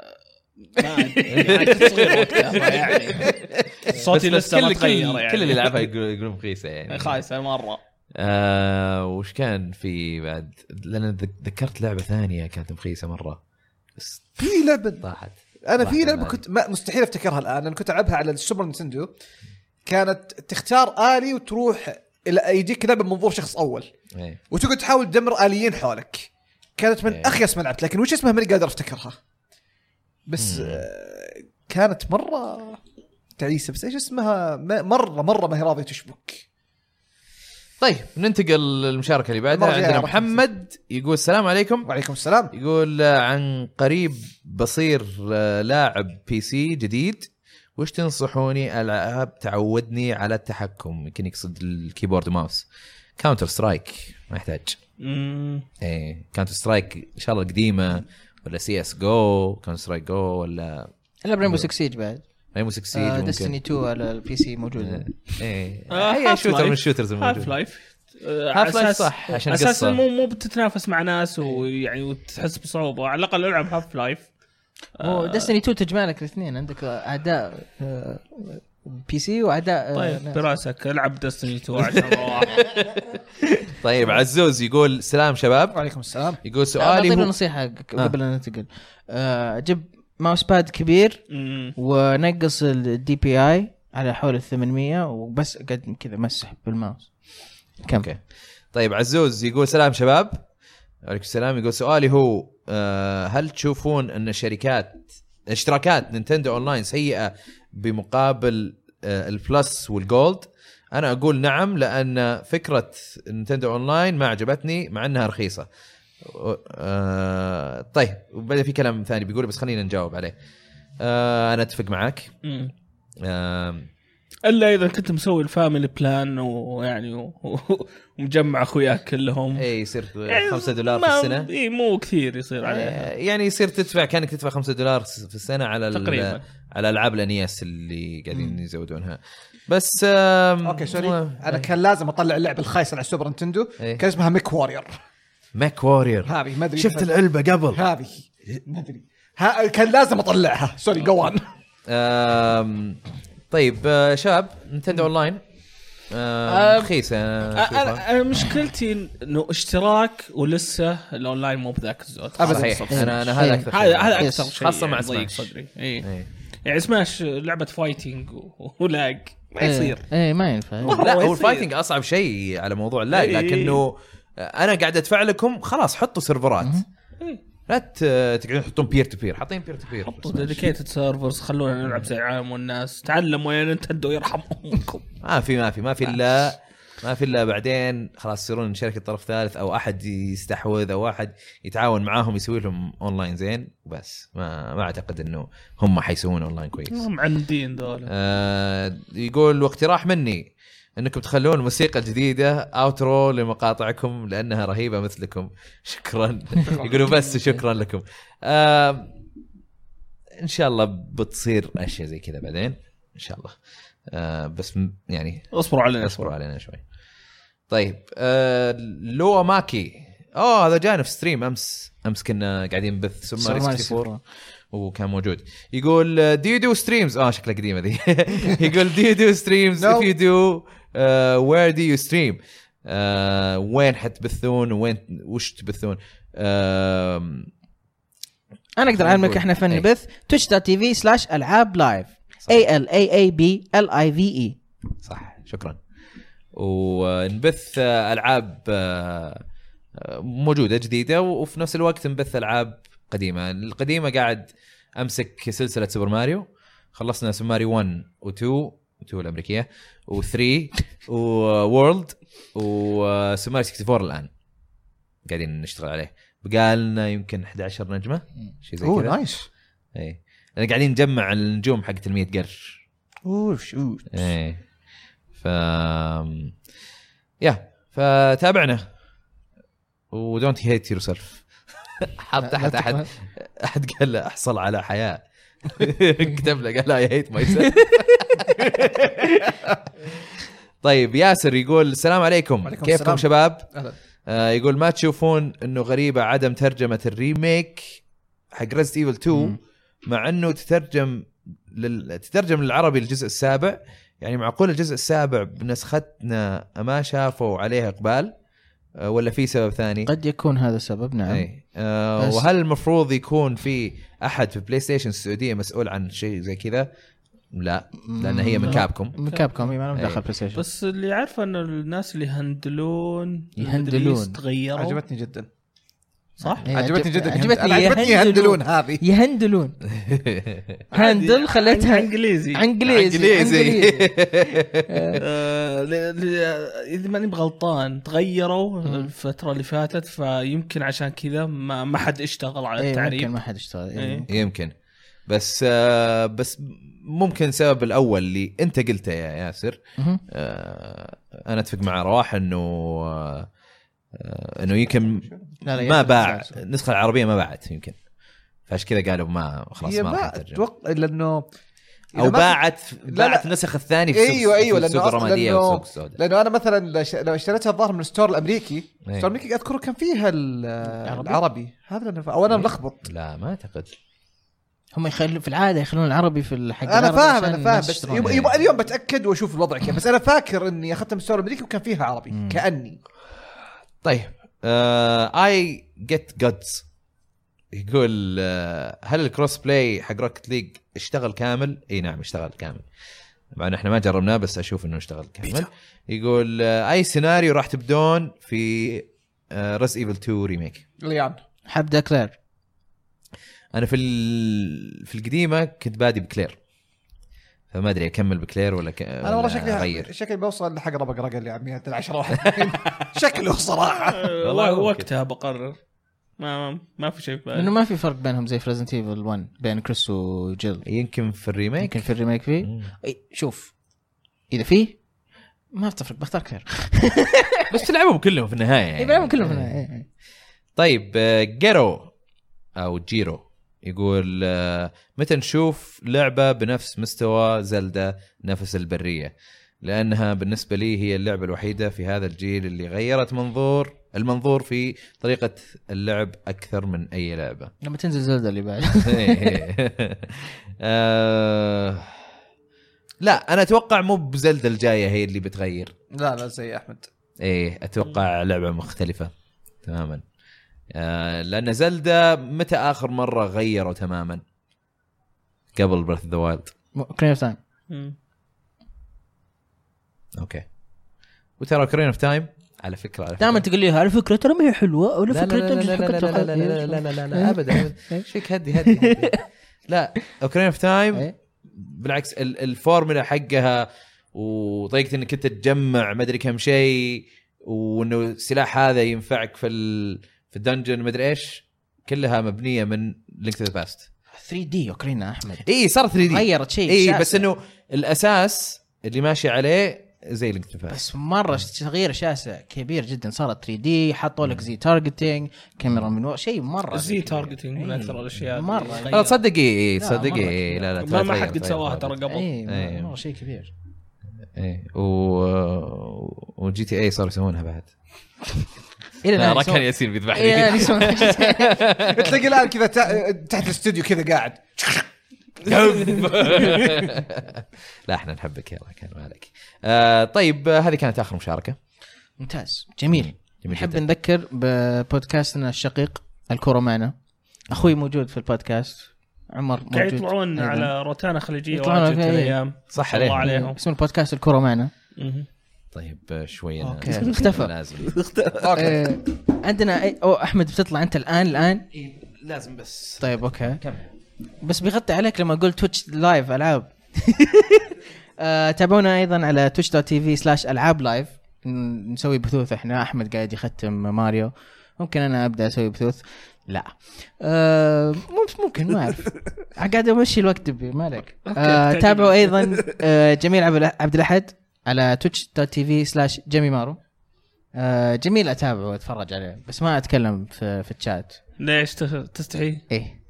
Speaker 4: صغير وقتها يعني صوتي لسه ما تغير يعني.
Speaker 3: كل اللي يلعبها يقولون مخيسه يعني
Speaker 4: خايسه مره.
Speaker 3: وش كان في بعد؟ لأن ذكرت لعبة ثانية كانت مخيسة مرة بس
Speaker 2: في لعبة
Speaker 3: طاحت.
Speaker 2: أنا في لعبة كنت مستحيل أفتكرها الآن. أنا كنت ألعبها على السوبر نينتندو. كانت تختار آلي وتروح إلى يجيك لعبة منظور شخص أول وتقعد تحاول تدمر آليين حولك. كانت من أخيس ما لعبت لكن وش اسمها ماني قادر أفتكرها بس كانت مرة تعيسة. بس إيش اسمها مرة ما هي راضية تشبك.
Speaker 3: طيب ننتقل للمشاركة اللي بعدها. عندنا محمد يقول السلام عليكم.
Speaker 2: وعليكم السلام.
Speaker 3: يقول عن قريب بصير لاعب بي سي جديد وش تنصحوني ألعاب تعودني على التحكم؟ يمكن يقصد الكيبورد وماوس. كاونتر سترايك ما يحتاج. ايه كاونتر سترايك ان شاء الله قديمة ولا سي اس جو كاونتر سترايك جو ولا
Speaker 1: العب ريمبو 6 سيج بعد.
Speaker 3: ريمبو 6 سيج ممكن.
Speaker 1: ديستني 2 على البي سي موجودة.
Speaker 3: ايه هي شوتر من الشوترز الموجود.
Speaker 4: هاف لايف
Speaker 3: صح عشان
Speaker 4: اساسا مو بتتنافس مع ناس ويعني وتحس بصعوبة. على الاقل العب هاف لايف.
Speaker 1: ديستني 2 تجمع لك الاثنين. عندك اعداء بي سي واعداء
Speaker 4: طيب براسك العب ديستني 2 عشان
Speaker 3: طيب عزوز يقول سلام شباب.
Speaker 2: وعليكم السلام.
Speaker 3: يقول سؤالي
Speaker 1: هو نصيحة قبل أن ننتقل. جيب ماوس باد كبير ونقص الدي بي اي على حول 800 وبس قد كذا مسح بالماوس. كم
Speaker 3: اوكي. طيب عزوز يقول سلام شباب. عليكم السلام. يقول سؤالي هو هل تشوفون ان اشتراكات نينتندو اونلاين سيئة بمقابل البلس والجولد؟ انا اقول نعم لان فكرة نينتندو اونلاين ما عجبتني مع انها رخيصة. طيب وبدأ في كلام ثاني بيقول بس خلينا نجاوب عليه. انا اتفق معك
Speaker 4: الا اذا كنت مسوي الفاميلي بلان ويعني ومجمع اخوياك كلهم
Speaker 3: اي يصير $5 في السنه.
Speaker 4: اي مو كثير يصير عليها
Speaker 3: يعني يصير تدفع كانك تدفع $5 في السنه على
Speaker 4: تقريبا
Speaker 3: على العاب الانياس اللي قاعدين يزودونها. بس
Speaker 2: اوكي سوري انا كان لازم اطلع اللعبه الخايسه على السوبر نينتندو كان اسمها ميك واريور.
Speaker 3: هذه
Speaker 2: ما ادري
Speaker 3: شفت العلبه قبل
Speaker 2: هذه ما ادري كان لازم اطلعها. سوري جوان.
Speaker 3: طيب شباب نينتندو اونلاين رخيصه.
Speaker 4: انا مشكلتي انه اشتراك ولسه الاونلاين مو بذاك الزود.
Speaker 3: صحيح انا هذا اكثر
Speaker 4: هذا اكثر شيء
Speaker 3: خاصه مع سماش.
Speaker 4: صدري يعني سماش لعبه فايتنج ولاج ما يصير.
Speaker 1: ما ينفع.
Speaker 3: لا هو الفايتنج اصعب شيء على موضوع اللاج لكنه انا قاعد ادفع لكم خلاص حطوا سيرفرات لا تقعدون تحطون بير تو بير. حاطين بير تو بير
Speaker 4: حطوا ديديكيتد سيرفرز خلونا نلعب زي العالم والناس. تعلموا يا نينتندو يرحم امكم. ما في الا بعدين خلاص يصيرون شركه طرف ثالث او احد يستحوذ او احد يتعاون معاهم يسوي لهم اونلاين زين بس ما اعتقد انه هم حيسوون اونلاين كويس. هم عندين دول.
Speaker 3: يقول واقتراح مني انكم تخلون موسيقى جديده اوترو لمقاطعكم لانها رهيبه مثلكم. شكرا. يقولوا بس شكرا لكم. ان شاء الله بتصير اشياء زي كذا بعدين ان شاء الله. بس يعني اصبروا علينا شوي. طيب لو ماكي هذا جانا في ستريم امس كنا قاعدين بث سوبر 64 وكان موجود. يقول do you do streams شكلها قديمه ذي. يقول do you do streams if you do where do you stream وين حتبثون وش تبثون.
Speaker 1: انا اقدر اعلمك احنا فن بث twitch.tv/alab-live ALAABLIVE.
Speaker 3: صح شكرا. ونبث العاب موجوده جديده وفي نفس الوقت نبث العاب قديمه. القديمه قاعد امسك سلسله سوبر ماريو خلصنا سوبر ماريو 1 و2 الامريكيه و3 وورلد وسوبر ماريو 64 الان قاعدين نشتغل عليه بقى لنا يمكن 11 نجمه شيء زي
Speaker 2: اوه
Speaker 3: كذا.
Speaker 2: نايس.
Speaker 3: اي لان قاعدين نجمع النجوم حقت 100 قرش.
Speaker 2: اوف
Speaker 3: ايه ف يا فتابعنا ودونت هيت يور سيلف. حط تحت احد قال له احصل على حياه كتب له قال اي هيت ماي سيلف. طيب ياسر يقول السلام عليكم كيفكم
Speaker 2: السلام.
Speaker 3: شباب؟
Speaker 2: أهلا.
Speaker 3: يقول ما تشوفون انه غريبه عدم ترجمه الريميك حق ريزد ايفل 2 مع انه تترجم للعربي الجزء السابع؟ يعني معقول الجزء السابع بنسختنا ما شافوا عليه اقبال ولا في سبب ثاني؟
Speaker 1: قد يكون هذا السبب. نعم.
Speaker 3: اي وهل المفروض يكون في احد في بلاي ستيشن السعوديه مسؤول عن شيء زي كذا؟ لا لان هي من كابكوم.
Speaker 1: من كابكوم ما لهم دخل بلاي ستيشن.
Speaker 4: بس اللي عارفه انه الناس اللي يهندلون تغيروا.
Speaker 2: عجبتني جدا
Speaker 4: صح.
Speaker 2: عجبتني جدا
Speaker 1: عجبتني
Speaker 2: يهندلون هذه
Speaker 1: يهندلون هاندل خليتها
Speaker 4: انجليزي. اذا ماني بغلطان تغيروا الفتره اللي فاتت فيمكن عشان كذا ما حد اشتغل على التعريب.
Speaker 1: يمكن ما حد اشتغل.
Speaker 3: يمكن بس ممكن سبب الاول اللي انت قلته يا ياسر. انا اتفق مع رواح انه يمكن ما باع النسخه العربيه ما باعت يمكن فايش كذا قالوا ما خلاص ما راح ترجع.
Speaker 2: اتوقع لانه
Speaker 3: او باعت النسخ الثاني في
Speaker 2: ايوه
Speaker 3: في السوق الرماديه والسوق السوداء.
Speaker 2: لانه انا مثلا لو اشتريتها الظاهر من الستور الامريكي الستور الامريكي اذكر كان فيها العربي هذا او انا ملخبط.
Speaker 3: لا ما اعتقد
Speaker 1: هم يخلوا في العاده يخلون العربي في الحق.
Speaker 2: انا فاهم بس يبقى اليوم بتاكد واشوف الوضع كيف. بس انا فاكر اني اخذتها من الستور الامريكي وكان فيها عربي كاني.
Speaker 3: طيب اي جيت جودز يقول هل الكروس بلاي حق روكت ليج اشتغل كامل؟ اي نعم اشتغل كامل مع ان احنا ما جربناه بس اشوف انه اشتغل كامل. يقول اي سيناريو راح تبدون في ريز ايفل 2 ريميك؟
Speaker 2: ليان
Speaker 1: حبدا كلير.
Speaker 3: انا في القديمه كنت بادي بكلير فما ادري اكمل بكلير ولا
Speaker 2: انا والله شكلي بوصل لحق ربع قال لي عمي 10 واحد شكله صراحه
Speaker 4: وقتها بقرر ما في شيء
Speaker 1: لانه ما في فرق بينهم زي ريزنت ايفل 1 بين كريس وجيل.
Speaker 3: يمكن في الريميك
Speaker 1: فيه شوف اذا فيه ما تفرق بختار كلير
Speaker 3: بس تلعبهم كلهم في النهايه يعني.
Speaker 1: يلعبهم كلهم في النهايه.
Speaker 3: طيب جيرو او جيرو يقول متى نشوف لعبة بنفس مستوى زلدة نفس البرية؟ لأنها بالنسبة لي هي اللعبة الوحيدة في هذا الجيل اللي غيرت المنظور في طريقة اللعب أكثر من أي لعبة.
Speaker 1: لما تنزل زلدة اللي بعد
Speaker 3: لا أنا أتوقع مو بزلدة الجاية هي اللي بتغير.
Speaker 2: لا زي أحمد.
Speaker 3: إيه أتوقع لعبة مختلفة تماما. لأن زلدة متى آخر مرة غيروا تماما؟ قبل بريث ذا وايلد.
Speaker 1: كرين اوف تايم.
Speaker 3: اوكي. وترى كرين اوف تايم على فكرة
Speaker 1: دائما تقول لي على فكرة ترى ما هي حلوة ولا فكرة
Speaker 3: لا ابدا شيك هدي لا كرين اوف تايم بالعكس الفورمولا حقها وطريقة انك انت تجمع ما ادري كم شيء وانه السلاح هذا ينفعك في الدنجن ما ادري ايش كلها مبنيه من لينك تو ذا باست
Speaker 1: 3D اوكرينا احمد.
Speaker 3: اي صار 3D
Speaker 1: غيرت شيء.
Speaker 3: اي بس انه الاساس اللي ماشي عليه زي لينك تو ذا باست
Speaker 1: بس مره تغيير شاسع كبير جدا. صارت 3D حطوا لك زي تارجتنج كاميرا من شيء مره
Speaker 4: زي تارجتنج من اكثر الاشياء
Speaker 1: مره.
Speaker 3: لا تصدق صدق لا
Speaker 4: ما حد قد سواها ترى قبل.
Speaker 1: مره شيء كبير.
Speaker 3: ايه وجي تي اي صاروا يسوونها بعد.
Speaker 1: إلى
Speaker 3: ركن ياسين بيذبحني.
Speaker 2: تلاقي الآن كذا تحت الاستوديو كذا قاعد.
Speaker 3: لا احنا نحبك يا ركن ما عليك. طيب هذه كانت آخر مشاركة.
Speaker 1: ممتاز جميل. نحب نذكر ببودكاستنا الشقيق الكورة معنا. أخوي موجود في البودكاست عمر موجود.
Speaker 4: قاعد يطلعون على روتانا خليجية واجد الأيام.
Speaker 3: صح
Speaker 4: عليهم.
Speaker 1: اسم البودكاست الكورة معنا.
Speaker 3: طيب شوية
Speaker 1: اختفى.
Speaker 3: لازم.
Speaker 1: عندنا أحمد بتطلع أنت الآن.
Speaker 3: لازم بس.
Speaker 1: طيب أوكي. بس بيغطي عليك لما أقول تويتش لايف ألعاب. تابعونا أيضا على twitch.tv/ألعاب لايف. نسوي بثوث إحنا. أحمد قاعد يختم ماريو ممكن انا ابدا اسوي بثوث. لا ممكن ما اعرف. قاعد امشي الوقت بي مالك. تابعوا ايضا جميل عبد الاحد على twitch.tv/جميمارو. جميل اتابعه واتفرج عليه بس ما اتكلم في الشات.
Speaker 4: ليش تستحي؟
Speaker 1: ايه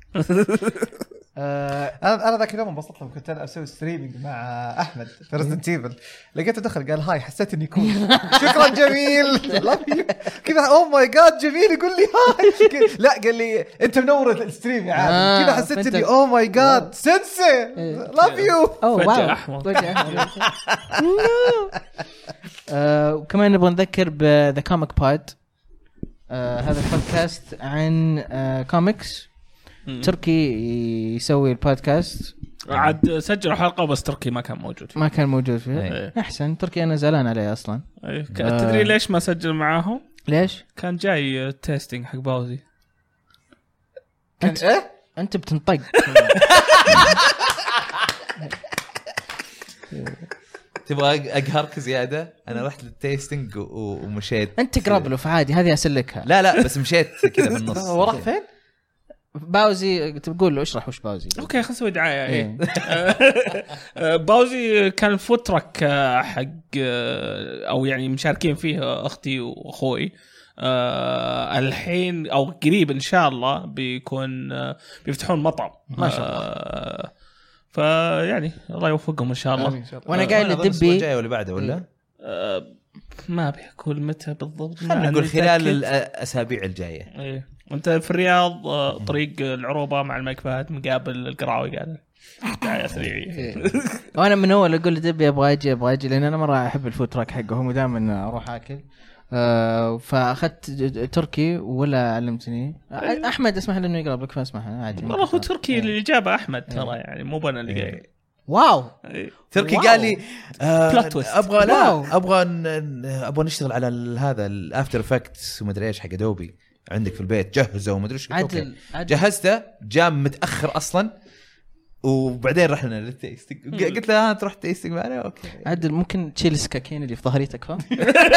Speaker 2: انا ذاك اليوم انبسطت لما كنت انا اسوي ستريمينج مع احمد في ريزدنت ايفل، لقيته دخل قال هاي، حسيت اني كول. شكرا جميل كذا. اوه ماي جاد جميل يقول لي هاي. لا قال لي انت منور الستريم يا عادل. كذا حسيت اني اوه ماي جاد سنسي لاف يو.
Speaker 4: فجأة احمد.
Speaker 1: وكمان نبغى نذكر بذا كوميك بود. هذا البودكاست عن كوميكس تركي يسوي البودكاست.
Speaker 4: عاد سجلوا حلقة بس تركي ما كان موجود
Speaker 1: فيه.
Speaker 3: أيه.
Speaker 1: أحسن. تركي أنا زعلان عليه أصلا.
Speaker 4: تدري ليش ما سجل معاهم؟
Speaker 1: ليش؟
Speaker 4: كان جاي تيستينج حق باوزي.
Speaker 1: أنت بتنطق.
Speaker 3: تبغى اقهرك زياده؟ انا رحت للتيستينج ومشيت.
Speaker 1: أنت قرب له فعادي هذه أسلكها.
Speaker 3: لا بس مشيت كذا في النص.
Speaker 2: وراح فين؟
Speaker 1: باوزي تقول له اشرح وش باوزي.
Speaker 4: اوكي خلينا نسوي دعايه. باوزي كان فوترك حق او يعني مشاركين فيه اختي واخوي. الحين او قريب ان شاء الله بيكون بيفتحون مطعم
Speaker 1: ما شاء الله.
Speaker 4: فيعني الله يوفقهم ان شاء الله.
Speaker 1: وانا قايل للدبي
Speaker 3: جاي ولا بعده ولا
Speaker 4: ما بيقول متى بالضبط.
Speaker 3: خلينا نقول خلال الاسابيع الجايه.
Speaker 4: ايه وانت في الرياض طريق العروبه مع الملك فهد مقابل القراوي قاعد دعايه سريعيه.
Speaker 1: وانا من اول اقول لدبي ابغى اجي لان انا مره احب الفود تراك حقهم ودائما اروح اكل. فاخذت تركي ولا علمتني احمد اسمح له انه يقرب لك فاسمح عادي.
Speaker 4: والله هو تركي الاجابه احمد ترى يعني مو انا اللي جاي.
Speaker 1: واو
Speaker 3: تركي قال لي ابغى نشتغل على هذا الافتر افكتس وما ادري ايش حق ادوبي عندك في البيت جهزه وما ادري ايش. جهزته جاء متاخر اصلا وبعدين رحنا للتيستنج. قلت له تروح تيستنج معنا اوكي.
Speaker 1: عادل ممكن تشيل السكاكين اللي في ظهريتك فاهم.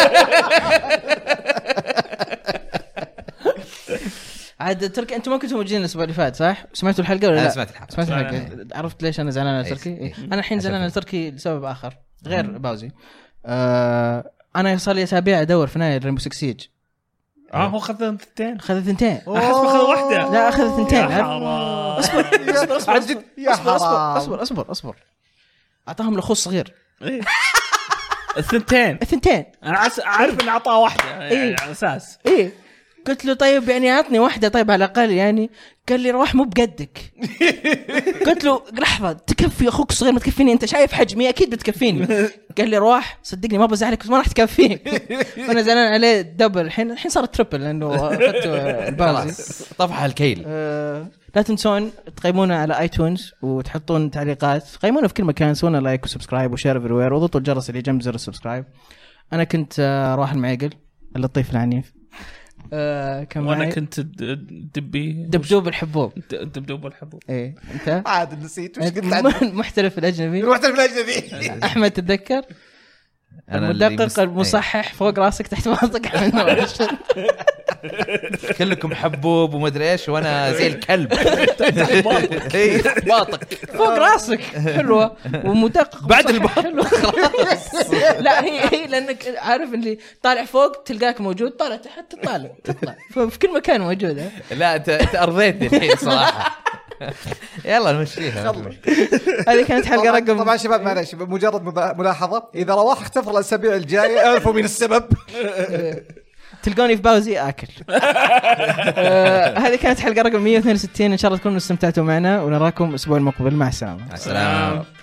Speaker 1: عاد تركي انتم ما كنتوا موجودين الاسبوع اللي فات صح؟ سمعتوا الحلقه ولا لا؟
Speaker 3: سمعت
Speaker 1: الحلقه. عرفت ليش انا زعلان على تركي؟ انا الحين زعلان على تركي لسبب اخر غير باوزي. انا صار لي اسابيع ادور في نهايه ريمبو 6 سيج.
Speaker 4: هو اخذ ثنتين.
Speaker 1: اخذ ثنتين.
Speaker 4: احس اخذ واحده.
Speaker 1: لا اخذ ثنتين. اصبر اعطاهم لاخو الصغير.
Speaker 4: الثنتين انا عارف ان اعطاه واحده يعني على اساس
Speaker 1: قلت له طيب يعني اعطني واحده طيب على الاقل يعني. قال لي روح مو بقدك. قلت له لحظه تكفي اخوك الصغير ما تكفيني انت شايف حجمي اكيد بتكفيني. قال لي روح صدقني ما بزعلك بس ما راح تكفيني. وانا زعلان عليه دبل. الحين صار تريبل لانه اخذت الباوزي
Speaker 3: طفح الكيل.
Speaker 1: لا تنسون تقيمونا على ايتونز وتحطون تعليقات. قيمونا في كل مكان. سوونا لايك وسبسكرايب وشير افريوير وضغطوا الجرس اللي جنب زر السبسكرايب. انا كنت روح المعيقل اللطيف العنيف.
Speaker 4: وانا كنت
Speaker 1: دبدوب الحبوب. ايه انت
Speaker 2: عاد نسيت وش قلت.
Speaker 1: محترف الاجنبي. احمد تتذكر المدقق المصحح فوق راسك تحت راسك.
Speaker 3: كلكم حبوب وما ادري ايش وانا زي الكلب. باطك
Speaker 1: فوق راسك حلوه ومدقق
Speaker 3: بعد الباطق
Speaker 1: خلاص. لا هي لانك عارف اللي طالع فوق تلقاك موجود طالع تحت تطلع ففي كل مكان موجوده.
Speaker 3: لا انت ارضيتني الحين صراحه. يلا نمشيها.
Speaker 1: هذه كانت حلقه رقم.
Speaker 2: طبعا شباب معلش مجرد ملاحظه اذا رواح اختفر الاسابيع الجايه اعرفوا من السبب.
Speaker 1: تلقوني في باوزي اكل. هذه كانت حلقه رقم 162. ان شاء الله تكونوا استمتعتوا معنا ونراكم الاسبوع المقبل. مع السلامه.